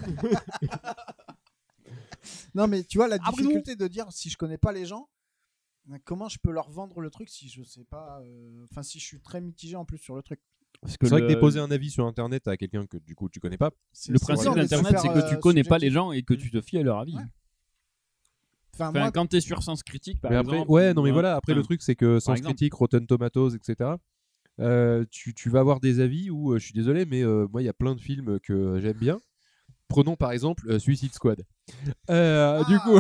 Speaker 5: Non, mais tu vois, la difficulté de dire si je connais pas les gens, comment je peux leur vendre le truc si je sais pas. Enfin, si je suis très mitigé en plus sur le truc.
Speaker 6: C'est vrai que déposer un avis sur internet à quelqu'un que du coup tu connais pas.
Speaker 4: Le principe d'internet, c'est que tu connais pas les gens et que tu te fies à leur avis. Enfin, moi, quand t'es sur Sens Critique, par exemple.
Speaker 6: Mais voilà. Après, le truc, c'est que Sens Critique, Rotten Tomatoes, etc. Tu vas avoir des avis où je suis désolé, mais moi, il y a plein de films que j'aime bien. Prenons par exemple Suicide Squad. Du coup,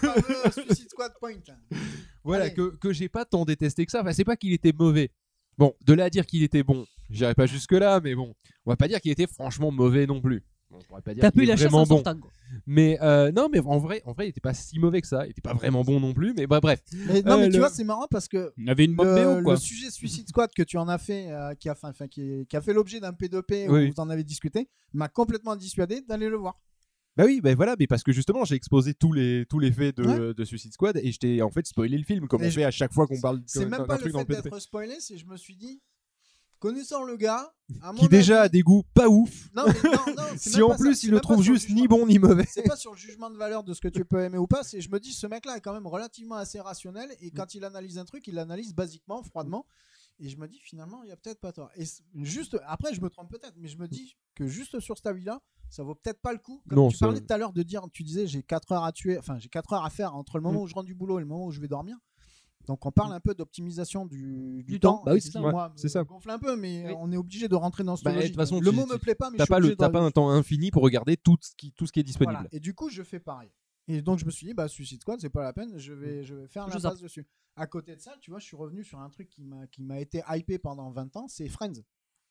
Speaker 5: Suicide Squad Point.
Speaker 6: Voilà, que j'ai pas tant détesté que ça. Enfin, c'est pas qu'il était mauvais. Bon, de là à dire qu'il était bon, j'irai pas jusque là, mais bon, on va pas dire qu'il était franchement mauvais non plus. On pourrait pas dire
Speaker 8: t'as
Speaker 6: qu'il
Speaker 8: pu la
Speaker 6: est
Speaker 8: chasse
Speaker 6: vraiment
Speaker 8: en
Speaker 6: bon.
Speaker 8: sortant, quoi.
Speaker 6: Mais non, mais en vrai, il était pas si mauvais que ça. Il était pas vraiment bon non plus, mais bref.
Speaker 5: Mais, non, mais tu vois, c'est marrant parce que
Speaker 4: il avait une bonne BO, quoi.
Speaker 5: Le sujet Suicide Squad que tu en as fait, qui a fait l'objet d'un P2P où vous en avez discuté, m'a complètement dissuadé d'aller le voir.
Speaker 6: Bah oui, voilà, mais parce que justement, j'ai exposé tous les faits de Suicide Squad et je t'ai en fait spoilé le film, comme on fait à chaque fois qu'on parle d'un truc dans le P2P.
Speaker 5: C'est même pas le fait d'être spoilé, c'est je me suis dit, connaissant le gars,
Speaker 6: qui déjà a des goûts pas ouf.
Speaker 5: Non,
Speaker 6: si en plus il le trouve juste ni bon ni mauvais.
Speaker 5: C'est pas sur le jugement de valeur de ce que tu peux aimer ou pas, c'est je me dis ce mec-là est quand même relativement assez rationnel et quand il analyse un truc, il l'analyse basiquement, froidement. Et je me dis finalement, il y a peut-être pas tort. Et juste après, je me trompe peut-être, mais je me dis que juste sur cet avis-là, ça vaut peut-être pas le coup. Comme tu parlais tout à l'heure de dire, tu disais j'ai 4 heures à tuer, enfin j'ai 4 heures à faire entre le moment où je rentre du boulot et le moment où je vais dormir. Donc on parle un peu d'optimisation du temps.
Speaker 8: Bah oui, c'est ça.
Speaker 5: Moi,
Speaker 6: c'est ça.
Speaker 5: Gonfle un peu, mais on est obligé de rentrer dans ce logique.
Speaker 6: De toute façon,
Speaker 5: le mot me plaît pas, mais
Speaker 6: t'as pas un temps infini pour regarder tout ce qui est disponible.
Speaker 5: Voilà. Et du coup, je fais pareil. Et donc je me suis dit, Suicide Squad, c'est pas la peine, je vais faire la base dessus. À côté de ça, tu vois, je suis revenu sur un truc qui m'a été hypé pendant 20 ans, c'est Friends.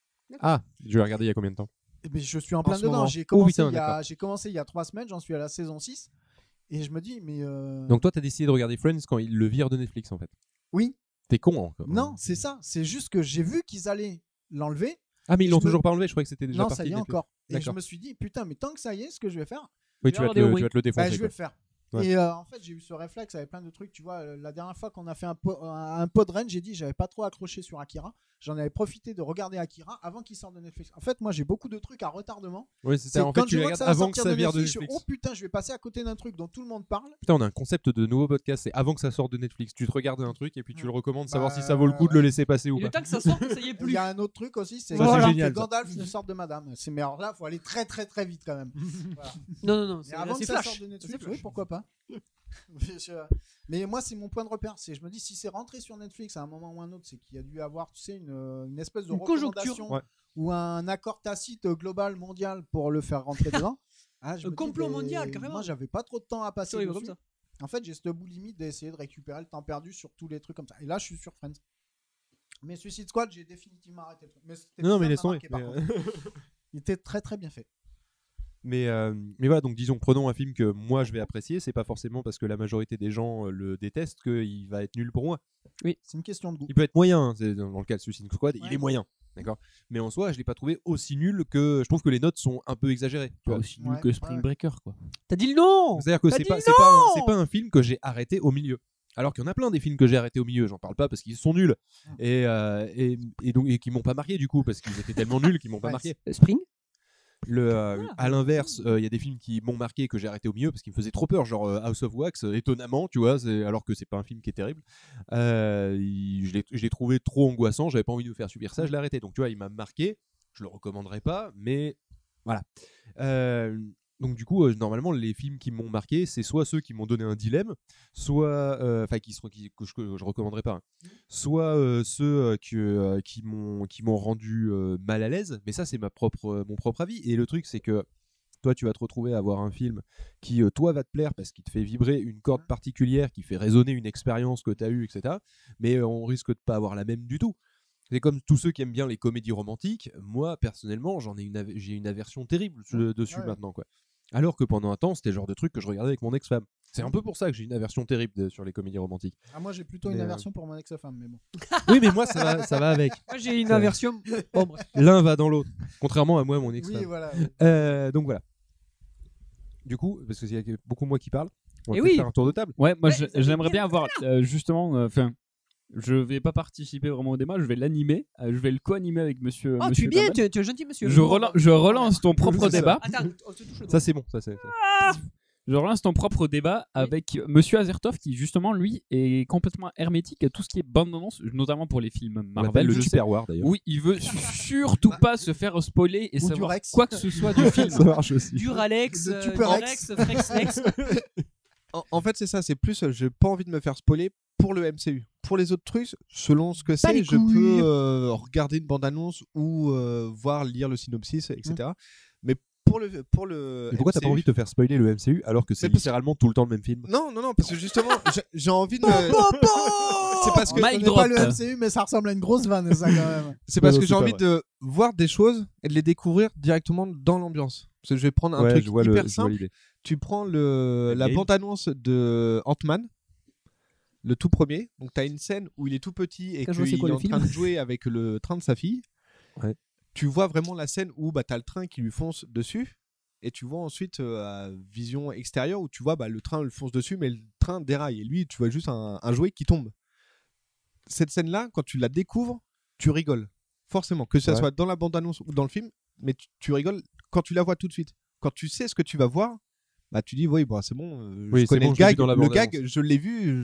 Speaker 6: Ah, je l'ai regardé il y a combien de temps?
Speaker 5: Je suis en plein dedans. J'ai commencé il y a 3 semaines, j'en suis à la saison 6. Et je me dis, mais.
Speaker 6: Donc toi, t'as décidé de regarder Friends quand ils le virent de Netflix en fait?
Speaker 5: Oui.
Speaker 6: T'es con encore.
Speaker 5: Non, c'est ça. C'est juste que j'ai vu qu'ils allaient l'enlever.
Speaker 6: Ah, mais ils l'ont toujours pas enlevé, je croyais que c'était déjà
Speaker 5: parti.
Speaker 6: Non, ça
Speaker 5: y est encore. Et je me suis dit, putain, mais tant que ça y est, ce que je vais faire.
Speaker 6: Oui, tu vas te le défoncer.
Speaker 5: Je vais le faire. Ouais. Et en fait, j'ai eu ce réflexe avec plein de trucs. Tu vois, la dernière fois qu'on a fait un podrun, j'ai dit j'avais pas trop accroché sur Akira. J'en avais profité de regarder Akira avant qu'il sorte de Netflix. En fait, moi, j'ai beaucoup de trucs à retardement.
Speaker 6: Oui, c'est ça. En fait, tu regardes avant que ça vienne de Netflix.
Speaker 5: Oh putain, je vais passer à côté d'un truc dont tout le monde parle.
Speaker 6: Putain, on a un concept de nouveau podcast. C'est avant que ça sorte de Netflix. Tu te regardes un truc et puis tu le recommandes, savoir si ça vaut le coup de le laisser passer ou pas.
Speaker 8: Le temps que ça sorte, ça y est plus.
Speaker 5: Il y a un autre truc aussi, c'est
Speaker 6: que
Speaker 5: Gandalf ne sorte de Madame. Mais alors là, faut aller très très très vite quand même. Voilà.
Speaker 8: Non.
Speaker 5: Mais avant que ça sorte de Netflix, oui, pourquoi pas. Mais moi, c'est mon point de repère. Je me dis, si c'est rentré sur Netflix à un moment ou un autre, c'est qu'il y a dû avoir, tu sais, une espèce de recommandation ou un accord tacite global mondial pour le faire rentrer dedans.
Speaker 8: Un complot mondial, carrément.
Speaker 5: Moi, j'avais pas trop de temps à passer dessus.
Speaker 8: Comme ça.
Speaker 5: En fait, j'ai cette boulimie d'essayer de récupérer le temps perdu sur tous les trucs comme ça. Et là, je suis sur Friends. Mais Suicide Squad, j'ai définitivement arrêté le truc.
Speaker 6: Mais laisse-moi.
Speaker 5: Il était très très bien fait.
Speaker 6: Mais voilà, donc disons, prenons un film que moi je vais apprécier, c'est pas forcément parce que la majorité des gens le détestent qu'il va être nul pour moi.
Speaker 5: Oui, c'est une question de goût.
Speaker 6: Il peut être moyen, c'est dans le cas de Suicide Squad, il est moyen, d'accord. Mais en soi, je l'ai pas trouvé aussi nul que je trouve que les notes sont un peu exagérées.
Speaker 4: Pas aussi nul que Spring Breaker, quoi.
Speaker 8: T'as dit le nom.
Speaker 6: C'est-à-dire que c'est pas un film que j'ai arrêté au milieu. Alors qu'il y en a plein des films que j'ai arrêtés au milieu, j'en parle pas parce qu'ils sont nuls et qui m'ont pas marqué du coup parce qu'ils étaient tellement nuls qu'ils m'ont pas marqué.
Speaker 8: Spring.
Speaker 6: À l'inverse, il y a des films qui m'ont marqué et que j'ai arrêté au milieu parce qu'ils me faisaient trop peur, genre House of Wax, étonnamment, tu vois, alors que c'est pas un film qui est terrible. Je l'ai trouvé trop angoissant, j'avais pas envie de me faire subir ça, je l'ai arrêté. Donc tu vois, il m'a marqué, je le recommanderais pas, mais voilà. Donc du coup, normalement, les films qui m'ont marqué, c'est soit ceux qui m'ont donné un dilemme, soit que je recommanderais pas, hein. Soit ceux qui m'ont rendu mal à l'aise. Mais ça, c'est mon propre avis. Et le truc, c'est que toi, tu vas te retrouver à voir un film qui, toi, va te plaire parce qu'il te fait vibrer une corde particulière, qui fait résonner une expérience que tu as eue, etc. Mais on risque de pas avoir la même du tout. C'est comme tous ceux qui aiment bien les comédies romantiques. Moi, personnellement, j'ai une aversion terrible dessus maintenant, quoi. Alors que pendant un temps, c'était le genre de truc que je regardais avec mon ex-femme. C'est un peu pour ça que j'ai une aversion terrible sur les comédies romantiques.
Speaker 5: Ah, moi, j'ai plutôt une aversion pour mon ex-femme, mais bon.
Speaker 6: Oui, mais moi, ça va avec.
Speaker 8: Moi, j'ai une aversion. Oh, bref.
Speaker 6: L'un va dans l'autre. Contrairement à moi, mon ex-femme.
Speaker 5: Oui, voilà.
Speaker 6: Donc voilà. Du coup, parce qu'il y a beaucoup moi qui parle, on va
Speaker 8: oui.
Speaker 6: faire un tour de table.
Speaker 4: Ouais, moi j'aimerais bien avoir justement. Je vais pas participer vraiment au débat, je vais l'animer, je vais le co-animer avec monsieur.
Speaker 8: Oh,
Speaker 4: monsieur
Speaker 8: tu es bien,
Speaker 4: Daman.
Speaker 8: tu es gentil, monsieur.
Speaker 4: Je relance ton propre
Speaker 6: c'est ça.
Speaker 4: débat.
Speaker 8: Attends, on se touche le
Speaker 6: Ça, c'est bon.
Speaker 4: Je relance ton propre débat avec monsieur Azertov qui, justement, lui, est complètement hermétique à tout ce qui est bande-annonce, notamment pour les films
Speaker 6: On
Speaker 4: Marvel.
Speaker 6: le
Speaker 4: je sais.
Speaker 6: Tupperware d'ailleurs.
Speaker 4: Oui, il veut surtout pas se faire spoiler et
Speaker 5: Ou
Speaker 4: savoir
Speaker 5: Durex.
Speaker 4: quoi que ce soit du film.
Speaker 6: Ça marche aussi.
Speaker 8: Duralex,
Speaker 5: Le Tuperex.
Speaker 8: Frexlex.
Speaker 7: En fait, c'est ça, c'est plus, j'ai pas envie de me faire spoiler pour le MCU. Pour les autres trucs, selon ce que
Speaker 5: Pas les
Speaker 7: c'est, je
Speaker 5: couilles.
Speaker 7: peux regarder une bande-annonce ou lire le synopsis, etc. Mais pour le
Speaker 6: Mais pourquoi t'as pas
Speaker 7: MCU,
Speaker 6: envie de te faire spoiler le MCU alors que c'est
Speaker 7: Mais parce-
Speaker 6: littéralement tout le temps le même film?
Speaker 7: Non, parce que justement, j'ai envie de me... C'est parce que...
Speaker 5: Je
Speaker 4: Mic
Speaker 5: connais
Speaker 4: drop.
Speaker 5: pas le MCU, mais ça ressemble à une grosse vanne, ça, quand même.
Speaker 7: C'est parce
Speaker 6: Non,
Speaker 7: que
Speaker 6: c'est
Speaker 7: j'ai
Speaker 6: pas
Speaker 7: envie
Speaker 6: vrai.
Speaker 7: de voir des choses et de les découvrir directement dans l'ambiance. Parce que je vais prendre un
Speaker 6: Ouais,
Speaker 7: truc
Speaker 6: je vois
Speaker 7: hyper
Speaker 6: je vois
Speaker 7: simple.
Speaker 6: l'idée.
Speaker 7: Tu prends la
Speaker 6: Endgame.
Speaker 7: bande-annonce de Ant-Man, le tout premier. Donc, tu as une scène où il est tout petit et
Speaker 8: Quand je vois c'est
Speaker 7: qu'il
Speaker 8: quoi
Speaker 7: est
Speaker 8: le
Speaker 7: en
Speaker 8: film.
Speaker 7: train de jouer avec le train de sa fille.
Speaker 6: Ouais.
Speaker 7: Tu vois vraiment la scène où tu as le train qui lui fonce dessus. Et tu vois ensuite à vision extérieure où tu vois le train lui fonce dessus, mais le train déraille. Et lui, tu vois juste un jouet qui tombe. Cette scène-là, quand tu la découvres, tu rigoles. Forcément. Que ça
Speaker 6: Ouais.
Speaker 7: soit dans la bande-annonce ou dans le film, mais tu rigoles quand tu la vois tout de suite. Quand tu sais ce que tu vas voir, tu dis, oui, c'est bon,
Speaker 6: Oui,
Speaker 7: je
Speaker 6: c'est
Speaker 7: connais
Speaker 6: bon,
Speaker 7: le
Speaker 6: je l'ai vu
Speaker 7: gag.
Speaker 6: dans la
Speaker 7: Le
Speaker 6: bande-annonce.
Speaker 7: gag, je l'ai vu,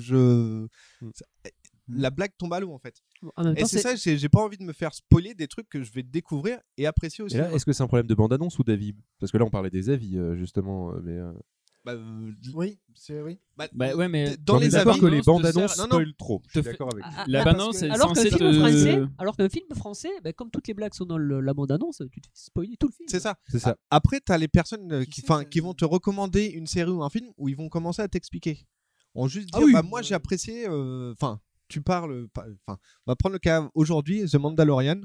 Speaker 7: la blague tombe à l'eau en fait.
Speaker 8: En même
Speaker 7: Et
Speaker 8: temps,
Speaker 7: c'est ça, j'ai pas envie de me faire spoiler des trucs que je vais découvrir et apprécier aussi.
Speaker 6: Et là, est-ce que c'est un problème de bande-annonce ou d'avis? Parce que là, on parlait des avis, justement. Mais
Speaker 5: Oui, c'est oui.
Speaker 4: Bah ouais, mais
Speaker 7: dans
Speaker 6: on est
Speaker 7: les
Speaker 6: d'accord
Speaker 7: avis,
Speaker 6: que les
Speaker 4: te
Speaker 6: bandes annonces
Speaker 4: sert-
Speaker 6: spoilent trop. Je suis
Speaker 4: te fait-
Speaker 6: d'accord avec.
Speaker 4: la
Speaker 5: Ah,
Speaker 4: bande-annonce
Speaker 5: parce que-
Speaker 4: est
Speaker 8: Alors qu'un
Speaker 4: censée
Speaker 8: film
Speaker 4: te...
Speaker 8: français, comme toutes les blagues sont dans la bande-annonce, tu te fais spoiler tout le film.
Speaker 7: C'est ça.
Speaker 6: C'est ça.
Speaker 7: Après, t'as les personnes
Speaker 5: Qui
Speaker 7: qui,
Speaker 5: sait,
Speaker 7: qui vont te recommander une série ou un film où ils vont commencer à t'expliquer. On juste dire,
Speaker 8: Ah oui.
Speaker 7: moi j'ai apprécié. Tu parles. On va prendre le cas aujourd'hui, The Mandalorian.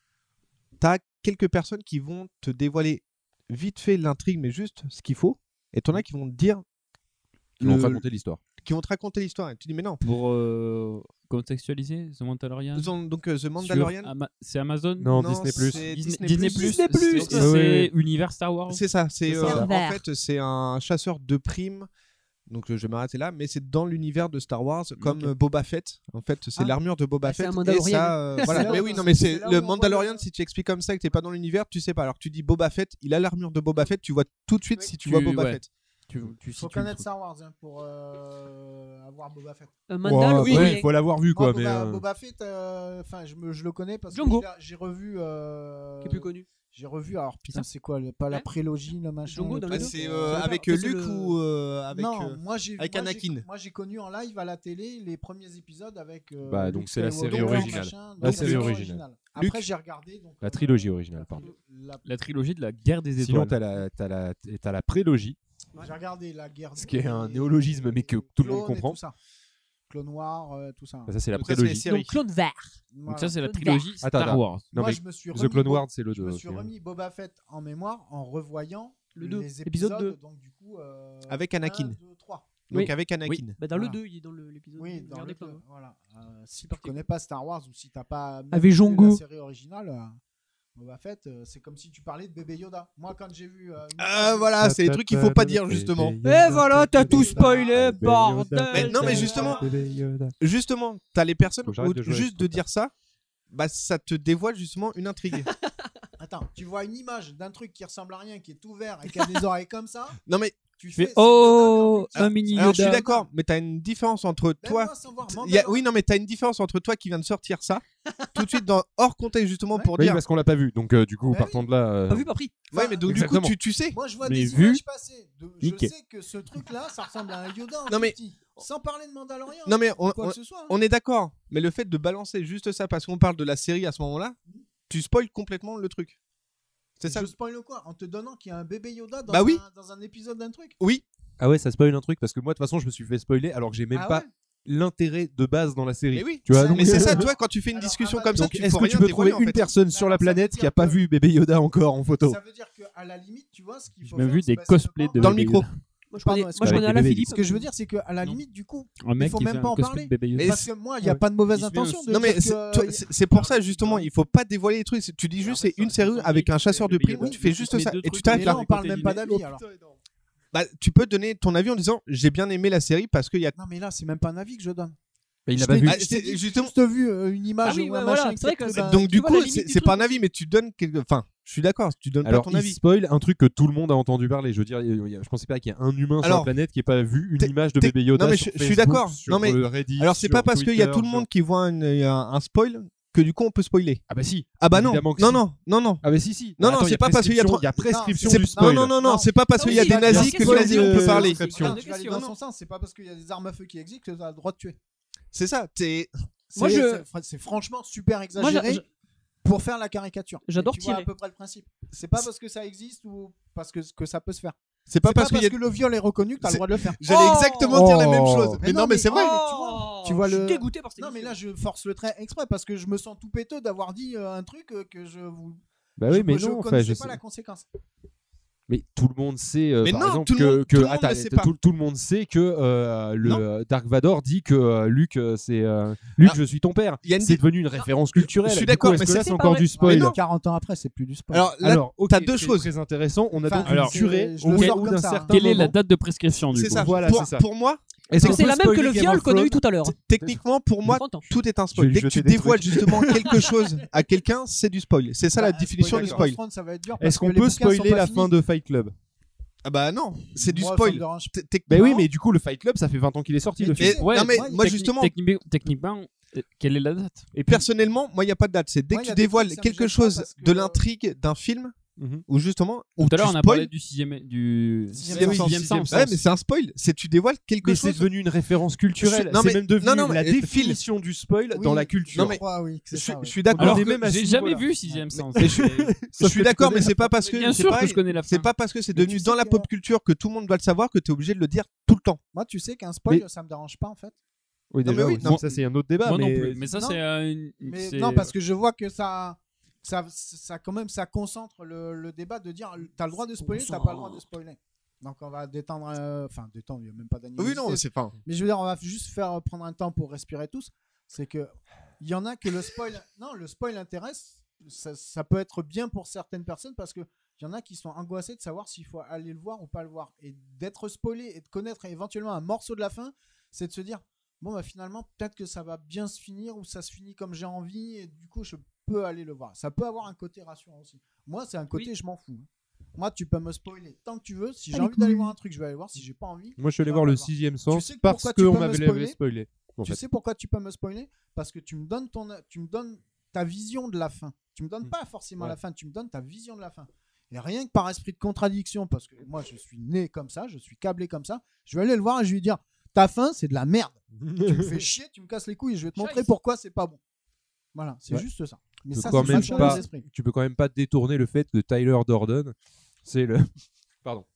Speaker 7: T'as quelques personnes qui vont te dévoiler vite fait l'intrigue, mais juste ce qu'il faut. Et t'en as qui vont te dire.
Speaker 6: Ils vont te raconter l'histoire.
Speaker 7: Qui vont te raconter l'histoire. Et tu dis, mais non.
Speaker 4: Pour contextualiser, The Mandalorian.
Speaker 7: Donc, The Mandalorian.
Speaker 4: C'est Amazon?
Speaker 6: Non, Disney+.
Speaker 7: c'est
Speaker 4: Disney+.
Speaker 8: Disney+.
Speaker 4: C'est
Speaker 6: Ouais.
Speaker 4: univers Star Wars.
Speaker 7: C'est ça. C'est
Speaker 8: ça.
Speaker 7: en fait, c'est un chasseur de primes. Donc je vais m'arrêter là, mais c'est dans l'univers de Star Wars, comme Boba Fett. En fait, c'est
Speaker 5: Ah.
Speaker 7: l'armure de Boba
Speaker 8: Ah, c'est
Speaker 7: Fett.
Speaker 8: un
Speaker 7: Et
Speaker 8: Mandalorian.
Speaker 7: ça,
Speaker 5: C'est
Speaker 7: voilà.
Speaker 5: là
Speaker 7: Mais
Speaker 5: où-
Speaker 7: oui, non, mais
Speaker 5: c'est
Speaker 7: c'est
Speaker 5: là où
Speaker 7: le
Speaker 5: on voit
Speaker 7: Mandalorian.
Speaker 5: le-
Speaker 7: Si tu expliques comme ça que t'es pas dans l'univers, tu sais pas. Alors que tu dis Boba Fett, il a l'armure de Boba Fett. Tu vois tout de suite
Speaker 5: Oui.
Speaker 7: si tu vois Boba
Speaker 4: ouais.
Speaker 7: Fett.
Speaker 4: Tu
Speaker 5: Faut
Speaker 4: situes le
Speaker 5: connaître
Speaker 4: truc.
Speaker 5: Star Wars pour avoir Boba Fett.
Speaker 8: Mandal,
Speaker 6: Ouais,
Speaker 8: oui.
Speaker 6: ouais, il faut l'avoir vu, quoi.
Speaker 5: Moi,
Speaker 6: mais
Speaker 5: Boba Fett, je le connais parce
Speaker 8: Django.
Speaker 5: que j'ai revu.
Speaker 8: Qui est plus connu.
Speaker 5: J'ai revu. Alors putain, c'est quoi pas la prélogie, le machin.
Speaker 8: Django
Speaker 5: le
Speaker 8: dans
Speaker 5: truc.
Speaker 8: le deux.
Speaker 7: C'est
Speaker 8: avec
Speaker 7: avec
Speaker 8: c'est
Speaker 7: Luke
Speaker 8: le-
Speaker 7: ou avec.
Speaker 5: Non, moi j'ai
Speaker 7: avec
Speaker 5: moi,
Speaker 7: Anakin.
Speaker 5: Moi j'ai connu en live à la télé les premiers épisodes avec.
Speaker 6: Bah,
Speaker 5: Luke
Speaker 6: donc c'est la
Speaker 5: Skywalker,
Speaker 6: série originale.
Speaker 5: machin,
Speaker 6: La
Speaker 5: donc
Speaker 6: série
Speaker 5: c'est
Speaker 6: originale.
Speaker 5: Après j'ai regardé donc,
Speaker 6: La trilogie originale, pardon.
Speaker 4: La trilogie de la guerre des
Speaker 6: Sinon,
Speaker 4: étoiles.
Speaker 6: t'as la prélogie,
Speaker 5: J'ai regardé la guerre.
Speaker 6: ce qui est un
Speaker 5: des-
Speaker 6: néologisme, mais que tout le monde
Speaker 5: Clones et
Speaker 6: comprend.
Speaker 5: tout ça. Clone Noir, tout ça.
Speaker 6: Bah, ça, c'est la
Speaker 7: Donc ça, c'est
Speaker 6: prélogie.
Speaker 7: les séries.
Speaker 8: Donc Claude Vert.
Speaker 4: Donc ça, c'est la
Speaker 8: Claude
Speaker 4: trilogie
Speaker 6: Attends,
Speaker 4: Star
Speaker 6: attends.
Speaker 4: Wars.
Speaker 6: Non,
Speaker 5: Moi,
Speaker 6: mais
Speaker 5: je me suis
Speaker 6: The
Speaker 5: remis
Speaker 6: Clone Wars, c'est le
Speaker 5: Je
Speaker 6: 2.
Speaker 5: me suis remis Boba Fett en mémoire en revoyant
Speaker 8: Le deux,
Speaker 5: les
Speaker 8: l'épisode
Speaker 5: épisodes.
Speaker 8: 2.
Speaker 5: Donc du coup.
Speaker 7: Avec Anakin.
Speaker 5: 1, 2, 3.
Speaker 7: Donc
Speaker 8: Oui.
Speaker 7: avec Anakin.
Speaker 4: Oui.
Speaker 8: Bah, dans le
Speaker 5: Voilà.
Speaker 8: 2, il est dans l'épisode.
Speaker 5: Oui,
Speaker 8: de
Speaker 5: dans
Speaker 8: Guerre
Speaker 5: le
Speaker 8: des Clones.
Speaker 5: voilà. Si tu connais pas Star Wars ou si t'as pas même
Speaker 8: Avec
Speaker 5: vu
Speaker 8: Django.
Speaker 5: la série originale, Boba Fett, c'est comme si tu parlais de bébé Yoda. Moi, quand j'ai vu.
Speaker 7: Voilà, c'est les trucs qu'il faut pas dire justement.
Speaker 8: Et voilà, t'as tout spoilé, bordel.
Speaker 7: Mais non, mais justement, t'as les personnes
Speaker 6: Faut que j'arrête
Speaker 7: où
Speaker 6: de jouer
Speaker 7: juste
Speaker 6: avec
Speaker 7: de dire ça, bah ça te dévoile justement une intrigue.
Speaker 5: Attends, tu vois une image d'un truc qui ressemble à rien, qui est tout vert et qui a des oreilles comme ça.
Speaker 7: Non mais
Speaker 5: tu
Speaker 4: fais
Speaker 5: fais
Speaker 4: oh,
Speaker 5: c'est Yoda,
Speaker 4: un mini
Speaker 7: Alors, je suis
Speaker 4: Yoda.
Speaker 7: d'accord, mais t'as une différence entre toi.
Speaker 5: moi, sans voir
Speaker 7: Oui, non, mais t'as une différence entre toi qui viens de sortir ça, tout de suite hors contexte, justement, pour
Speaker 6: Oui,
Speaker 7: dire.
Speaker 6: parce qu'on l'a pas vu. Donc, du coup, partant de là.
Speaker 8: Pas vu, pas pris.
Speaker 7: Ouais, mais donc, du coup,
Speaker 6: Exactement.
Speaker 7: tu sais.
Speaker 5: Moi, je vois
Speaker 6: Mais
Speaker 5: des
Speaker 6: vu,
Speaker 5: images passer. Je
Speaker 6: nickel.
Speaker 5: sais que ce truc-là, ça ressemble à un Yoda en
Speaker 7: Non, mais-
Speaker 5: petit. Sans parler de Mandalorian.
Speaker 7: Non, mais
Speaker 5: ou quoi que ce soit. hein.
Speaker 7: on est d'accord, mais le fait de balancer juste ça parce qu'on parle de la série à ce moment-là, tu spoil complètement le truc. C'est ça.
Speaker 5: Je spoil quoi en te donnant qu'il y a un bébé Yoda dans,
Speaker 7: Bah oui.
Speaker 5: dans un épisode d'un truc.
Speaker 7: Oui.
Speaker 6: Ah ouais, ça spoil un truc parce que moi, de toute façon, je me suis fait spoiler alors que j'ai même
Speaker 5: Ah
Speaker 6: pas
Speaker 5: ouais
Speaker 6: l'intérêt de base dans la série.
Speaker 7: Mais oui.
Speaker 6: Tu vois, donc-
Speaker 7: Mais c'est ça, toi, quand tu fais une
Speaker 5: Alors,
Speaker 7: discussion
Speaker 5: ah,
Speaker 7: comme ça,
Speaker 6: Donc,
Speaker 7: tu
Speaker 6: est-ce
Speaker 7: faut
Speaker 6: que
Speaker 7: rien
Speaker 6: tu peux
Speaker 7: dévoiler,
Speaker 6: trouver une
Speaker 7: en fait.
Speaker 6: personne sur la
Speaker 5: Alors, ça veut
Speaker 6: planète
Speaker 5: dire
Speaker 6: qui a pas
Speaker 5: que-
Speaker 6: vu bébé Yoda encore en photo?
Speaker 5: Ça veut dire qu'à la limite, tu vois, ce qu'il faut
Speaker 4: J'ai même
Speaker 5: faire,
Speaker 4: vu
Speaker 5: c'est
Speaker 4: des
Speaker 5: passer le
Speaker 4: cosplays
Speaker 5: temps.
Speaker 4: de
Speaker 7: Dans le
Speaker 4: bébé
Speaker 7: micro.
Speaker 4: Yoda.
Speaker 8: Moi, je
Speaker 5: Pardon,
Speaker 8: connais,
Speaker 5: excuse-moi,
Speaker 8: Alain
Speaker 6: bébés.
Speaker 8: Philippe.
Speaker 5: Ce que je veux dire, c'est qu'à la limite, du coup,
Speaker 4: Un mec
Speaker 5: faut
Speaker 4: qui
Speaker 5: même
Speaker 4: fait
Speaker 5: pas
Speaker 4: un
Speaker 5: en
Speaker 4: cosplay
Speaker 5: parler.
Speaker 4: de bébé Yoda.
Speaker 7: Mais
Speaker 5: Parce que moi, il n'y a pas de mauvaise
Speaker 4: Il se fait
Speaker 5: intention.
Speaker 4: aussi-
Speaker 5: de
Speaker 7: Non mais
Speaker 5: dire
Speaker 7: c'est
Speaker 5: que-
Speaker 7: toi, c'est pour ça justement, il faut pas dévoiler les trucs. Tu dis juste c'est une série avec un chasseur de primes, tu fais juste ça et tu t'arrêtes
Speaker 5: Mais là,
Speaker 7: là.
Speaker 5: on parle même pas d'avis. alors.
Speaker 7: Bah, tu peux donner ton avis en disant j'ai bien aimé la série parce qu'il y a.
Speaker 5: Non, mais là, c'est même pas un avis que je donne.
Speaker 6: Il
Speaker 5: Je
Speaker 6: l'a pas
Speaker 5: t'ai
Speaker 6: vu.
Speaker 5: dit- je t'ai dit,
Speaker 7: Justement-
Speaker 5: juste vu une image
Speaker 8: Ah oui,
Speaker 5: ou un
Speaker 8: ouais,
Speaker 5: machin.
Speaker 8: voilà, c'est vrai que
Speaker 5: etc.
Speaker 7: Donc du
Speaker 8: tu vois la
Speaker 7: coup,
Speaker 8: limite du
Speaker 7: c'est pas un
Speaker 8: truc
Speaker 7: avis, mais tu donnes quelque. Enfin, je suis d'accord, tu donnes
Speaker 6: Alors,
Speaker 7: pas ton
Speaker 6: il
Speaker 7: avis.
Speaker 6: spoil un truc que tout le monde a entendu parler. Je veux dire, je pensais pas qu'il y ait un humain sur
Speaker 7: Alors,
Speaker 6: la planète qui ait pas vu une
Speaker 7: t'es-
Speaker 6: image de
Speaker 7: t'es-
Speaker 6: bébé Yoda.
Speaker 7: non, mais
Speaker 6: sur
Speaker 7: je suis
Speaker 6: Facebook,
Speaker 7: d'accord.
Speaker 6: sur
Speaker 7: Non, mais-
Speaker 6: Reddit,
Speaker 7: Alors c'est
Speaker 6: sur
Speaker 7: pas parce qu'il y a
Speaker 6: Twitter,
Speaker 7: tout le monde qui voit un spoil que du coup on peut spoiler.
Speaker 6: Ah bah si.
Speaker 7: Ah bah non,
Speaker 6: Évidemment que
Speaker 7: non,
Speaker 6: si.
Speaker 7: non.
Speaker 6: Ah bah si.
Speaker 7: Non, non,
Speaker 6: Attends,
Speaker 7: c'est pas parce qu'il y a trop-
Speaker 6: Il y a prescription
Speaker 7: C'est-
Speaker 6: du spoil.
Speaker 7: Non, c'est pas parce qu'il y a
Speaker 8: Oui,
Speaker 7: des
Speaker 8: il y a
Speaker 7: nazis que
Speaker 8: question
Speaker 7: les nazis on
Speaker 8: de-
Speaker 7: peut parler.
Speaker 6: description.
Speaker 5: Non, je vais aller dans son sens. C'est pas parce qu'il y a des armes à feu qui existent que tu as le droit de tuer.
Speaker 7: C'est ça.
Speaker 8: Moi,
Speaker 5: C'est franchement super
Speaker 8: Moi,
Speaker 5: exagéré pour faire la caricature.
Speaker 8: J'adore
Speaker 5: Mais tu vois à
Speaker 8: tirer.
Speaker 5: peu près le principe. C'est pas parce que ça existe ou parce que ça peut se faire.
Speaker 7: C'est pas
Speaker 5: C'est
Speaker 7: parce
Speaker 5: pas
Speaker 7: qu'il y a.
Speaker 5: parce que le viol est reconnu que tu as le
Speaker 7: C'est-
Speaker 5: droit de le faire.
Speaker 7: J'allais exactement dire la même
Speaker 6: Oh.
Speaker 7: chose. Mais non, mais c'est vrai.
Speaker 5: Tu vois
Speaker 8: Je
Speaker 5: le-
Speaker 8: suis dégoûté par cette
Speaker 5: Non, mais
Speaker 8: émission.
Speaker 5: là, je force le trait exprès parce que je me sens tout péteux d'avoir dit un truc que je vous.
Speaker 6: Bah oui, mais
Speaker 5: je
Speaker 6: non. Enfin,
Speaker 5: connaissais
Speaker 6: je
Speaker 5: pas
Speaker 6: sais.
Speaker 5: la conséquence.
Speaker 6: Mais tout le monde sait,
Speaker 7: Mais
Speaker 6: par
Speaker 7: non,
Speaker 6: exemple,
Speaker 7: tout le monde- tout le monde
Speaker 6: attends,
Speaker 7: le sait pas.
Speaker 6: tout le monde sait que
Speaker 7: Non.
Speaker 6: Dark Vador dit que Luke, c'est Luke,
Speaker 7: Ah,
Speaker 6: je suis ton père.
Speaker 7: il y a une
Speaker 6: C'est
Speaker 7: di-
Speaker 6: devenu une référence culturelle.
Speaker 7: Je suis
Speaker 6: Du
Speaker 7: d'accord,
Speaker 6: coup, est-ce
Speaker 7: mais
Speaker 6: que là,
Speaker 7: c'est
Speaker 6: c'est
Speaker 8: pas
Speaker 6: encore
Speaker 8: vrai.
Speaker 6: du spoil.
Speaker 5: Mais non, 40 ans après, c'est plus du spoil.
Speaker 7: Alors là,
Speaker 6: Alors, ok,
Speaker 7: t'as deux
Speaker 6: c'est
Speaker 7: choses.
Speaker 6: très intéressant. On a
Speaker 5: Enfin,
Speaker 6: donc
Speaker 4: alors,
Speaker 6: une durée
Speaker 5: je le
Speaker 6: au
Speaker 5: sors
Speaker 6: bout
Speaker 5: comme
Speaker 6: d'un
Speaker 5: ça, hein.
Speaker 6: certain
Speaker 4: Quelle est la
Speaker 6: moment.
Speaker 4: date de prescription du
Speaker 7: C'est
Speaker 4: coup
Speaker 7: ça.
Speaker 6: Voilà,
Speaker 7: Pour-
Speaker 6: c'est ça.
Speaker 7: Pour moi,
Speaker 6: Est-ce
Speaker 8: Parce que
Speaker 6: qu'on
Speaker 8: c'est
Speaker 6: peut
Speaker 8: la même que
Speaker 6: spoiler
Speaker 8: le
Speaker 6: Game
Speaker 8: viol
Speaker 6: of
Speaker 8: qu'on a eu
Speaker 6: Thrones
Speaker 8: tout à l'heure.
Speaker 7: techniquement, pour moi,
Speaker 8: 30 ans.
Speaker 7: tout est un
Speaker 6: Je vais
Speaker 7: spoil.
Speaker 6: lui
Speaker 7: Dès que
Speaker 6: jeter
Speaker 7: tu
Speaker 6: des
Speaker 7: dévoiles
Speaker 6: trucs.
Speaker 7: justement quelque chose à quelqu'un, c'est du spoil. C'est ça la
Speaker 5: Bah,
Speaker 7: définition du
Speaker 5: Game of
Speaker 7: spoil.
Speaker 5: Thrones, ça va être dur
Speaker 6: Est-ce
Speaker 5: parce
Speaker 6: qu'on
Speaker 5: que les
Speaker 6: peut
Speaker 5: bouquins sont
Speaker 6: spoiler
Speaker 5: pas
Speaker 6: la
Speaker 5: finis.
Speaker 6: fin de Fight Club?
Speaker 7: Ah bah non, c'est du
Speaker 5: Moi, ça
Speaker 7: spoil.
Speaker 5: me dérange.
Speaker 6: Bah
Speaker 7: Techniquement.
Speaker 6: oui, mais du coup, le Fight Club, ça fait 20 ans qu'il est sorti,
Speaker 5: Mais
Speaker 6: le
Speaker 5: tu
Speaker 6: film.
Speaker 5: sais,
Speaker 7: non, mais moi,
Speaker 4: Techni-
Speaker 7: justement-
Speaker 4: techniquement, quelle est la date?
Speaker 7: Et personnellement, moi, il n'y a pas de date. C'est dès
Speaker 5: Moi,
Speaker 7: que
Speaker 5: y a
Speaker 7: tu
Speaker 5: des
Speaker 7: dévoiles
Speaker 5: trucs, ça me
Speaker 7: quelque
Speaker 5: gêne pas
Speaker 7: chose
Speaker 5: parce que-
Speaker 7: de l'intrigue d'un film,
Speaker 6: Mhm.
Speaker 7: ou justement,
Speaker 4: Tout à l'heure,
Speaker 7: tu
Speaker 4: on a
Speaker 7: spoil.
Speaker 4: parlé du sixième
Speaker 5: Sixième
Speaker 4: sens.
Speaker 5: sens.
Speaker 4: Sixième sens.
Speaker 7: Ouais, mais c'est un spoil. C'est tu dévoiles quelque
Speaker 6: Mais
Speaker 7: chose.
Speaker 6: c'est devenu une référence culturelle.
Speaker 7: Non,
Speaker 6: C'est
Speaker 7: mais-
Speaker 6: même devenu
Speaker 7: non, mais,
Speaker 6: la
Speaker 7: Phil,
Speaker 6: définition du spoil
Speaker 5: Oui,
Speaker 6: dans la culture.
Speaker 7: non, mais-
Speaker 5: Je crois, oui, que c'est
Speaker 7: Je
Speaker 5: ça, oui.
Speaker 7: suis d'accord.
Speaker 4: Alors
Speaker 6: On est
Speaker 4: que
Speaker 6: même à ce
Speaker 4: j'ai jamais
Speaker 6: niveau-là.
Speaker 4: vu Sixième Sens.
Speaker 7: Mais je suis d'accord, mais c'est pas parce que
Speaker 4: Bien
Speaker 7: c'est
Speaker 4: sûr
Speaker 7: pareil.
Speaker 4: que je connais la fin.
Speaker 7: C'est pas parce que c'est
Speaker 5: Mais
Speaker 7: devenu
Speaker 5: tu
Speaker 7: dans
Speaker 5: sais
Speaker 7: la
Speaker 5: que-
Speaker 7: pop culture que tout le monde doit le savoir que tu es obligé de le dire tout le temps.
Speaker 5: Moi, tu sais qu'un spoil,
Speaker 6: Mais-
Speaker 5: ça me dérange pas en fait.
Speaker 6: Oui,
Speaker 7: Non,
Speaker 6: déjà,
Speaker 7: mais oui,
Speaker 6: oui.
Speaker 7: non.
Speaker 6: Ça, c'est un autre débat.
Speaker 4: Moi non
Speaker 6: mais...
Speaker 4: plus. Mais ça,
Speaker 5: Non.
Speaker 4: c'est
Speaker 5: Mais
Speaker 4: c'est-
Speaker 5: non, parce que je vois que ça quand même, ça concentre le débat de dire t'as le droit de spoiler, t'as pas le droit de spoiler. Donc on va détendre, enfin détendre, il n'y a même pas d'animosité.
Speaker 7: Oui, non, c'est pas.
Speaker 5: Mais je veux dire, on va juste faire prendre un temps pour respirer tous. C'est que il y en a que le spoil intéresse. Ça peut être bien pour certaines personnes parce que il y en a qui sont angoissés de savoir s'il faut aller le voir ou pas le voir. Et d'être spoilé et de connaître éventuellement un morceau de la fin, c'est de se dire bon bah finalement peut-être que ça va bien se finir ou ça se finit comme j'ai envie et du coup je peux aller le voir. Ça peut avoir un côté rassurant aussi. Moi c'est un côté je m'en fous. Moi tu peux me spoiler tant que tu veux. Si j'ai envie d'aller voir un truc je vais aller voir. Si j'ai pas envie.
Speaker 6: Moi, je suis allé
Speaker 5: vais
Speaker 6: voir
Speaker 5: pas
Speaker 6: le
Speaker 5: voir.
Speaker 6: Sixième
Speaker 5: Tu
Speaker 6: Sens
Speaker 5: sais
Speaker 6: parce
Speaker 5: pourquoi tu
Speaker 6: qu'on
Speaker 5: peux me
Speaker 6: m'avait
Speaker 5: spoiler
Speaker 6: spoilé. En
Speaker 5: Tu
Speaker 6: fait.
Speaker 5: sais pourquoi tu peux me spoiler? Parce que tu me donnes ta vision de la fin. Tu me donnes pas forcément
Speaker 6: Ouais.
Speaker 5: la fin, tu me donnes ta vision de la fin. Et rien que par esprit de contradiction, parce que moi je suis né comme ça, je suis câblé comme ça, je vais aller le voir et je vais lui dire ta fin c'est de la merde. Tu me fais chier, tu me casses les couilles et je vais te montrer pourquoi c'est pas bon. Voilà, c'est
Speaker 6: Ouais.
Speaker 5: juste ça. Mais
Speaker 6: Tu
Speaker 5: ça,
Speaker 6: peux quand
Speaker 5: c'est
Speaker 6: même
Speaker 5: pas
Speaker 6: pas-
Speaker 5: les esprits.
Speaker 6: Tu peux quand même pas détourner le fait que Tyler Durden, c'est le. Pardon.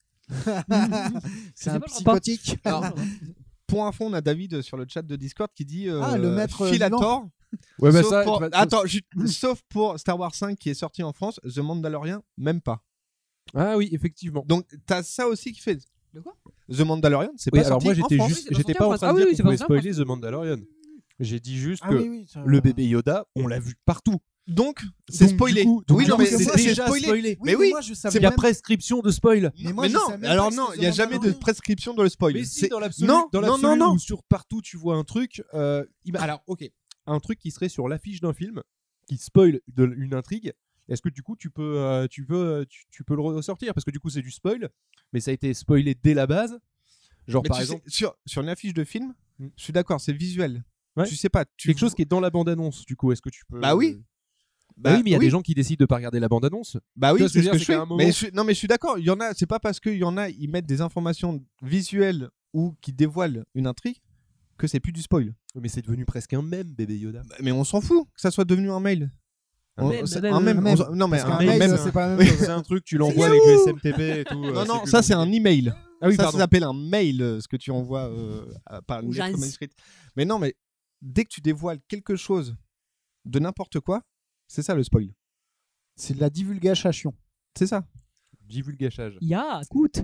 Speaker 5: C'est un
Speaker 8: pas le
Speaker 5: psychotique.
Speaker 7: Alors, pour info, on a David sur le chat de Discord qui dit
Speaker 5: le maître
Speaker 7: Phil a
Speaker 5: vivant.
Speaker 7: tort.
Speaker 6: Ouais, bah
Speaker 7: Sauf
Speaker 6: ça.
Speaker 7: pour- Attends, sauf pour Star Wars 5 qui est sorti en France, The Mandalorian, même pas.
Speaker 6: Ah oui, effectivement.
Speaker 7: Donc t'as ça aussi qui fait.
Speaker 8: De quoi
Speaker 7: The Mandalorian, c'est
Speaker 6: Oui,
Speaker 7: pas
Speaker 6: alors
Speaker 7: sorti
Speaker 6: moi
Speaker 7: en
Speaker 6: j'étais
Speaker 7: France.
Speaker 6: juste,
Speaker 8: c'est pas
Speaker 6: j'étais
Speaker 8: sorti
Speaker 6: pas
Speaker 8: en
Speaker 6: en
Speaker 8: France.
Speaker 6: train
Speaker 8: Ah
Speaker 6: de
Speaker 8: oui,
Speaker 6: dire
Speaker 8: oui,
Speaker 6: qu'on
Speaker 8: c'est
Speaker 6: pouvait
Speaker 8: pas sorti en
Speaker 6: spoiler The Mandalorian. J'ai dit juste
Speaker 5: Ah
Speaker 6: que
Speaker 5: oui, oui, ça-
Speaker 6: le bébé Yoda, on l'a vu partout.
Speaker 7: Donc c'est
Speaker 6: Donc,
Speaker 7: spoilé.
Speaker 6: du coup,
Speaker 7: oui,
Speaker 6: donc,
Speaker 7: non, mais
Speaker 6: c'est
Speaker 7: c'est
Speaker 6: déjà
Speaker 7: spoilé.
Speaker 5: Oui,
Speaker 7: Mais oui,
Speaker 5: moi je savais
Speaker 6: Il y a
Speaker 5: même-
Speaker 6: prescription de spoil.
Speaker 5: Mais moi,
Speaker 7: mais
Speaker 5: je
Speaker 7: non,
Speaker 5: savais même
Speaker 7: alors
Speaker 5: pas que
Speaker 7: non,
Speaker 5: c'était
Speaker 7: il n'y a
Speaker 5: The
Speaker 7: jamais de
Speaker 5: Mandalorian.
Speaker 7: prescription dans le spoil.
Speaker 6: Mais si,
Speaker 7: C'est-
Speaker 6: dans l'absolu,
Speaker 7: non,
Speaker 6: dans
Speaker 7: non,
Speaker 6: l'absolu,
Speaker 7: non, non.
Speaker 6: où sur partout tu vois un truc. Alors, ok, un truc qui serait sur l'affiche d'un film, qui spoil une intrigue. est-ce que du coup tu peux le ressortir parce que du coup c'est du spoil, mais ça a été spoilé dès la base. Genre
Speaker 7: Mais
Speaker 6: par
Speaker 7: tu
Speaker 6: exemple
Speaker 7: sais, sur une affiche de film, je suis d'accord, c'est visuel.
Speaker 6: Ouais.
Speaker 7: Tu sais pas,
Speaker 6: quelque chose qui est dans la bande-annonce. Du coup, est-ce que tu peux
Speaker 7: Bah oui.
Speaker 6: Bah oui, mais il y a des gens qui décident de pas regarder la bande-annonce.
Speaker 7: Bah oui,
Speaker 6: c'est ce que je fais.
Speaker 7: Mais je suis d'accord. Il y en a. C'est pas parce qu'il y en a, ils mettent des informations visuelles ou qui dévoilent une intrigue que c'est plus du spoil.
Speaker 6: Mais c'est devenu presque un mème, bébé Yoda.
Speaker 7: Mais on s'en fout que ça soit devenu un mail.
Speaker 6: Non, mais
Speaker 7: un mail,
Speaker 5: c'est pas la même chose.
Speaker 6: C'est un truc, tu l'envoies avec le SMTP et tout.
Speaker 7: Non, ça c'est un email.
Speaker 6: Ah oui,
Speaker 7: ça s'appelle un mail, ce que tu envoies par une lettre manuscrite. Mais non, mais dès que tu dévoiles quelque chose de n'importe quoi, c'est ça le spoil.
Speaker 5: C'est de la divulgation.
Speaker 7: C'est ça.
Speaker 6: Divulgachage.
Speaker 8: Écoute.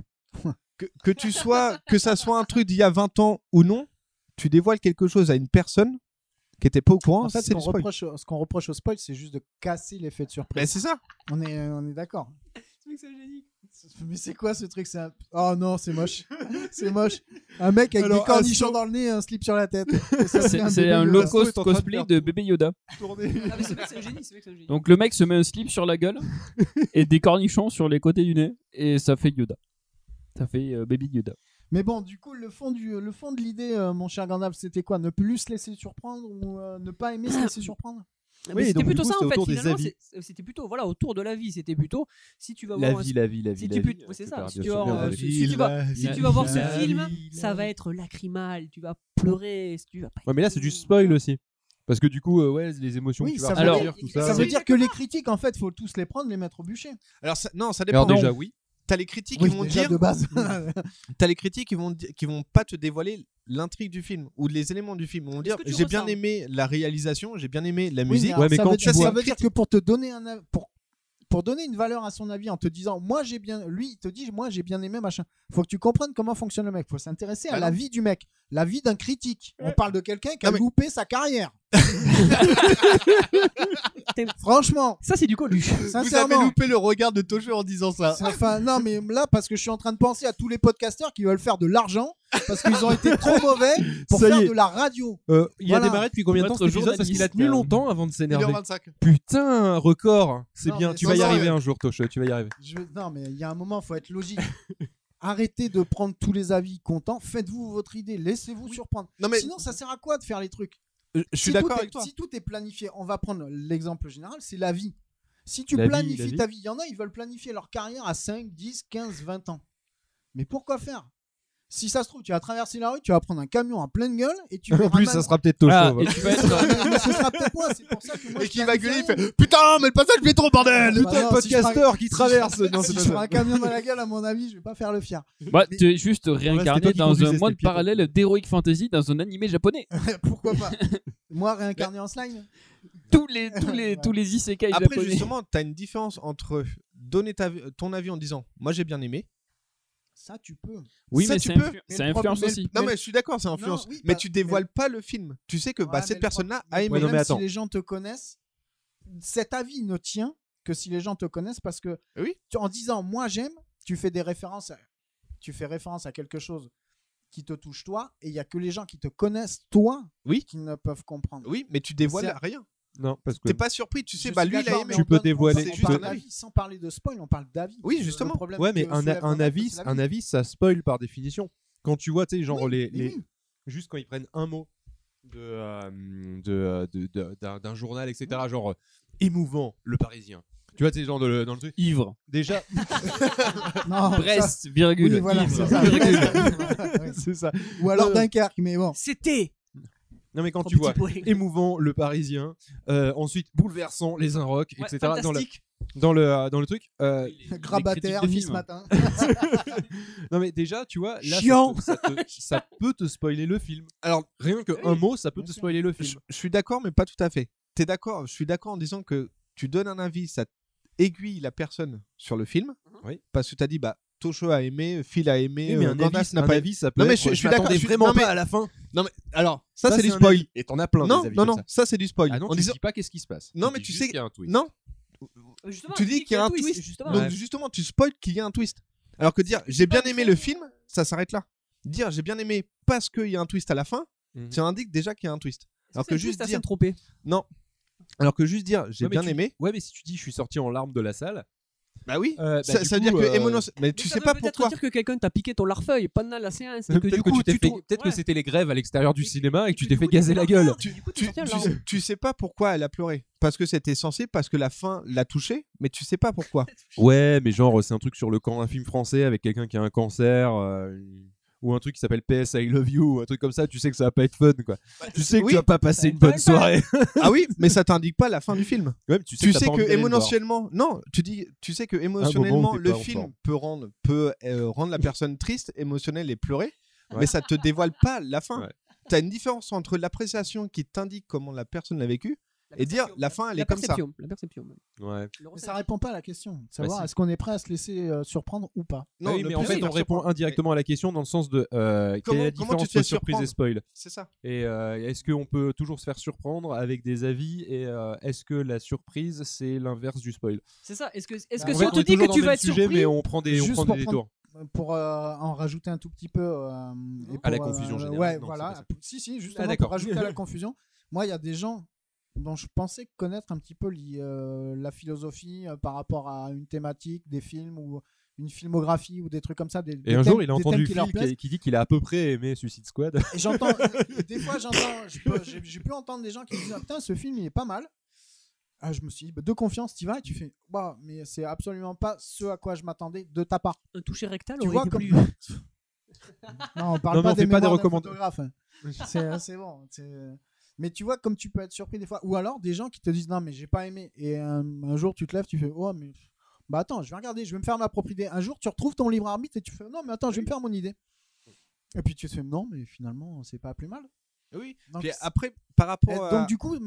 Speaker 7: Que ça soit un truc d'il y a 20 ans ou non, tu dévoiles quelque chose à une personne qui était pas au courant.
Speaker 5: En fait,
Speaker 7: c'est du spoil.
Speaker 5: ce qu'on reproche au spoil, c'est juste de casser l'effet de surprise.
Speaker 7: Mais c'est ça.
Speaker 5: On est d'accord.
Speaker 8: C'est génial.
Speaker 5: Mais c'est quoi ce truc? Oh non, c'est moche. C'est moche. Un mec avec des cornichons dans le nez et un slip sur la tête.
Speaker 4: C'est un low-cost cosplay de bébé Yoda.
Speaker 8: C'est un génie.
Speaker 4: Donc le mec se met un slip sur la gueule et des cornichons sur les côtés du nez et ça fait Yoda. Ça fait Baby Yoda.
Speaker 5: Mais bon, du coup, le fond de l'idée, mon cher Gandalf, c'était quoi? Ne plus se laisser surprendre ou ne pas aimer se laisser surprendre?
Speaker 8: Oui, c'était plutôt ça en fait. Finalement, c'était plutôt autour de la vie. C'était plutôt si tu vas voir
Speaker 6: la vie.
Speaker 8: C'est ça. Si tu vas voir ce film, ça va être lacrymal. Tu vas pleurer. Tu vas pas.
Speaker 6: Ouais, mais là c'est du spoil aussi. Parce que du coup, les émotions.
Speaker 5: Oui,
Speaker 6: tu
Speaker 5: ça
Speaker 6: vas ressentir, tout
Speaker 5: ça veut dire que les critiques, en fait, faut tous les prendre, les mettre au bûcher.
Speaker 7: Alors non, ça dépend.
Speaker 6: Alors déjà oui.
Speaker 7: T'as les critiques qui vont dire
Speaker 5: de base.
Speaker 7: T'as les critiques qui vont pas te dévoiler l'intrigue du film ou les éléments du film. Ils vont dire j'ai bien aimé la réalisation, j'ai bien aimé la musique.
Speaker 5: Mais quand ça veut dire que pour te donner pour donner une valeur à son avis en te disant lui il te dit moi j'ai bien aimé machin. Faut que tu comprennes comment fonctionne le mec. Faut s'intéresser à la vie du mec, la vie d'un critique. On parle de quelqu'un qui a loupé sa carrière. Franchement,
Speaker 8: ça c'est du Coluche.
Speaker 7: Vous avez loupé le regard de Tojo en disant ça.
Speaker 5: Enfin non mais là parce que je suis en train de penser à tous les podcasteurs qui veulent faire de l'argent parce qu'ils ont été trop mauvais pour faire de la radio.
Speaker 6: Il a démarré depuis combien de temps cet épisode parce qu'il a tenu longtemps avant de s'énerver.
Speaker 7: 1h25.
Speaker 6: Putain, record. C'est
Speaker 5: Non,
Speaker 6: bien,
Speaker 5: mais
Speaker 6: tu vas y arriver un jour Tojo, tu vas y arriver.
Speaker 5: Non mais il y a un moment, faut être logique. Arrêtez de prendre tous les avis contents, faites-vous votre idée, laissez-vous surprendre. Sinon ça sert à quoi de faire les trucs?
Speaker 7: Je suis d'accord avec toi.
Speaker 5: Si tout est planifié, on va prendre l'exemple général, c'est la vie. Si tu planifies ta vie, il y en a, ils veulent planifier leur carrière à 5, 10, 15, 20 ans. Mais pourquoi faire? Si ça se trouve, tu vas traverser la rue, tu vas prendre un camion en pleine gueule et tu vas.
Speaker 6: En plus, ça sera peut-être Tocho.
Speaker 4: Et tu vas être.
Speaker 5: Mais ce sera peut-être moi, c'est pour ça que moi.
Speaker 7: Et qui va gueuler, il fait putain, mais le passage métro, bordel!
Speaker 6: Putain, le podcasteur qui traverse.
Speaker 5: Non, si je prends un camion dans la gueule, à mon avis, je vais pas faire le fier.
Speaker 4: Bah, tu es juste réincarné
Speaker 6: toi qui
Speaker 4: dans un
Speaker 6: conduisais,
Speaker 4: monde
Speaker 6: c'était
Speaker 4: parallèle d'Heroic Fantasy dans un animé japonais.
Speaker 5: Pourquoi pas? Moi, réincarné en slime?
Speaker 4: Tous les isekai
Speaker 7: Après,
Speaker 4: japonais.
Speaker 7: justement, t'as une différence entre donner ton avis en disant moi j'ai bien aimé.
Speaker 5: Ça, tu peux.
Speaker 4: Oui,
Speaker 7: ça,
Speaker 4: mais c'est influence aussi.
Speaker 7: Non, mais je suis d'accord, c'est influence. Mais tu dévoiles pas le film. Tu sais que cette personne-là a aimé.
Speaker 5: Même si les gens te connaissent, cet avis ne tient que si les gens te connaissent parce que en disant moi j'aime, tu fais référence à quelque chose qui te touche toi et il y a que les gens qui te connaissent toi qui ne peuvent comprendre.
Speaker 7: Oui, mais tu dévoiles rien.
Speaker 6: Non, parce que
Speaker 7: t'es pas surpris, tu sais, lui il a aimé.
Speaker 6: Tu peux dévoiler.
Speaker 5: On parle d'avis, sans parler de spoil, on parle d'avis.
Speaker 7: Oui, justement.
Speaker 6: Ouais, mais un avis, ça spoil par définition. Quand tu vois, tu sais, genre juste quand ils prennent un mot d'un journal, etc. Genre émouvant, Le Parisien. Tu vois, tu sais, genre dans le truc.
Speaker 4: Ivre.
Speaker 6: Déjà.
Speaker 5: Non,
Speaker 4: Brest, virgule.
Speaker 5: Oui, voilà,
Speaker 4: ivre.
Speaker 5: C'est ça. Ou alors Dunkerque, mais bon.
Speaker 8: C'était.
Speaker 6: Non mais quand tu vois émouvant, Le Parisien, ensuite bouleversant, Les Inrocks, etc. Dans le truc.
Speaker 5: Grabataire, ce matin.
Speaker 6: Non mais déjà, tu vois, là, ça peut te spoiler le film.
Speaker 7: Alors
Speaker 6: rien qu'un mot, ça peut te spoiler le film.
Speaker 7: Je suis d'accord, mais pas tout à fait. T'es d'accord? Je suis d'accord en disant que tu donnes un avis, ça aiguille la personne sur le film.
Speaker 6: Oui.
Speaker 7: Parce que t'as dit Tocho a aimé, Phil a aimé,
Speaker 6: mais un avis, ça peut.
Speaker 7: Non mais
Speaker 6: être,
Speaker 7: je suis d'accord.
Speaker 6: Vraiment pas à la fin.
Speaker 7: Non mais alors ça c'est du
Speaker 6: un
Speaker 7: spoil.
Speaker 6: avis. Et t'en as plein.
Speaker 7: Non
Speaker 6: des avis
Speaker 7: non
Speaker 6: comme
Speaker 7: non, ça c'est du spoil.
Speaker 6: Ah non, tu dis pas qu'est-ce qui se passe.
Speaker 7: Non mais tu sais
Speaker 6: qu'il y a un twist.
Speaker 7: Non.
Speaker 8: Justement,
Speaker 7: Tu dis qu'il y a un twist.
Speaker 8: Justement.
Speaker 7: Donc justement tu spoil qu'il y a un twist. Alors que dire j'ai bien aimé le film, ça s'arrête là. Dire j'ai bien aimé parce qu'il y a un twist à la fin, ça indique déjà qu'il y a un twist. Alors que juste dire
Speaker 8: trompé.
Speaker 7: non. Alors que juste dire j'ai
Speaker 6: Ouais, mais
Speaker 7: bien
Speaker 6: tu-
Speaker 7: aimé.
Speaker 6: Ouais, mais si tu dis je suis sorti en larmes de la salle.
Speaker 7: Bah oui.
Speaker 6: du
Speaker 7: Ça veut
Speaker 6: coup,
Speaker 7: dire que mais tu
Speaker 8: Mais
Speaker 7: sais
Speaker 8: ça
Speaker 7: pas
Speaker 8: veut peut-être
Speaker 7: pourquoi.
Speaker 8: dire que quelqu'un t'a piqué ton larfeuille pendant la séance. Et que
Speaker 6: Peut-être
Speaker 8: du
Speaker 6: que
Speaker 8: coup,
Speaker 6: tu t'es
Speaker 8: tu
Speaker 6: fait-
Speaker 8: trouves-
Speaker 6: peut-être que
Speaker 8: ouais.
Speaker 6: c'était les grèves à l'extérieur du cinéma et que tu
Speaker 8: Du
Speaker 6: t'es
Speaker 8: coup,
Speaker 6: fait gazer
Speaker 8: tu
Speaker 6: la gueule.
Speaker 8: Du coup, tu sortais en larmes.
Speaker 7: Tu sais pas pourquoi elle a pleuré. Parce que c'était sensible, parce que la fin l'a touché, mais tu sais pas pourquoi.
Speaker 6: Ouais, mais genre c'est un truc sur un film français avec quelqu'un qui a un cancer ou un truc qui s'appelle PS I Love You ou un truc comme ça, tu sais que ça va pas être fun quoi. Tu sais que
Speaker 7: oui.
Speaker 6: tu vas pas passer une bonne soirée.
Speaker 7: Ah oui, mais ça t'indique pas la fin du film.
Speaker 6: Ouais, mais
Speaker 7: Tu
Speaker 6: t'as
Speaker 7: sais
Speaker 6: pas envie
Speaker 7: que
Speaker 6: d'aller le voir.
Speaker 7: émotionnellement, non, tu sais que
Speaker 6: moment où
Speaker 7: émotionnellement
Speaker 6: t'es
Speaker 7: le
Speaker 6: pas en
Speaker 7: film
Speaker 6: forme.
Speaker 7: peut rendre la personne triste, émotionnelle et pleurer,
Speaker 6: Ouais.
Speaker 7: mais ça te dévoile pas la fin.
Speaker 6: Ouais.
Speaker 7: T'as une différence entre l'appréciation qui t'indique comment la personne l'a vécu et dire la fin elle est comme ça.
Speaker 8: La perception. Même.
Speaker 6: Ouais.
Speaker 5: Mais ça répond pas à la question. De savoir
Speaker 6: si.
Speaker 5: est-ce qu'on est prêt à se laisser surprendre ou pas.
Speaker 6: Non, oui,
Speaker 7: ne
Speaker 6: mais en
Speaker 7: plus
Speaker 6: fait
Speaker 7: se
Speaker 6: on
Speaker 7: faire
Speaker 6: répond
Speaker 7: surprendre.
Speaker 6: indirectement à la question dans le sens de quelle est la
Speaker 7: Comment tu
Speaker 6: différence
Speaker 7: te fais
Speaker 6: entre surprise et
Speaker 7: surprendre
Speaker 6: spoil.
Speaker 7: C'est ça.
Speaker 6: Et est-ce qu'on peut toujours se faire surprendre avec des avis et est-ce que la surprise c'est l'inverse du spoil?
Speaker 8: C'est ça. Est-ce que
Speaker 6: En
Speaker 8: si
Speaker 6: fait,
Speaker 8: on te
Speaker 6: est
Speaker 8: dit
Speaker 6: toujours
Speaker 8: que
Speaker 6: dans
Speaker 8: tu
Speaker 6: le
Speaker 8: vas
Speaker 6: même
Speaker 8: être
Speaker 6: sujet,
Speaker 8: surpris,
Speaker 6: mais on prend des
Speaker 5: Juste
Speaker 6: détours.
Speaker 5: pour en rajouter un tout petit peu et
Speaker 6: À la
Speaker 5: pour,
Speaker 6: confusion générale.
Speaker 5: Ouais,
Speaker 6: Non,
Speaker 5: voilà.
Speaker 6: c'est pas
Speaker 5: Si, justement,
Speaker 6: d'accord.
Speaker 5: pour rajouter à la confusion. Moi, il y a des gens dont je pensais connaître un petit peu la philosophie par rapport à une thématique, des films ou une filmographie ou des trucs comme ça.
Speaker 6: Et un jour, il a entendu Phil qui dit qu'il a à peu près aimé Suicide Squad.
Speaker 5: Et des fois, j'ai pu entendre des gens qui disent ah, putain, ce film il est pas mal. Ah, je me suis dit, bah, de confiance, t'y vas et tu fais, bah, mais c'est absolument pas ce à quoi je m'attendais de ta part.
Speaker 8: un toucher rectal
Speaker 5: Tu
Speaker 8: aurait
Speaker 5: vois
Speaker 8: été
Speaker 5: comme.
Speaker 8: plus.
Speaker 5: Non, on parle
Speaker 6: Non, mais
Speaker 5: pas
Speaker 6: on
Speaker 5: des
Speaker 6: fait pas des
Speaker 5: mémoires d'un
Speaker 6: recommandations.
Speaker 5: photographe. C'est bon. Mais tu vois, comme tu peux être surpris des fois. Ou alors des gens qui te disent non, mais j'ai pas aimé. Et un jour, tu te lèves, tu fais oh, mais. Bah attends, je vais regarder, je vais me faire ma propre idée. Un jour, tu retrouves ton libre arbitre et tu fais non, mais attends, je vais me faire mon idée. Et puis tu te fais non, mais finalement, c'est pas plus mal.
Speaker 7: Oui.
Speaker 5: Donc,
Speaker 7: Puis après, par rapport à...
Speaker 5: donc du coup,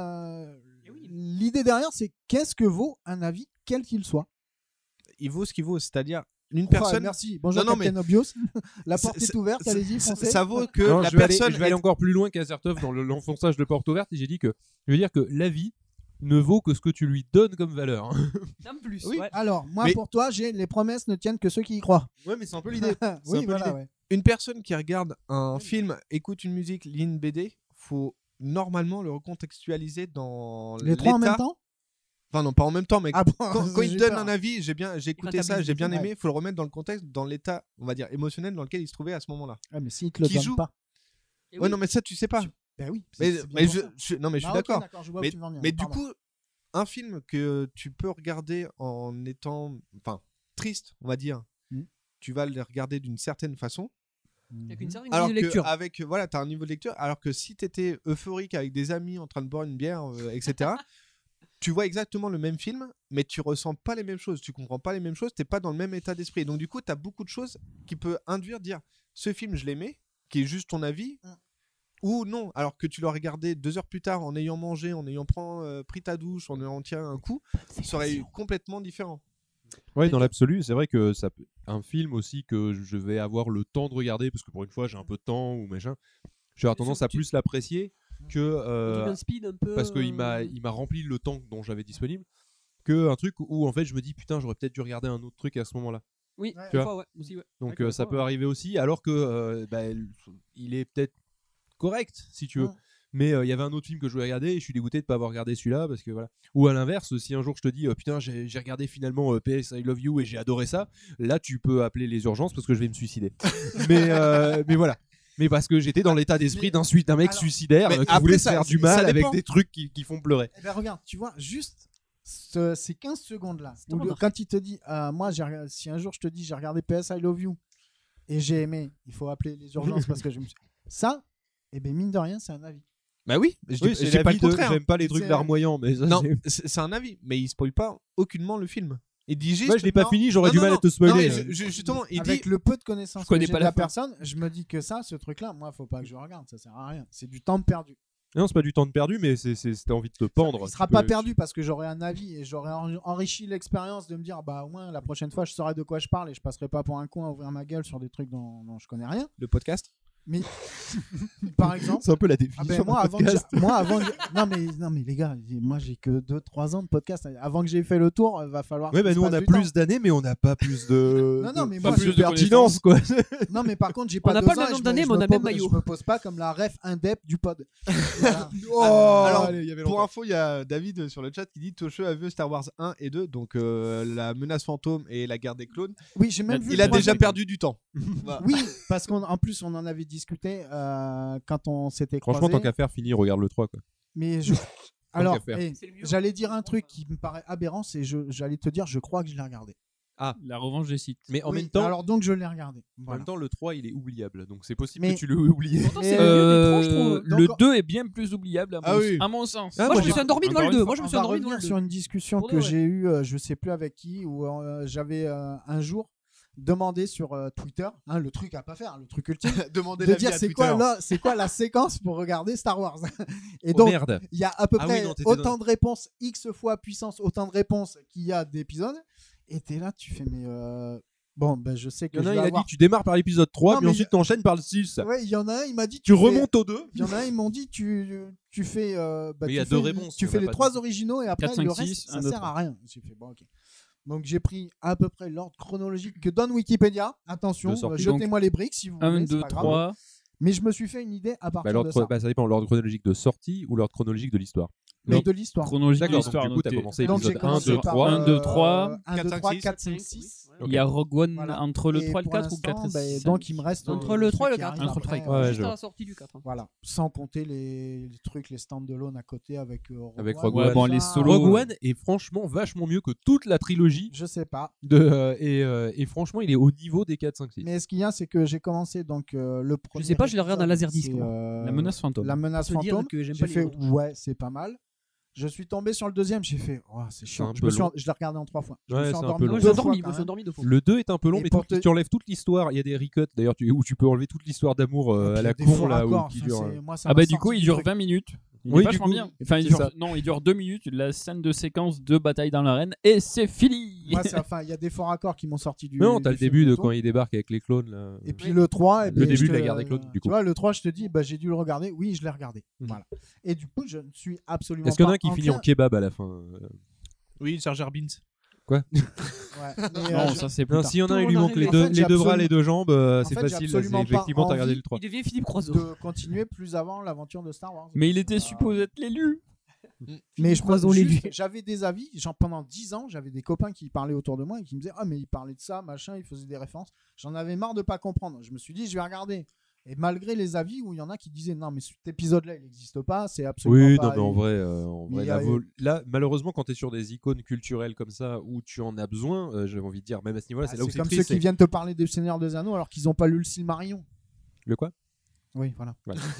Speaker 5: l'idée derrière, c'est qu'est-ce que vaut un avis, quel qu'il soit.
Speaker 7: il vaut ce qu'il vaut, c'est-à-dire une
Speaker 5: Enfin,
Speaker 7: personne.
Speaker 5: merci. Bonjour,
Speaker 7: Non,
Speaker 5: Captain
Speaker 7: mais-
Speaker 5: Obvious. La porte
Speaker 7: C'est-
Speaker 5: est ouverte, allez-y, foncez.
Speaker 7: Ça vaut que
Speaker 6: Non,
Speaker 7: la
Speaker 6: je vais aller-
Speaker 7: personne.
Speaker 6: je vais aller encore plus loin qu'Azertov dans l'enfonçage de porte ouverte et j'ai dit que je veux dire que l'avis ne vaut que ce que tu lui donnes comme valeur.
Speaker 8: En plus.
Speaker 5: Oui.
Speaker 8: Ouais.
Speaker 5: Alors, moi,
Speaker 7: Mais-
Speaker 5: pour toi, j'ai les promesses ne tiennent que ceux qui y croient.
Speaker 6: Ouais, mais c'est un peu l'idée.
Speaker 5: Oui,
Speaker 6: un peu
Speaker 5: voilà,
Speaker 6: l'idée.
Speaker 5: ouais.
Speaker 7: Une personne qui regarde un film, écoute une musique, lit une BD, faut normalement le recontextualiser dans
Speaker 5: Les trois en même
Speaker 7: l'état-
Speaker 5: temps
Speaker 7: Enfin non, pas en même temps, mais
Speaker 5: Ah bon,
Speaker 7: quand il
Speaker 5: j'ai
Speaker 7: donne
Speaker 5: peur.
Speaker 7: un avis, j'ai écouté ça,
Speaker 8: t'abuses,
Speaker 7: j'ai bien
Speaker 5: ouais.
Speaker 7: aimé, faut le remettre dans le contexte, dans l'état, on va dire émotionnel dans lequel il se trouvait à ce moment-là.
Speaker 5: Ouais, mais s'il te le
Speaker 7: Qui
Speaker 5: donne
Speaker 7: joue
Speaker 5: pas.
Speaker 8: Et
Speaker 7: Ouais,
Speaker 8: oui.
Speaker 7: non, mais ça tu sais pas.
Speaker 5: Ben oui.
Speaker 7: Mais,
Speaker 5: c'est bien
Speaker 7: mais
Speaker 5: pour ça.
Speaker 7: non, mais je suis
Speaker 5: Ah, ok,
Speaker 7: d'accord.
Speaker 5: je vois où
Speaker 7: Mais,
Speaker 5: tu veux en venir,
Speaker 7: mais du
Speaker 5: pardon.
Speaker 7: coup, un film que tu peux regarder en étant, enfin, triste, on va dire,
Speaker 5: Mm.
Speaker 7: tu vas le regarder d'une certaine façon.
Speaker 8: Avec une certaine
Speaker 7: Alors
Speaker 8: grille de
Speaker 7: que
Speaker 8: lecture.
Speaker 7: avec voilà, t'as un niveau de lecture. Alors que si t'étais euphorique avec des amis en train de boire une bière, etc. Tu vois exactement le même film, mais tu ressens pas les mêmes choses, tu comprends pas les mêmes choses, t'es pas dans le même état d'esprit. Donc du coup, t'as beaucoup de choses qui peuvent induire dire ce film je l'aimais, qui est juste ton avis, ou non. Alors que tu l'as regardé 2 heures plus tard en ayant mangé, en ayant pris ta douche, en ayant tiré un coup, ça serait complètement différent.
Speaker 6: Ouais, dans l'absolu, c'est vrai que un film aussi que je vais avoir le temps de regarder parce que pour une fois j'ai un peu de temps ou machin, je vais avoir tendance à plus l'apprécier que
Speaker 8: Un speed un peu.
Speaker 6: parce qu'il m'a rempli le temps dont j'avais disponible que un truc où en fait je me dis putain j'aurais peut-être dû regarder un autre truc à ce moment-là.
Speaker 8: Oui,
Speaker 6: Tu
Speaker 8: des
Speaker 6: vois.
Speaker 8: fois, ouais, aussi, ouais.
Speaker 6: Donc
Speaker 8: Ouais,
Speaker 6: ça
Speaker 8: des
Speaker 6: peut
Speaker 8: fois,
Speaker 6: arriver aussi alors que il est peut-être correct si tu veux.
Speaker 5: Ouais.
Speaker 6: Mais il y avait un autre film que je voulais regarder et je suis dégoûté de pas avoir regardé celui-là parce que voilà. Ou à l'inverse, si un jour je te dis putain j'ai regardé finalement PS I Love You et j'ai adoré ça, là tu peux appeler les urgences parce que je vais me suicider. mais voilà. Mais parce que j'étais dans l'état d'esprit d'un mec
Speaker 5: alors,
Speaker 6: suicidaire
Speaker 7: mais
Speaker 6: qui
Speaker 7: après,
Speaker 6: voulait se
Speaker 7: ça-
Speaker 6: faire du
Speaker 7: ça
Speaker 6: mal avec
Speaker 7: dépend.
Speaker 6: des trucs qui font pleurer.
Speaker 5: Eh ben regarde, tu vois, juste ces 15 secondes-là,
Speaker 8: C'est remarqué.
Speaker 5: quand il te dit, moi, si un jour je te dis, j'ai regardé PS I Love You et j'ai aimé, il faut appeler les urgences parce que je me suis. Ça, eh ben mine de rien, c'est un avis.
Speaker 7: Bah oui, je
Speaker 6: Oui,
Speaker 7: dis,
Speaker 6: c'est
Speaker 7: je dis pas le
Speaker 6: l'avis de-
Speaker 7: contraire.
Speaker 6: J'aime pas les trucs
Speaker 5: C'est-
Speaker 6: larmoyants, mais ça,
Speaker 7: Non,
Speaker 6: c'est-
Speaker 7: c'est un avis, mais il spoil pas aucunement le film. Il dit juste.
Speaker 6: Ouais, je l'ai pas
Speaker 7: non,
Speaker 6: fini, j'aurais
Speaker 7: non,
Speaker 6: du
Speaker 7: non,
Speaker 6: mal à
Speaker 7: non,
Speaker 6: te spoiler.
Speaker 7: non, mais justement, il
Speaker 5: Avec
Speaker 7: dit.
Speaker 5: le peu de connaissances
Speaker 8: Je
Speaker 5: que
Speaker 8: connais
Speaker 5: j'ai
Speaker 8: pas
Speaker 5: de
Speaker 8: la
Speaker 5: la
Speaker 8: fin.
Speaker 5: personne, je me dis que ça, ce truc-là, moi, faut pas que je regarde, ça sert à rien. C'est du temps perdu.
Speaker 6: Non, c'est pas du temps de perdu, mais t'as envie de te pendre.
Speaker 5: Il sera
Speaker 6: Tu
Speaker 5: pas
Speaker 6: peux-
Speaker 5: perdu parce que j'aurai un avis et j'aurai enrichi l'expérience de me dire, bah au moins la prochaine fois, je saurai de quoi je parle et je passerai pas pour un con à ouvrir ma gueule sur des trucs dont je connais rien.
Speaker 7: Le podcast.
Speaker 5: Mais par exemple,
Speaker 6: c'est un peu la définition
Speaker 5: moi,
Speaker 6: d'un podcast.
Speaker 5: non mais les gars, moi j'ai que 2-3 ans de podcast. Avant que j'ai fait le tour, va falloir.
Speaker 6: Ouais,
Speaker 5: qu'il se
Speaker 6: nous on
Speaker 5: passe
Speaker 6: a
Speaker 5: du
Speaker 6: plus
Speaker 5: temps.
Speaker 6: d'années, mais on n'a pas plus de.
Speaker 5: Non, mais
Speaker 6: de-
Speaker 5: moi,
Speaker 6: pas plus
Speaker 5: je-
Speaker 6: de pertinence, quoi.
Speaker 5: Non, mais par contre, j'ai
Speaker 8: On
Speaker 5: pas
Speaker 8: n'a
Speaker 5: 2
Speaker 8: pas le
Speaker 5: ans
Speaker 8: même
Speaker 5: et
Speaker 8: nombre
Speaker 5: je
Speaker 8: d'années,
Speaker 5: me-
Speaker 8: mais on
Speaker 5: je
Speaker 8: a
Speaker 5: me
Speaker 8: même
Speaker 5: pose-
Speaker 8: maillot.
Speaker 5: Je me pose pas comme la ref indep du pod.
Speaker 7: Alors,
Speaker 6: allez, il y avait
Speaker 7: pour
Speaker 6: longtemps.
Speaker 7: info, il y a David sur le chat qui dit Toshio a vu Star Wars 1 et 2, donc la menace fantôme et la guerre des clones.
Speaker 5: Oui, j'ai même vu.
Speaker 7: Il
Speaker 5: le
Speaker 7: a déjà
Speaker 5: troisième.
Speaker 7: perdu du temps. Voilà.
Speaker 5: Oui, parce qu'en plus, on en avait discuté quand on s'était croisés.
Speaker 6: Franchement, tant qu'à faire, finir, regarde le 3, quoi.
Speaker 5: Mais je. Alors,
Speaker 6: qu'à faire.
Speaker 5: j'allais dire un truc qui me paraît aberrant, c'est j'allais te dire, je crois que je l'ai regardé.
Speaker 6: Ah,
Speaker 4: La revanche des sites.
Speaker 6: mais en
Speaker 5: Oui,
Speaker 6: même temps,
Speaker 5: alors donc je l'ai regardé.
Speaker 6: en
Speaker 5: Voilà.
Speaker 6: même temps, le 3 il est oubliable, donc c'est possible
Speaker 5: Mais-
Speaker 6: que tu l'aies oublié.
Speaker 8: Pourtant,
Speaker 5: Mais-
Speaker 8: c'est le mieux des trois, je trouve.
Speaker 5: Donc-
Speaker 4: Le 2 est bien plus oubliable à
Speaker 7: Ah
Speaker 4: mon,
Speaker 7: oui.
Speaker 4: à mon sens.
Speaker 6: Ah,
Speaker 8: Moi,
Speaker 6: moi,
Speaker 8: je me suis endormi devant le
Speaker 4: encore
Speaker 8: 2.
Speaker 4: une
Speaker 8: Moi, je me
Speaker 5: On
Speaker 8: suis
Speaker 5: va
Speaker 8: endormi devant
Speaker 5: revenir
Speaker 8: le 2.
Speaker 5: sur une discussion
Speaker 8: Pour
Speaker 5: que
Speaker 8: de vrai.
Speaker 5: j'ai eue, je sais plus avec qui, où j'avais un jour demandé sur Twitter, le truc à pas faire, le truc ultime,
Speaker 7: Demandez
Speaker 5: de
Speaker 7: l'avis
Speaker 5: dire
Speaker 7: à
Speaker 5: c'est
Speaker 7: Twitter.
Speaker 5: quoi la séquence pour regarder Star Wars. Et
Speaker 6: Oh,
Speaker 5: donc
Speaker 6: merde.
Speaker 5: il y a à peu
Speaker 6: Ah
Speaker 5: près
Speaker 6: oui, non, t'étais
Speaker 5: autant de réponses X fois puissance, autant de réponses qu'il y a d'épisodes. Et t'es là, tu fais mais bon, ben je sais que
Speaker 6: Il y en a
Speaker 5: je
Speaker 6: un,
Speaker 5: vais
Speaker 6: il a
Speaker 5: avoir...
Speaker 6: dit tu démarres par l'épisode 3,
Speaker 5: Non,
Speaker 6: mais
Speaker 5: mais
Speaker 6: ensuite t'enchaînes par le 6.
Speaker 5: Ouais, il y en a un, il m'a dit
Speaker 6: Tu
Speaker 5: fais-
Speaker 6: remontes au 2.
Speaker 5: Il y en a un, ils m'ont dit tu fais
Speaker 6: Mais il y a
Speaker 5: tu
Speaker 6: deux
Speaker 5: fais-
Speaker 6: réponses,
Speaker 5: tu
Speaker 6: on
Speaker 5: fais
Speaker 6: a
Speaker 5: les
Speaker 6: pas
Speaker 5: 3
Speaker 6: dit.
Speaker 5: originaux et après
Speaker 4: 4, 5,
Speaker 5: le
Speaker 4: 6,
Speaker 5: reste ça
Speaker 4: 1, 2,
Speaker 5: sert à rien. J'ai fait bon OK. Donc j'ai pris à peu près l'ordre chronologique que donne Wikipédia. Attention,
Speaker 6: De sortie.
Speaker 5: jetez-moi les briques si vous
Speaker 4: 1,
Speaker 5: voulez, c'est
Speaker 4: 2,
Speaker 5: pas grave.
Speaker 4: 3.
Speaker 5: Mais je me suis fait une idée à partir de ça.
Speaker 6: Ça dépend, l'ordre chronologique de sortie ou l'ordre chronologique de l'histoire.
Speaker 5: Mais de l'histoire.
Speaker 4: Chronologique de
Speaker 6: D'accord,
Speaker 4: l'histoire.
Speaker 6: donc du coup, t'as
Speaker 4: noté.
Speaker 6: commencé
Speaker 5: Donc j'ai
Speaker 6: épisode 1,
Speaker 5: commencé
Speaker 6: 2,
Speaker 5: par
Speaker 6: 3.
Speaker 4: 1, 2, 3,
Speaker 5: 1, 2, 3,
Speaker 7: 4,
Speaker 5: 4,
Speaker 7: 5,
Speaker 5: 5, 6.
Speaker 4: Il y a Rogue One
Speaker 5: Voilà.
Speaker 4: entre le 3 et le
Speaker 5: pour
Speaker 4: 4 ou 4
Speaker 5: l'instant,
Speaker 4: et 5.
Speaker 5: donc il me reste
Speaker 8: Entre le 3 et le
Speaker 5: trucs qui
Speaker 8: 4.
Speaker 5: arrivent
Speaker 4: Entre le 3 et
Speaker 5: après,
Speaker 4: le 4.
Speaker 6: Ouais,
Speaker 8: Juste
Speaker 6: je
Speaker 8: à
Speaker 6: vois.
Speaker 8: la sortie du 4.
Speaker 5: Voilà, sans compter les trucs, les stand-alone à côté avec
Speaker 6: Avec
Speaker 5: Rogue
Speaker 6: Rogue
Speaker 5: One.
Speaker 6: One.
Speaker 4: Bon, les solos.
Speaker 6: Rogue One est franchement vachement mieux que toute la trilogie.
Speaker 5: Je sais pas.
Speaker 6: Et franchement, il est au niveau des 4, 5, 6.
Speaker 5: Mais ce qu'il y a, c'est que j'ai commencé donc le premier.
Speaker 8: Je sais pas, je les regarde en
Speaker 5: épisode,
Speaker 8: laserdisc,
Speaker 5: c'est,
Speaker 8: moi.
Speaker 4: La menace fantôme.
Speaker 5: La menace
Speaker 8: Je peux dire
Speaker 5: fantôme.
Speaker 8: que j'aime
Speaker 5: J'ai
Speaker 8: pas les
Speaker 5: fait
Speaker 8: autres.
Speaker 5: ouais, c'est pas mal. Je suis tombé sur le deuxième, j'ai fait oh, c'est chiant.
Speaker 6: un
Speaker 5: Je
Speaker 6: peu long.
Speaker 5: l'ai regardé en 3 fois. Je
Speaker 6: Ouais,
Speaker 5: me suis
Speaker 6: c'est un
Speaker 5: endormi
Speaker 6: peu long.
Speaker 8: Moi,
Speaker 5: deux
Speaker 8: je me
Speaker 5: fois,
Speaker 8: suis
Speaker 5: quand
Speaker 8: endormi
Speaker 5: même.
Speaker 8: 2 fois.
Speaker 6: Le 2 est un peu long,
Speaker 5: Et
Speaker 6: mais
Speaker 5: pour
Speaker 6: tu enlèves toute l'histoire. Il y a des recuts d'ailleurs où tu peux enlever toute l'histoire d'amour
Speaker 5: Et puis,
Speaker 6: à la
Speaker 5: des
Speaker 6: con
Speaker 5: faux
Speaker 6: là,
Speaker 5: raccords,
Speaker 6: qui
Speaker 5: enfin,
Speaker 6: dure.
Speaker 5: c'est- moi, ça
Speaker 4: Ah
Speaker 5: m'a
Speaker 4: bah du
Speaker 5: sorti
Speaker 4: coup, il
Speaker 5: du
Speaker 4: dure
Speaker 5: truc.
Speaker 4: 20 minutes. Il
Speaker 6: Oui,
Speaker 4: est
Speaker 6: du
Speaker 4: vachement
Speaker 6: coup,
Speaker 4: bien. Enfin, il
Speaker 6: c'est
Speaker 4: dure,
Speaker 6: ça.
Speaker 4: non, il dure 2 minutes, la scène de séquence de bataille dans l'arène, et c'est fini.
Speaker 5: Moi, enfin, il y a des faux raccords qui m'ont sorti du.
Speaker 6: Mais non, t'as
Speaker 5: du
Speaker 6: le
Speaker 5: film
Speaker 6: début de
Speaker 5: et tout.
Speaker 6: quand il débarque avec les clones là.
Speaker 5: Et puis le 3, et
Speaker 6: Le
Speaker 5: puis
Speaker 6: début
Speaker 5: je
Speaker 6: de la
Speaker 5: te-
Speaker 6: guerre des clones, du coup.
Speaker 5: Tu vois, le 3, je te dis, bah, j'ai dû le regarder. Oui, je l'ai regardé.
Speaker 6: Mhm.
Speaker 5: Voilà. Et du coup, je ne suis absolument
Speaker 6: Est-ce qu'il y en a
Speaker 5: pas
Speaker 6: un qui finit en
Speaker 5: enclin-
Speaker 6: kebab à la fin
Speaker 7: Oui, Serge Beans.
Speaker 5: Ouais, mais,
Speaker 4: Non,
Speaker 5: je-
Speaker 4: ça c'est plus
Speaker 6: Non,
Speaker 4: tard.
Speaker 6: s'il y en a un, il lui
Speaker 8: Tout le
Speaker 6: manque
Speaker 8: monde
Speaker 6: les
Speaker 5: arrive.
Speaker 6: deux,
Speaker 5: En fait, j'ai
Speaker 6: les deux bras,
Speaker 5: absolument-
Speaker 6: les deux jambes,
Speaker 5: en
Speaker 6: c'est
Speaker 5: fait, j'ai
Speaker 6: facile.
Speaker 5: absolument
Speaker 6: C'est effectivement,
Speaker 5: pas
Speaker 6: t'as regardé
Speaker 5: envie
Speaker 6: le 3.
Speaker 8: Il devient Philippe Croiseau.
Speaker 5: de continuer plus avant l'aventure de Star Wars.
Speaker 4: Mais il était
Speaker 5: Voilà.
Speaker 4: supposé être l'élu.
Speaker 5: Mais je
Speaker 8: Croisons
Speaker 5: pense
Speaker 8: les
Speaker 5: juste,
Speaker 8: lui.
Speaker 5: j'avais des avis, genre pendant 10 ans, j'avais des copains qui parlaient autour de moi et qui me disaient ah mais il parlait de ça, machin, il faisait des références. J'en avais marre de pas comprendre. Je me suis dit je vais regarder. Et malgré les avis où il y en a qui disaient non mais cet épisode-là il n'existe pas, c'est absolument
Speaker 6: Oui,
Speaker 5: pas.
Speaker 6: non, mais en vrai,
Speaker 5: Mais il y
Speaker 6: là,
Speaker 5: a-
Speaker 6: là, malheureusement, quand tu es sur des icônes culturelles comme ça où tu en as besoin, j'ai envie de dire, même à ce niveau-là,
Speaker 5: Ah,
Speaker 6: c'est là où
Speaker 5: c'est
Speaker 6: c'est
Speaker 5: comme
Speaker 6: triste.
Speaker 5: ceux qui viennent te parler des Seigneurs des Anneaux alors qu'ils n'ont pas lu le Silmarillion.
Speaker 6: Le quoi
Speaker 5: Oui, voilà.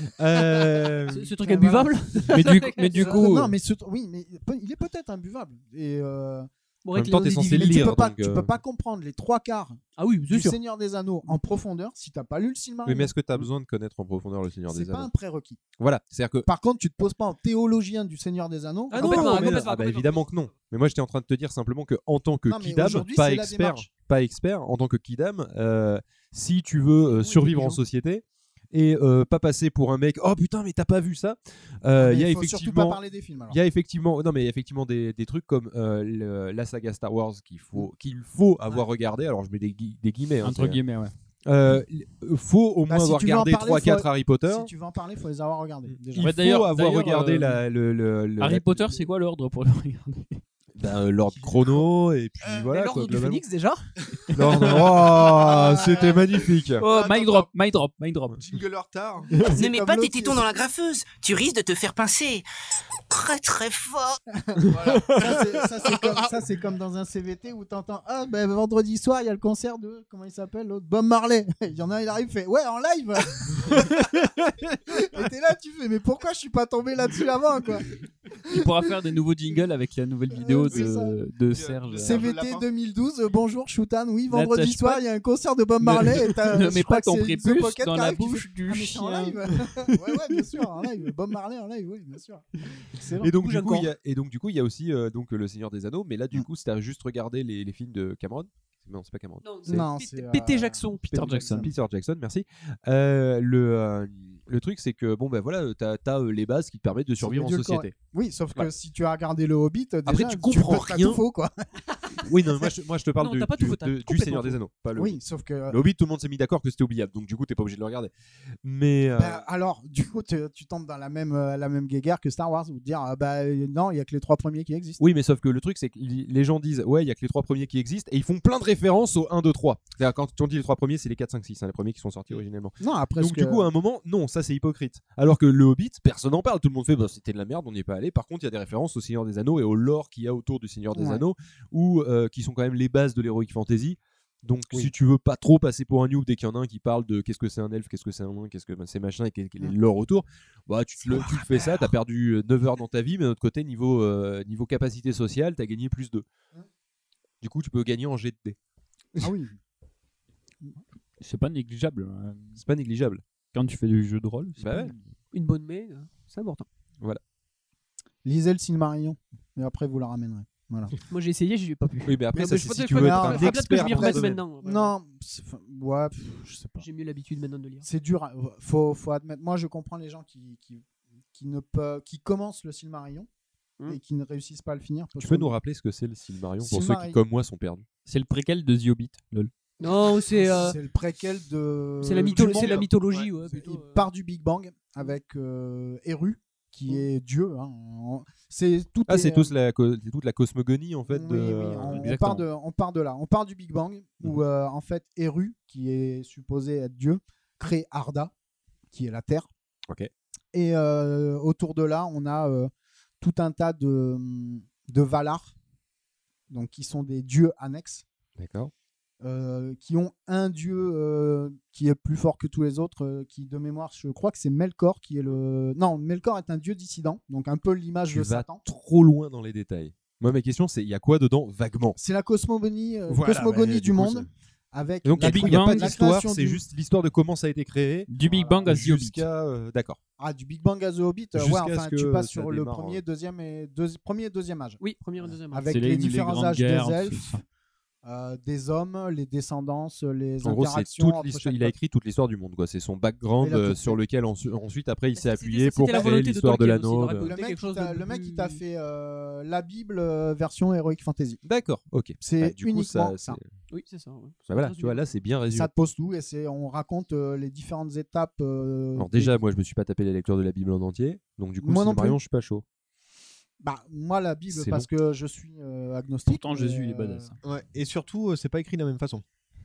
Speaker 8: Ce truc imbuvable.
Speaker 4: Mais du coup,
Speaker 5: non mais oui mais il est peut-être imbuvable. Et
Speaker 8: Bon,
Speaker 6: En même
Speaker 8: avec
Speaker 6: temps,
Speaker 8: les
Speaker 6: t'es
Speaker 8: autres
Speaker 6: censé le
Speaker 5: mais
Speaker 8: individus.
Speaker 6: lire.
Speaker 5: tu
Speaker 6: donc,
Speaker 5: peux pas comprendre les 3/4
Speaker 8: Ah oui, c'est
Speaker 5: du
Speaker 8: sûr.
Speaker 5: Seigneur des Anneaux en profondeur si t'as pas lu le
Speaker 6: Oui,
Speaker 5: Silmarillion.
Speaker 6: mais est-ce que tu as besoin de connaître en profondeur le Seigneur
Speaker 5: C'est
Speaker 6: des
Speaker 5: pas
Speaker 6: Anneaux
Speaker 5: un prérequis.
Speaker 6: Voilà, c'est-à-dire que.
Speaker 5: Par contre, tu te poses pas en théologien du Seigneur des Anneaux.
Speaker 8: Ah
Speaker 6: Non,
Speaker 8: complètement,
Speaker 6: mais-
Speaker 8: complètement,
Speaker 6: ah bah,
Speaker 8: complètement.
Speaker 6: évidemment que non. Mais moi, j'étais en train de te dire simplement que en tant que
Speaker 5: Non, mais
Speaker 6: Kidam,
Speaker 5: aujourd'hui,
Speaker 6: pas
Speaker 5: c'est la
Speaker 6: expert,
Speaker 5: démarche.
Speaker 6: en tant que Kidam, si tu veux survivre en
Speaker 8: intelligent.
Speaker 6: société et pas passer pour un mec, oh putain, mais t'as pas vu ça.
Speaker 5: Mais
Speaker 6: Il y a
Speaker 5: il faut surtout pas
Speaker 6: effectivement.
Speaker 5: parler des films. Alors.
Speaker 6: Il y a effectivement, non mais il y a effectivement des trucs comme la saga Star Wars qu'il faut avoir regardé. Alors je mets des guillemets. Hein,
Speaker 4: entre
Speaker 6: c'est-
Speaker 4: guillemets, ouais.
Speaker 6: faut au
Speaker 5: Bah,
Speaker 6: moins
Speaker 5: si
Speaker 6: avoir
Speaker 5: tu veux en
Speaker 6: regardé
Speaker 5: parler,
Speaker 6: 3-4
Speaker 5: faut-
Speaker 6: Harry Potter.
Speaker 5: Si tu veux en parler, il faut les avoir regardés. Déjà.
Speaker 6: Il
Speaker 4: Ouais,
Speaker 6: faut
Speaker 4: d'ailleurs-
Speaker 6: avoir
Speaker 4: d'ailleurs,
Speaker 6: regardé le
Speaker 4: Harry Potter, c'est quoi l'ordre pour le regarder?
Speaker 6: Lord Chrono et puis voilà.
Speaker 8: L'ordre
Speaker 6: quoi,
Speaker 8: du
Speaker 6: globalement.
Speaker 8: Phénix déjà.
Speaker 6: L'ordre. Oh, c'était magnifique.
Speaker 4: Oh,
Speaker 7: Attends,
Speaker 4: mic drop, mic drop, mic drop.
Speaker 7: Jingle en retard.
Speaker 2: Ne mets
Speaker 5: comme
Speaker 2: pas tes
Speaker 5: l'autre,
Speaker 2: tétons dans la graffeuse. Tu risques de te faire pincer. Très très fort.
Speaker 5: Ça, c'est comme dans un CVT où t'entends ah ben vendredi soir il y a le concert de comment il s'appelle l'autre Bob Marley. Il y en a un, il arrive, il fait ouais en live. Et t'es là, tu fais mais pourquoi je suis pas tombé là-dessus avant quoi.
Speaker 4: Il pourra faire des nouveaux jingles avec la nouvelle vidéo
Speaker 5: c'est ça.
Speaker 4: de Serge.
Speaker 5: CVT
Speaker 7: Lapin.
Speaker 5: 2012, bonjour Shoutan, oui vendredi
Speaker 4: N'attache
Speaker 5: soir
Speaker 4: pas-
Speaker 5: il y a un concert de Bob Marley. Et t'as-
Speaker 4: Ne
Speaker 5: je
Speaker 4: mets
Speaker 5: crois
Speaker 4: pas
Speaker 5: que
Speaker 4: ton
Speaker 5: c'est
Speaker 4: prépuce
Speaker 5: The Pocket
Speaker 4: dans
Speaker 5: qui
Speaker 4: la
Speaker 5: arrive, qui
Speaker 4: bouche
Speaker 5: fait,
Speaker 4: du
Speaker 5: ah, mais c'est en
Speaker 4: chien.
Speaker 5: live. ouais bien sûr en live, Bob Marley en live, oui bien sûr. Excellent.
Speaker 6: Et donc,
Speaker 8: Bouge
Speaker 6: du coup,
Speaker 8: encore.
Speaker 6: il y a aussi donc, le Seigneur des Anneaux, mais là, du coup, si t'as juste regardé les films de Cameron, Non, c'est pas Cameron.
Speaker 8: Non, c'est Peter Jackson.
Speaker 6: Peter Jackson, merci. Le truc, c'est que bon, ben voilà, t'as les bases qui te permettent de survivre en société.
Speaker 5: Oui, sauf que si tu as regardé le Hobbit, déjà,
Speaker 6: après tu comprends rien.
Speaker 5: Tout faux, quoi.
Speaker 6: Oui, non, moi je te parle
Speaker 8: du
Speaker 6: Seigneur des Anneaux. Pas le
Speaker 5: oui, sauf que
Speaker 6: le Hobbit, tout le monde s'est mis d'accord que c'était oubliable, donc du coup, t'es pas obligé de le regarder. Mais
Speaker 5: alors, du coup, tu tombes dans la même guéguerre que Star Wars, où dire non, il y a que les 3 premiers qui existent.
Speaker 6: Oui, mais sauf que le truc, c'est que les gens disent ouais, il y a que les 3 premiers qui existent, et ils font plein de références aux 1, 2, 3. C'est-à-dire, quand on dit les 3 premiers, c'est les 4, 5, 6, les premiers qui sont sortis originellement.
Speaker 5: Non, après,
Speaker 6: donc du coup, à un moment, non, ça c'est hypocrite. Alors que le Hobbit, personne n'en parle, tout le monde fait c'était de la merde, on n'y est pas allé. Par contre, il y a des références au Seigneur des Anneaux et au lore qu'il y a autour du Seigneur des Anneaux, ou qui sont quand même les bases de l'heroic fantasy. Donc si tu veux pas trop passer pour un noob dès qu'il y en a un qui parle de qu'est-ce que c'est un elfe, qu'est-ce que c'est un nain, qu'est-ce que c'est machin et quel est le lore autour, bah tu te fais ça, t'as perdu 9 heures dans ta vie, mais d'un autre côté, niveau capacité sociale, t'as gagné plus 2. Du coup, tu peux gagner en jet de dés.
Speaker 5: Ah oui.
Speaker 4: C'est pas négligeable.
Speaker 6: C'est pas négligeable.
Speaker 4: Quand tu fais du jeu de rôle,
Speaker 8: une bonne main, c'est important.
Speaker 6: Voilà.
Speaker 5: Lisez le Silmarillion et après vous la ramènerez. Voilà.
Speaker 8: Moi j'ai essayé, je l'ai pas pu.
Speaker 6: Oui, mais après ça,
Speaker 8: c'est
Speaker 6: si tu veux être un
Speaker 8: peut-être que je m'y remette
Speaker 6: expert.
Speaker 8: maintenant.
Speaker 5: Non, je sais pas.
Speaker 8: J'ai mieux l'habitude maintenant de lire.
Speaker 5: C'est dur, faut admettre. Moi, je comprends les gens qui commencent le Silmarillion et qui ne réussissent pas à le finir.
Speaker 6: Tu peux nous rappeler ce que c'est le Silmarillion pour ceux qui, comme moi, sont perdus?
Speaker 4: C'est le préquel de The Hobbit, lol.
Speaker 8: Non, c'est
Speaker 5: le préquel de.
Speaker 8: C'est la mythologie. Ouais,
Speaker 5: il part du Big Bang avec Eru, qui est Dieu. Hein. C'est toute
Speaker 6: la cosmogonie en fait.
Speaker 5: Oui, on part de là. On part du Big Bang où en fait Eru, qui est supposé être Dieu, crée Arda, qui est la Terre.
Speaker 6: Ok.
Speaker 5: Et autour de là, on a tout un tas de Valar, donc qui sont des dieux annexes.
Speaker 6: D'accord.
Speaker 5: Qui ont un dieu qui est plus fort que tous les autres, qui de mémoire, je crois que c'est Melkor qui est le. Non, Melkor est un dieu dissident, donc un peu l'image de Satan.
Speaker 6: Trop loin dans les détails. Moi, ma question, c'est il y a quoi dedans vaguement?
Speaker 5: C'est la cosmogonie, du monde. Avec
Speaker 6: donc il n'y a pas d'histoire, c'est juste l'histoire de comment ça a été créé.
Speaker 4: Du Big Bang à The Hobbit.
Speaker 6: Jusqu'à d'accord.
Speaker 5: Ah, du Big Bang à The Hobbit. Tu passes sur le premier, deuxième et deuxième âge.
Speaker 8: Oui, premier et deuxième âge.
Speaker 5: Avec les différents âges des elfes. Des hommes, les descendances, les interactions.
Speaker 6: Il a écrit toute l'histoire du monde, quoi. C'est son background sur lequel ensuite après il s'est appuyé pour créer l'histoire de l'anneau.
Speaker 5: Le mec il t'a fait la Bible version Heroic Fantasy.
Speaker 6: D'accord, ok.
Speaker 5: C'est uniquement ça.
Speaker 8: Oui, c'est ça. Ouais.
Speaker 6: Voilà, tu vois, là c'est bien résumé.
Speaker 5: Ça te pose tout et on raconte les différentes étapes.
Speaker 6: Alors déjà, moi je me suis pas tapé la lecture de la Bible en entier, donc du coup, Marion, je suis pas chaud.
Speaker 5: Moi la Bible parce que je suis agnostique.
Speaker 4: Pourtant Jésus il est badass.
Speaker 7: Ouais, et surtout c'est pas écrit de la même façon.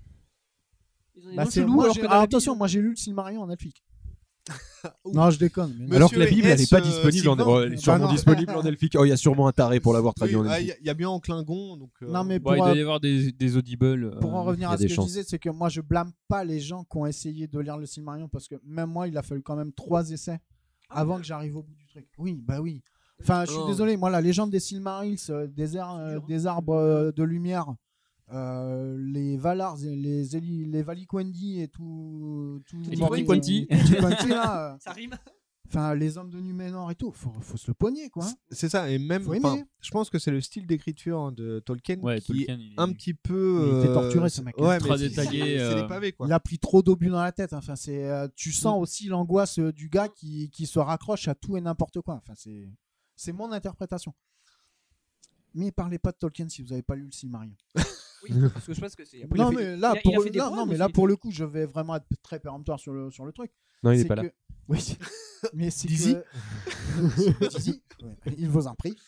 Speaker 5: Attention, moi j'ai lu le Silmarillion en elfique. Non, je déconne.
Speaker 6: Mais alors que la Bible elle est pas disponible elle est sûrement disponible en elfique. Oh, il y a sûrement un taré pour l'avoir traduit en elfique.
Speaker 7: Il y a bien en Klingon donc
Speaker 5: Non mais
Speaker 4: il doit y avoir des audibles.
Speaker 5: Pour en revenir à ce que je disais, c'est que moi je blâme pas les gens qui ont essayé de lire le Silmarillion parce que même moi il a fallu quand même 3 essais avant que j'arrive au bout du truc. Oui, oui. Enfin, je suis désolé, moi, la légende des Silmarils, des arbres de lumière, les Valars, les Valikwendi et tout.
Speaker 4: Les Valikwendi.
Speaker 5: là.
Speaker 8: Ça rime.
Speaker 5: Enfin, les hommes de Numénor et tout, faut se le pogner, quoi.
Speaker 7: C'est ça, et même, je pense que c'est le style d'écriture de Tolkien qui est un petit peu.
Speaker 5: Il était torturé, ce mec.
Speaker 4: Ouais, très détaillé.
Speaker 7: C'est des pavés, quoi.
Speaker 5: Il a pris trop d'obus dans la tête. Enfin, tu sens aussi l'angoisse du gars qui se raccroche à tout et n'importe quoi. Enfin, c'est mon interprétation. Mais parlez pas de Tolkien si vous n'avez pas lu le Silmarillion.
Speaker 8: Oui, parce que je pense que c'est.
Speaker 5: Non, mais là, pour le coup, je vais vraiment être très péremptoire sur le truc.
Speaker 6: Non, il n'est pas là.
Speaker 5: Oui, mais c'est
Speaker 7: Dizzy.
Speaker 5: Dizzy, il vous en prie.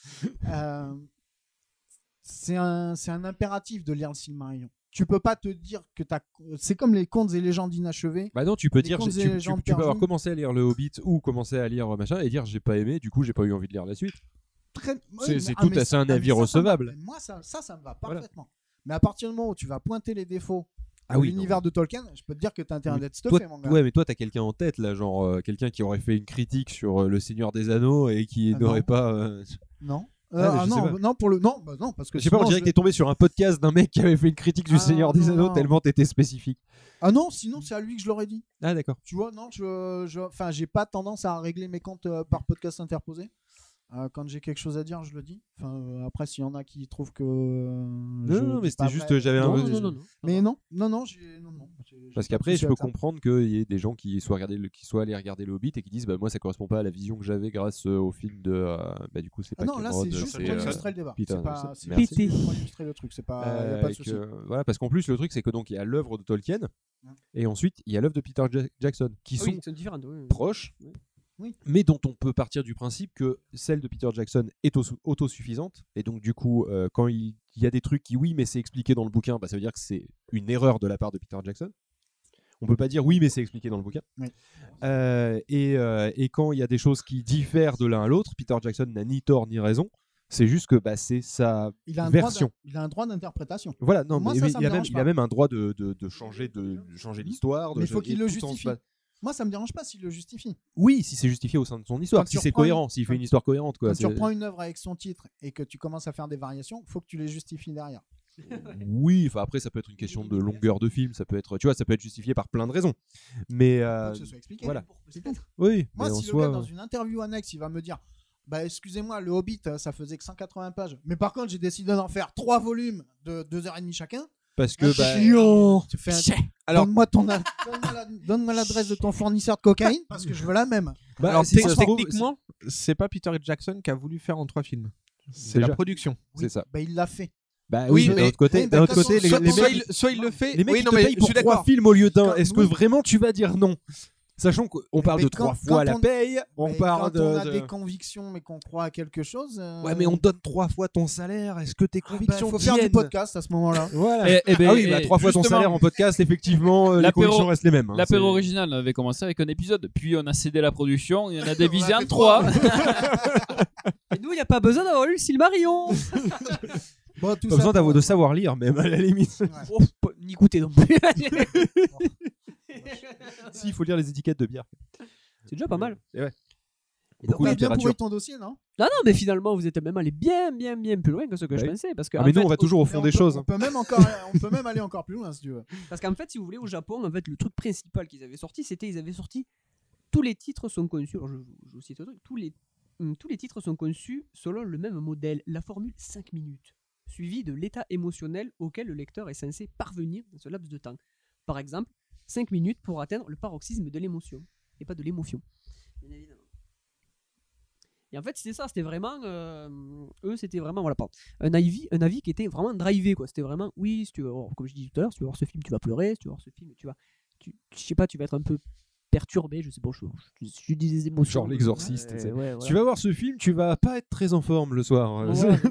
Speaker 5: C'est un impératif de lire le Silmarillion. Tu peux pas te dire que c'est comme les contes et légendes inachevées.
Speaker 6: Bah non, tu peux dire tu peux avoir commencé à lire le Hobbit ou commencer à lire machin et dire j'ai pas aimé, du coup j'ai pas eu envie de lire la suite. C'est un avis recevable.
Speaker 5: Moi ça me va parfaitement. Voilà. Mais à partir du moment où tu vas pointer les défauts de l'univers de Tolkien, je peux te dire que t'as intérêt d'être stuffé, mon gars.
Speaker 6: Ouais, mais toi t'as quelqu'un en tête là, genre quelqu'un qui aurait fait une critique sur le Seigneur des Anneaux et qui n'aurait pas.
Speaker 5: Non. Non, parce que
Speaker 6: je sais pas, on dirait que t'es tombé sur un podcast d'un mec qui avait fait une critique du Seigneur des Anneaux tellement t'étais spécifique.
Speaker 5: Ah non, sinon c'est à lui que je l'aurais dit.
Speaker 6: Ah d'accord.
Speaker 5: Tu vois, non, j'ai pas tendance à régler mes comptes par podcast interposé. Quand j'ai quelque chose à dire, je le dis. Enfin, après, s'il y en a qui trouvent que.
Speaker 6: Non, mais c'était juste, j'avais un.
Speaker 5: Mais non.
Speaker 6: Parce qu'après, je peux comprendre qu'il y ait des gens qui soient allés regarder le Hobbit et qui disent, bah moi, ça correspond pas à la vision que j'avais grâce au film de. Bah du coup, c'est pas.
Speaker 5: Non, là, c'est juste pour illustrer le débat. C'est pas. C'est pour illustrer le truc. C'est pas. Y a pas de souci.
Speaker 6: Voilà, parce qu'en plus, le truc, c'est que donc il y a l'œuvre de Tolkien et ensuite il y a l'œuvre de Peter Jackson qui sont proches.
Speaker 5: Oui.
Speaker 6: Mais dont on peut partir du principe que celle de Peter Jackson est autosuffisante. Et donc, du coup, quand il y a des trucs qui, oui, mais c'est expliqué dans le bouquin, bah, ça veut dire que c'est une erreur de la part de Peter Jackson. On peut pas dire oui, mais c'est expliqué dans le bouquin.
Speaker 5: Oui.
Speaker 6: Et quand il y a des choses qui diffèrent de l'un à l'autre, Peter Jackson n'a ni tort ni raison. C'est juste que bah, c'est sa version.
Speaker 5: Il a un droit d'interprétation.
Speaker 6: Voilà, non,
Speaker 5: moi,
Speaker 6: mais
Speaker 5: ça
Speaker 6: il a même un droit de changer l'histoire.
Speaker 5: Mais il faut qu'il le justifie. Moi, ça me dérange pas s'il le justifie.
Speaker 6: Oui, si c'est justifié au sein de son histoire, si c'est cohérent, s'il fait une histoire cohérente. Quoi,
Speaker 5: quand tu reprends une œuvre avec son titre et que tu commences à faire des variations, il faut que tu les justifies derrière.
Speaker 6: Oui, enfin après ça peut être une question de longueur de film, ça peut être, tu vois, ça peut être justifié par plein de raisons. Mais
Speaker 5: que ce soit expliqué.
Speaker 6: voilà.
Speaker 5: C'est tout.
Speaker 6: Oui.
Speaker 5: Moi, si le gars dans une interview annexe, il va me dire, bah excusez-moi, le Hobbit, ça faisait que 180 pages, mais par contre j'ai décidé d'en faire 3 volumes de 2h30 chacun.
Speaker 6: Parce que
Speaker 5: tu fais alors donne-moi l'adresse de ton fournisseur de cocaïne parce que je veux la même.
Speaker 7: Bah, alors techniquement, c'est pas Peter Jackson qui a voulu faire en 3 films. C'est la production.
Speaker 5: Oui,
Speaker 6: c'est ça.
Speaker 5: Bah il l'a fait.
Speaker 6: Bah oui, mais d'un autre côté, les mecs,
Speaker 7: soit il le fait.
Speaker 6: Les mecs
Speaker 7: oui,
Speaker 6: ils te payent pour 3 films au lieu d'un. Est-ce que vraiment tu vas dire non? Sachant qu'on parle de 3 fois la paye, on parle de.
Speaker 5: Quand on a des convictions mais qu'on croit à quelque chose.
Speaker 6: Ouais, mais on donne 3 fois ton salaire. Est-ce que tes convictions
Speaker 5: faut faire du podcast à ce moment-là.
Speaker 6: Voilà. Ah oui, 3 fois ton salaire en podcast, effectivement, les convictions restent les mêmes.
Speaker 4: L'apéro original avait commencé avec un épisode, puis on a cédé la production et on a divisé en 3.
Speaker 8: Et nous, il n'y a pas besoin d'avoir lu le Silmarillion.
Speaker 5: Bon,
Speaker 6: pas besoin de savoir lire, même à la limite.
Speaker 8: Ni goûter non plus.
Speaker 6: Si, il faut lire les étiquettes de bière.
Speaker 8: C'est déjà pas mal.
Speaker 6: Et ouais.
Speaker 5: Beaucoup de bien pourri ton dossier, non?
Speaker 8: Non, mais finalement, vous êtes même allé bien plus loin que ce que je pensais. Parce que,
Speaker 6: mais nous, on va toujours au fond des choses.
Speaker 5: On peut même aller encore plus loin, si tu veux.
Speaker 8: Parce qu'en fait, si vous voulez, au Japon, en fait, le truc principal qu'ils avaient sorti, c'était ils avaient sorti tous les titres sont conçus. Alors, je vous cite le truc. Tous les titres sont conçus selon le même modèle, la formule 5 minutes, suivi de l'état émotionnel auquel le lecteur est censé parvenir dans ce laps de temps. Par exemple, 5 minutes pour atteindre le paroxysme de l'émotion, et pas de l'émotion, bien évidemment. Et en fait, c'était ça, c'était vraiment... eux, c'était vraiment un avis qui était vraiment drivé, quoi. C'était vraiment, oui, si tu veux voir, comme je disais tout à l'heure, si tu veux voir ce film, tu vas pleurer, si tu veux voir ce film, je sais pas, tu vas être un peu perturbé, je sais pas, je dis des émotions.
Speaker 6: Genre l'exorciste. Ouais, tu vas voir ce film, tu vas pas être très en forme le soir.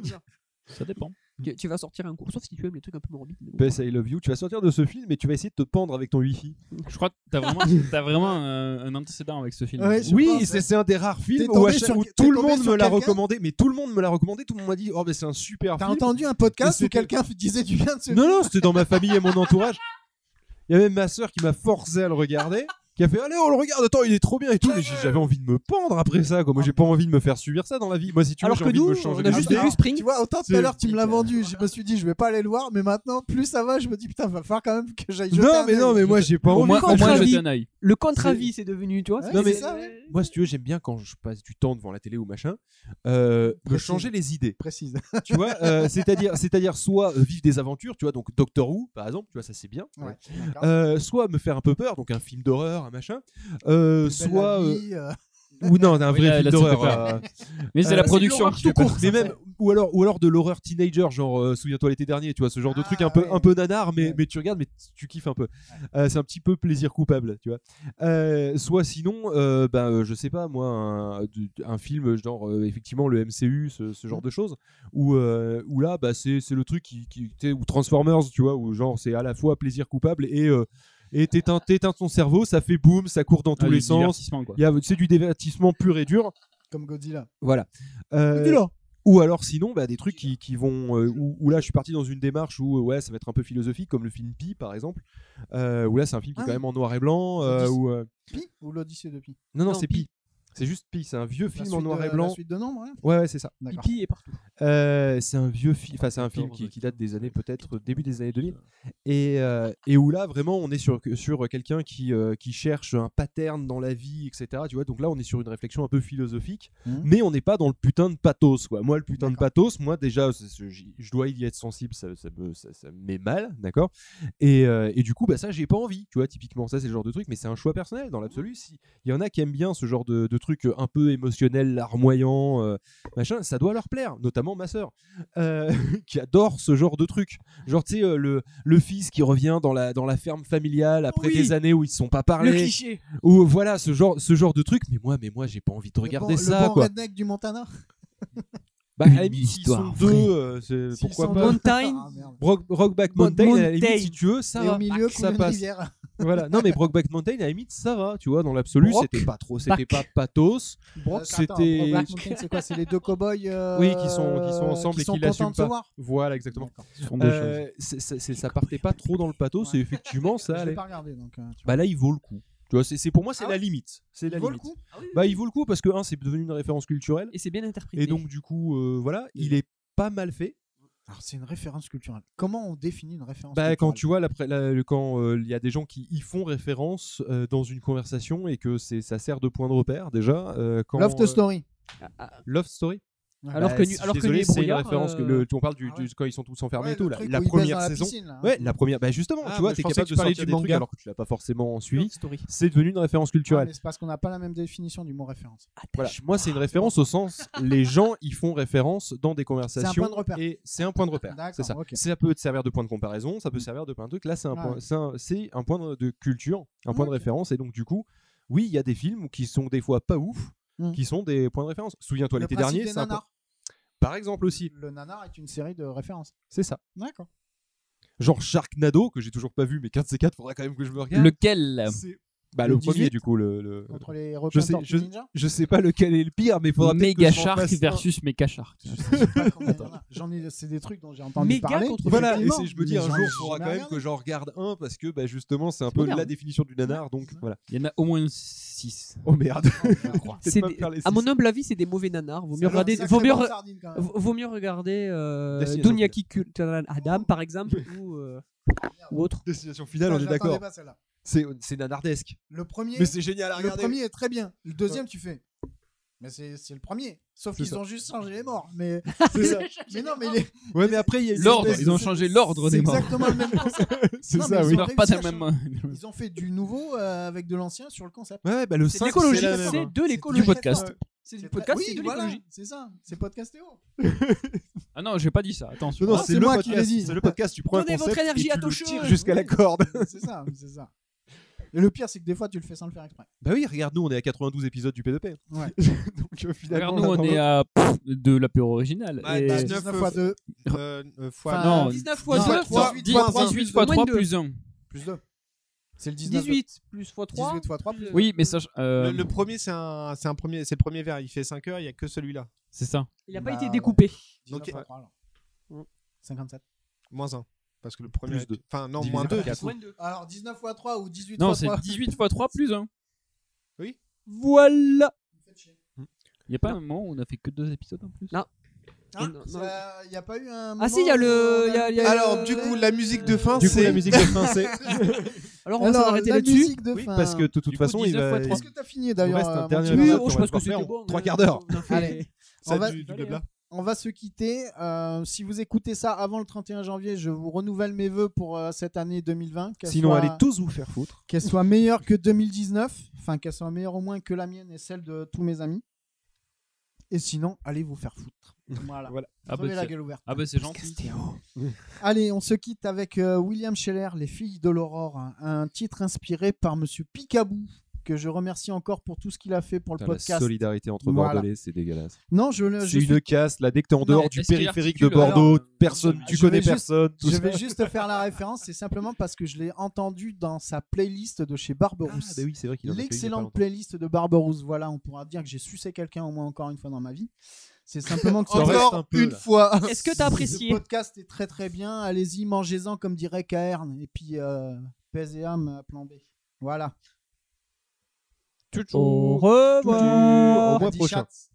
Speaker 4: Ça dépend.
Speaker 8: Tu vas sortir un cours, sauf si tu aimes les trucs un peu morbides.
Speaker 6: Best I Love You, tu vas sortir de ce film et tu vas essayer de te pendre avec ton wifi.
Speaker 4: Je crois que t'as vraiment un antécédent avec ce film.
Speaker 5: Ouais,
Speaker 6: oui, c'est un des rares films où tout le monde me l'a recommandé, mais tout le monde me l'a recommandé, tout le monde m'a dit oh mais c'est un super film.
Speaker 5: T'as entendu un podcast où quelqu'un disait du bien de ce film?
Speaker 6: Non, c'était dans ma famille et mon entourage. Il y a même ma soeur qui m'a forcé à le regarder. Qui a fait allez on le regarde, attends il est trop bien et tout, mais j'avais envie de me pendre après ça quoi. Moi j'ai pas envie de me faire subir ça dans la vie. Moi si tu veux j'ai envie de me changer
Speaker 8: on a juste vu Spring.
Speaker 5: Tu vois autant tout à l'heure tu me l'as vendu, je me suis dit je vais pas aller le voir, mais maintenant plus ça va je me dis putain va falloir quand même que j'aille jeter un œil.
Speaker 6: Non mais moi j'ai pas envie.
Speaker 4: Au moins jeter un œil.
Speaker 8: Le contre-avis c'est devenu tu vois.
Speaker 5: Non mais ça,
Speaker 6: moi si tu veux j'aime bien quand je passe du temps devant la télé ou machin me changer les idées.
Speaker 5: Précise.
Speaker 6: Tu vois c'est-à-dire soit vivre des aventures, tu vois donc Doctor Who par exemple, tu vois ça c'est bien. Soit me faire un peu peur, donc un film d'horreur, un machin. Soit ou non un vrai film d'horreur
Speaker 4: mais c'est la production
Speaker 6: tout court mais même ou alors de l'horreur teenager genre souviens-toi l'été dernier tu vois ce genre de truc un peu nanar mais tu regardes mais tu kiffes un peu c'est un petit peu plaisir coupable tu vois soit sinon je sais pas moi un film genre effectivement le MCU ce genre de choses où là c'est le truc qui ou Transformers tu vois où genre c'est à la fois plaisir coupable et t'éteins ton cerveau, ça fait boum, ça court dans tous les sens. C'est du divertissement pur et dur.
Speaker 5: Comme Godzilla.
Speaker 6: Voilà. Ou alors sinon, des trucs qui vont... où là, je suis parti dans une démarche où ça va être un peu philosophique, comme le film Pi, par exemple. Où là, c'est un film qui est quand même en noir et blanc.
Speaker 5: Pi ou l'Odyssée de Pi?
Speaker 6: Non, c'est Pi. C'est juste Pi, c'est un vieux film en noir et
Speaker 5: La
Speaker 6: blanc.
Speaker 5: suite de nombres, hein.
Speaker 6: Ouais, c'est ça.
Speaker 5: D'accord.
Speaker 8: Pipi est partout.
Speaker 6: C'est un vieux film, enfin c'est un film qui date des années peut-être début des années 2000 et où là vraiment on est sur quelqu'un qui cherche un pattern dans la vie, etc. Tu vois, donc là on est sur une réflexion un peu philosophique, mais on n'est pas dans le putain de pathos, quoi. Moi le putain de pathos, moi déjà je dois y être sensible, ça me met mal, d'accord. Et du coup ça j'ai pas envie, tu vois, typiquement ça c'est le genre de truc, mais c'est un choix personnel dans l'absolu. Si il y en a qui aiment bien ce genre de truc un peu émotionnel, larmoyant, machin, ça doit leur plaire, notamment ma sœur qui adore ce genre de truc, genre tu sais le fils qui revient dans la ferme familiale après des années où ils se sont pas parlé,
Speaker 8: le cliché,
Speaker 6: ou voilà ce genre de truc, mais moi j'ai pas envie de regarder ça,
Speaker 5: le bon
Speaker 6: quoi.
Speaker 5: redneck du Montana.
Speaker 6: Bah à la limite s'ils sont deux, pourquoi pas.
Speaker 8: Mountain,
Speaker 6: Brokeback Mountain, à la limite si tu veux ça
Speaker 5: et
Speaker 6: va,
Speaker 5: au milieu
Speaker 6: ça
Speaker 5: une
Speaker 6: passe.
Speaker 5: rivière.
Speaker 6: Voilà, non mais Brokeback Mountain à la limite ça va, tu vois, dans l'absolu c'était pas pathos. C'était
Speaker 5: Brokeback Mountain, c'est quoi? C'est les deux cowboys
Speaker 6: oui qui sont ensemble et qui l'assument pas. Voilà, exactement. Ça partait pas trop dans le pathos, et effectivement ça allait.
Speaker 5: Pas regardé, donc,
Speaker 6: bah là il vaut le coup. Tu vois, c'est pour moi c'est la limite. C'est la
Speaker 5: vaut
Speaker 6: limite.
Speaker 5: le coup.
Speaker 6: Bah il vaut le coup parce que c'est devenu une référence culturelle
Speaker 8: et c'est bien interprété.
Speaker 6: Et donc du coup voilà, il est pas mal fait.
Speaker 5: Alors c'est une référence culturelle. Comment on définit une référence
Speaker 6: culturelle?
Speaker 5: culturelle?
Speaker 6: Quand tu vois quand il y a des gens qui y font référence dans une conversation et que ça sert de point de repère déjà.
Speaker 5: Love the Story.
Speaker 6: Love Story.
Speaker 8: Alors
Speaker 6: désolé, c'est une référence on parle quand ils sont tous enfermés et tout là. La première saison. La première. Bah justement, tu vois, t'es capable de sortir des trucs alors que tu l'as pas forcément suivi. C'est devenu une référence culturelle.
Speaker 5: C'est parce qu'on n'a pas la même définition du mot référence.
Speaker 6: Voilà, moi c'est une référence au sens les gens y font référence dans des conversations.
Speaker 5: C'est un point de repère.
Speaker 6: Et c'est un point de repère. C'est ça.
Speaker 5: Okay.
Speaker 6: Ça peut te servir de point de comparaison, ça peut servir de plein de trucs. Là c'est un point de culture, un point de référence, et donc du coup, oui, il y a des films qui sont des fois pas ouf, qui sont des points de référence. Souviens-toi l'été dernier, c'est par exemple aussi.
Speaker 5: Le Nanar est une série de références.
Speaker 6: C'est ça.
Speaker 5: D'accord.
Speaker 6: Genre Sharknado, que j'ai toujours pas vu, mais 4 C4, faudra quand même que je me regarde.
Speaker 4: Lequel?
Speaker 6: Bah le premier
Speaker 5: 18,
Speaker 6: du coup
Speaker 5: contre les requins Tortues Ninja.
Speaker 6: Je sais pas lequel est le pire, mais il faudra peut-être
Speaker 4: Mega
Speaker 6: que je m'en
Speaker 4: Shark
Speaker 6: fasse
Speaker 4: versus Mecha Shark.
Speaker 5: C'est des trucs dont j'ai entendu parler.
Speaker 6: Voilà, et je me dis un jour il faudra quand même que j'en regarde un, parce que bah, justement c'est un peu la définition du nanar, donc voilà.
Speaker 4: Il y en a au moins 6.
Speaker 6: Oh merde.
Speaker 8: À mon humble avis, c'est des mauvais nanars. Vaut mieux regarder Dunyaki Kultural Adam par exemple ou autre.
Speaker 6: Destination finale, on est d'accord. C'est nanardesque.
Speaker 5: Le premier,
Speaker 6: mais c'est génial à regarder.
Speaker 5: Le premier est très bien. Le deuxième, tu fais. Mais c'est le premier. Sauf qu'ils ont juste changé les morts. Mais c'est ça. Mais non, mais
Speaker 6: ouais, mais après il y a
Speaker 4: l'ordre. Ils ont changé l'ordre des morts.
Speaker 5: C'est exactement le même concept.
Speaker 6: C'est ça, oui.
Speaker 5: Ils ont fait du nouveau avec de l'ancien sur le concept.
Speaker 6: Ouais, bah le 5
Speaker 8: l'écologie, c'est de l'écologie.
Speaker 4: Du podcast.
Speaker 8: C'est du podcast, c'est de l'écologie.
Speaker 5: C'est ça. C'est Podcastéo.
Speaker 4: Ah non, j'ai pas dit ça. Attention.
Speaker 6: Non,
Speaker 5: c'est moi qui l'ai dit.
Speaker 6: C'est le podcast. Tu prends un concept
Speaker 8: votre énergie
Speaker 6: et
Speaker 8: à
Speaker 6: tu
Speaker 8: ton
Speaker 6: le
Speaker 8: cheveu.
Speaker 6: tires jusqu'à la corde.
Speaker 5: C'est ça. Et le pire, c'est que des fois, tu le fais sans le faire exprès.
Speaker 6: Bah oui, regarde, nous, on est à 92 épisodes du P2P.
Speaker 5: Ouais.
Speaker 6: Donc finalement,
Speaker 4: regarde, nous, on est à de l'apéro original.
Speaker 5: Bah, 19 x 2.
Speaker 4: Non,
Speaker 8: 19 x 2.
Speaker 4: 18 x 3 plus 1.
Speaker 5: Plus 2. C'est le 19.
Speaker 8: 18 plus x 3.
Speaker 5: 18 x 3 plus 2.
Speaker 4: Oui, mais ça.
Speaker 7: Le premier, c'est le premier verre. Il fait 5 heures, il n'y a que celui-là.
Speaker 4: C'est ça.
Speaker 8: Il n'a pas été découpé.
Speaker 5: 19 x 3, alors. 57.
Speaker 7: Moins 1. Parce que le premier.
Speaker 6: Plus 2.
Speaker 7: Enfin, non, moins 2.
Speaker 5: Alors 19 x 3 ou 18 x 3.
Speaker 4: Non, c'est 18 x 3 plus 1.
Speaker 7: Oui.
Speaker 8: Voilà.
Speaker 4: Il n'y a pas un moment où on a fait que 2 épisodes en plus.
Speaker 8: Non.
Speaker 5: Il n'y a pas eu un.
Speaker 8: Ah si, il y a le.
Speaker 7: Alors, du coup, la musique de fin,
Speaker 6: c'est. La musique de fin, c'est.
Speaker 8: Alors, on va s'arrêter là-dessus.
Speaker 6: Oui, parce que de toute façon, il va.
Speaker 5: Est-ce que tu as fini d'ailleurs?
Speaker 6: Il reste un dernier
Speaker 8: Oui,
Speaker 6: épisode
Speaker 8: je pense que c'était bon.
Speaker 6: 3 quarts d'heure.
Speaker 5: Allez.
Speaker 7: blabla.
Speaker 5: On va se quitter. Si vous écoutez ça avant le 31 janvier, je vous renouvelle mes vœux pour cette année 2020.
Speaker 6: Sinon, allez tous vous faire foutre.
Speaker 5: Qu'elle soit meilleure que 2019. Enfin, qu'elle soit meilleure au moins que la mienne et celle de tous mes amis. Et sinon, allez vous faire foutre. Voilà. La gueule ouverte.
Speaker 4: Ah bah c'est gentil.
Speaker 5: Allez, on se quitte avec William Scheller, Les Filles de l'Aurore, un titre inspiré par Monsieur Picaboo, que je remercie encore pour tout ce qu'il a fait pour le podcast.
Speaker 6: La solidarité entre Bordelais, c'est dégueulasse.
Speaker 5: Non,
Speaker 6: c'est une casse. Là, dès que t'es en dehors du périphérique de Bordeaux, tu connais personne.
Speaker 5: Je vais juste faire la référence. C'est simplement parce que je l'ai entendu dans sa playlist de chez Barberousse.
Speaker 6: Ah, bah oui, c'est vrai qu'il
Speaker 5: l'excellente playlist de Barberousse. Voilà, on pourra dire que j'ai sucé quelqu'un au moins encore une fois dans ma vie. C'est simplement que
Speaker 7: encore une fois.
Speaker 8: Est-ce que t'as apprécié?
Speaker 5: Le podcast est très très bien. Allez-y, mangez-en comme dirait Caerne. Et puis, pèse et âme, plan B. Voilà.
Speaker 8: Au revoir.
Speaker 7: Au mois
Speaker 5: Adi
Speaker 7: prochain.
Speaker 5: Schatz.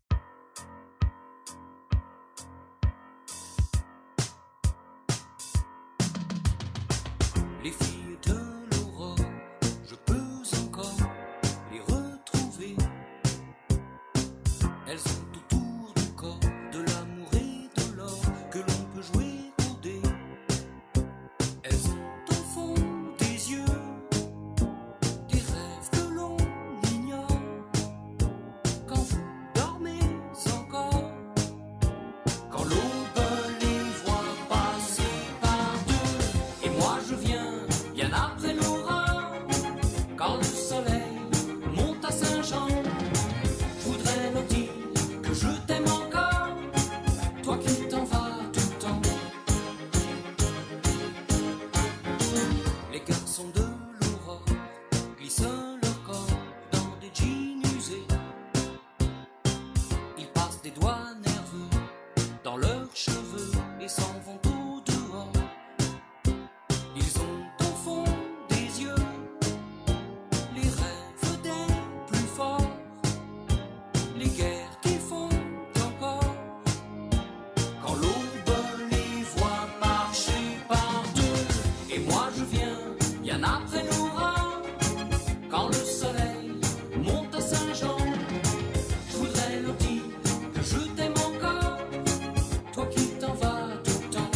Speaker 12: Les filles de l'aurore, je peux encore les retrouver. Elles ont autour du corps de l'amour et de l'or que l'on peut jouer au dé. Elles ont au fond des yeux des rêves que l'on ignore. Quand vous dormez encore, quand l'aube les voit passer par deux, et moi je viens bien après l'aurore. Quand le soleil monte à Saint-Jean, je voudrais leur dire que je t'aime encore, toi qui t'en vas tout le temps. Les garçons de l'aurore glissent leur corps dans des jeans usés. Ils passent des doigts nerveux dans leurs cheveux et s'en vont au dehors. Ils ont au fond des yeux les rêves des plus forts, les guerres qui font encore. Quand l'aube les voit marcher par deux, et moi je viens bien après l'aurore. Quand le soleil monte à Saint-Jean, je voudrais leur dire que je t'aime encore, toi qui t'en vas tout le temps.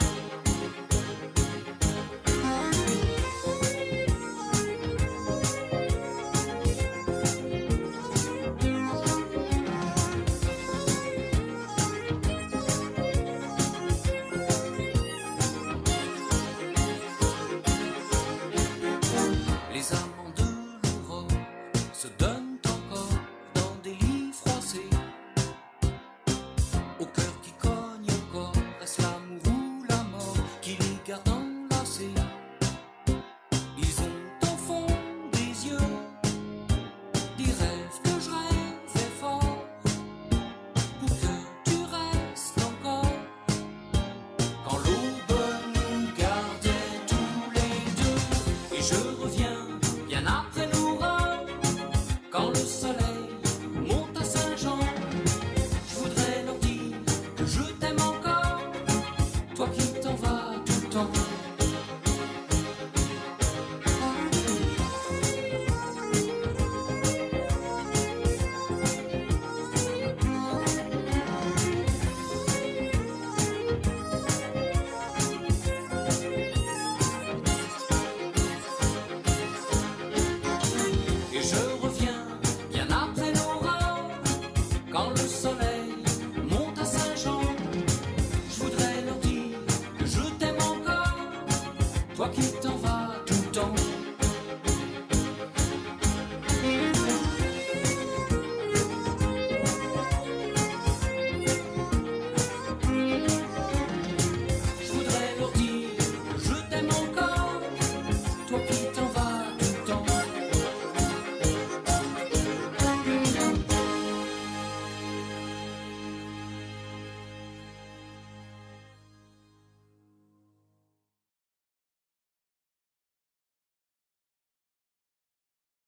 Speaker 12: Les amants de l'aurore se donnent encore dans des lits froissés. Au cœur qui cogne encore, est-ce l'amour ou la mort qui les garde enlacés? Ils ont au fond des yeux des rêves que je rêvais fort, pour que tu restes encore. Quand l'aube nous gardait tous les deux, et je reviens bien après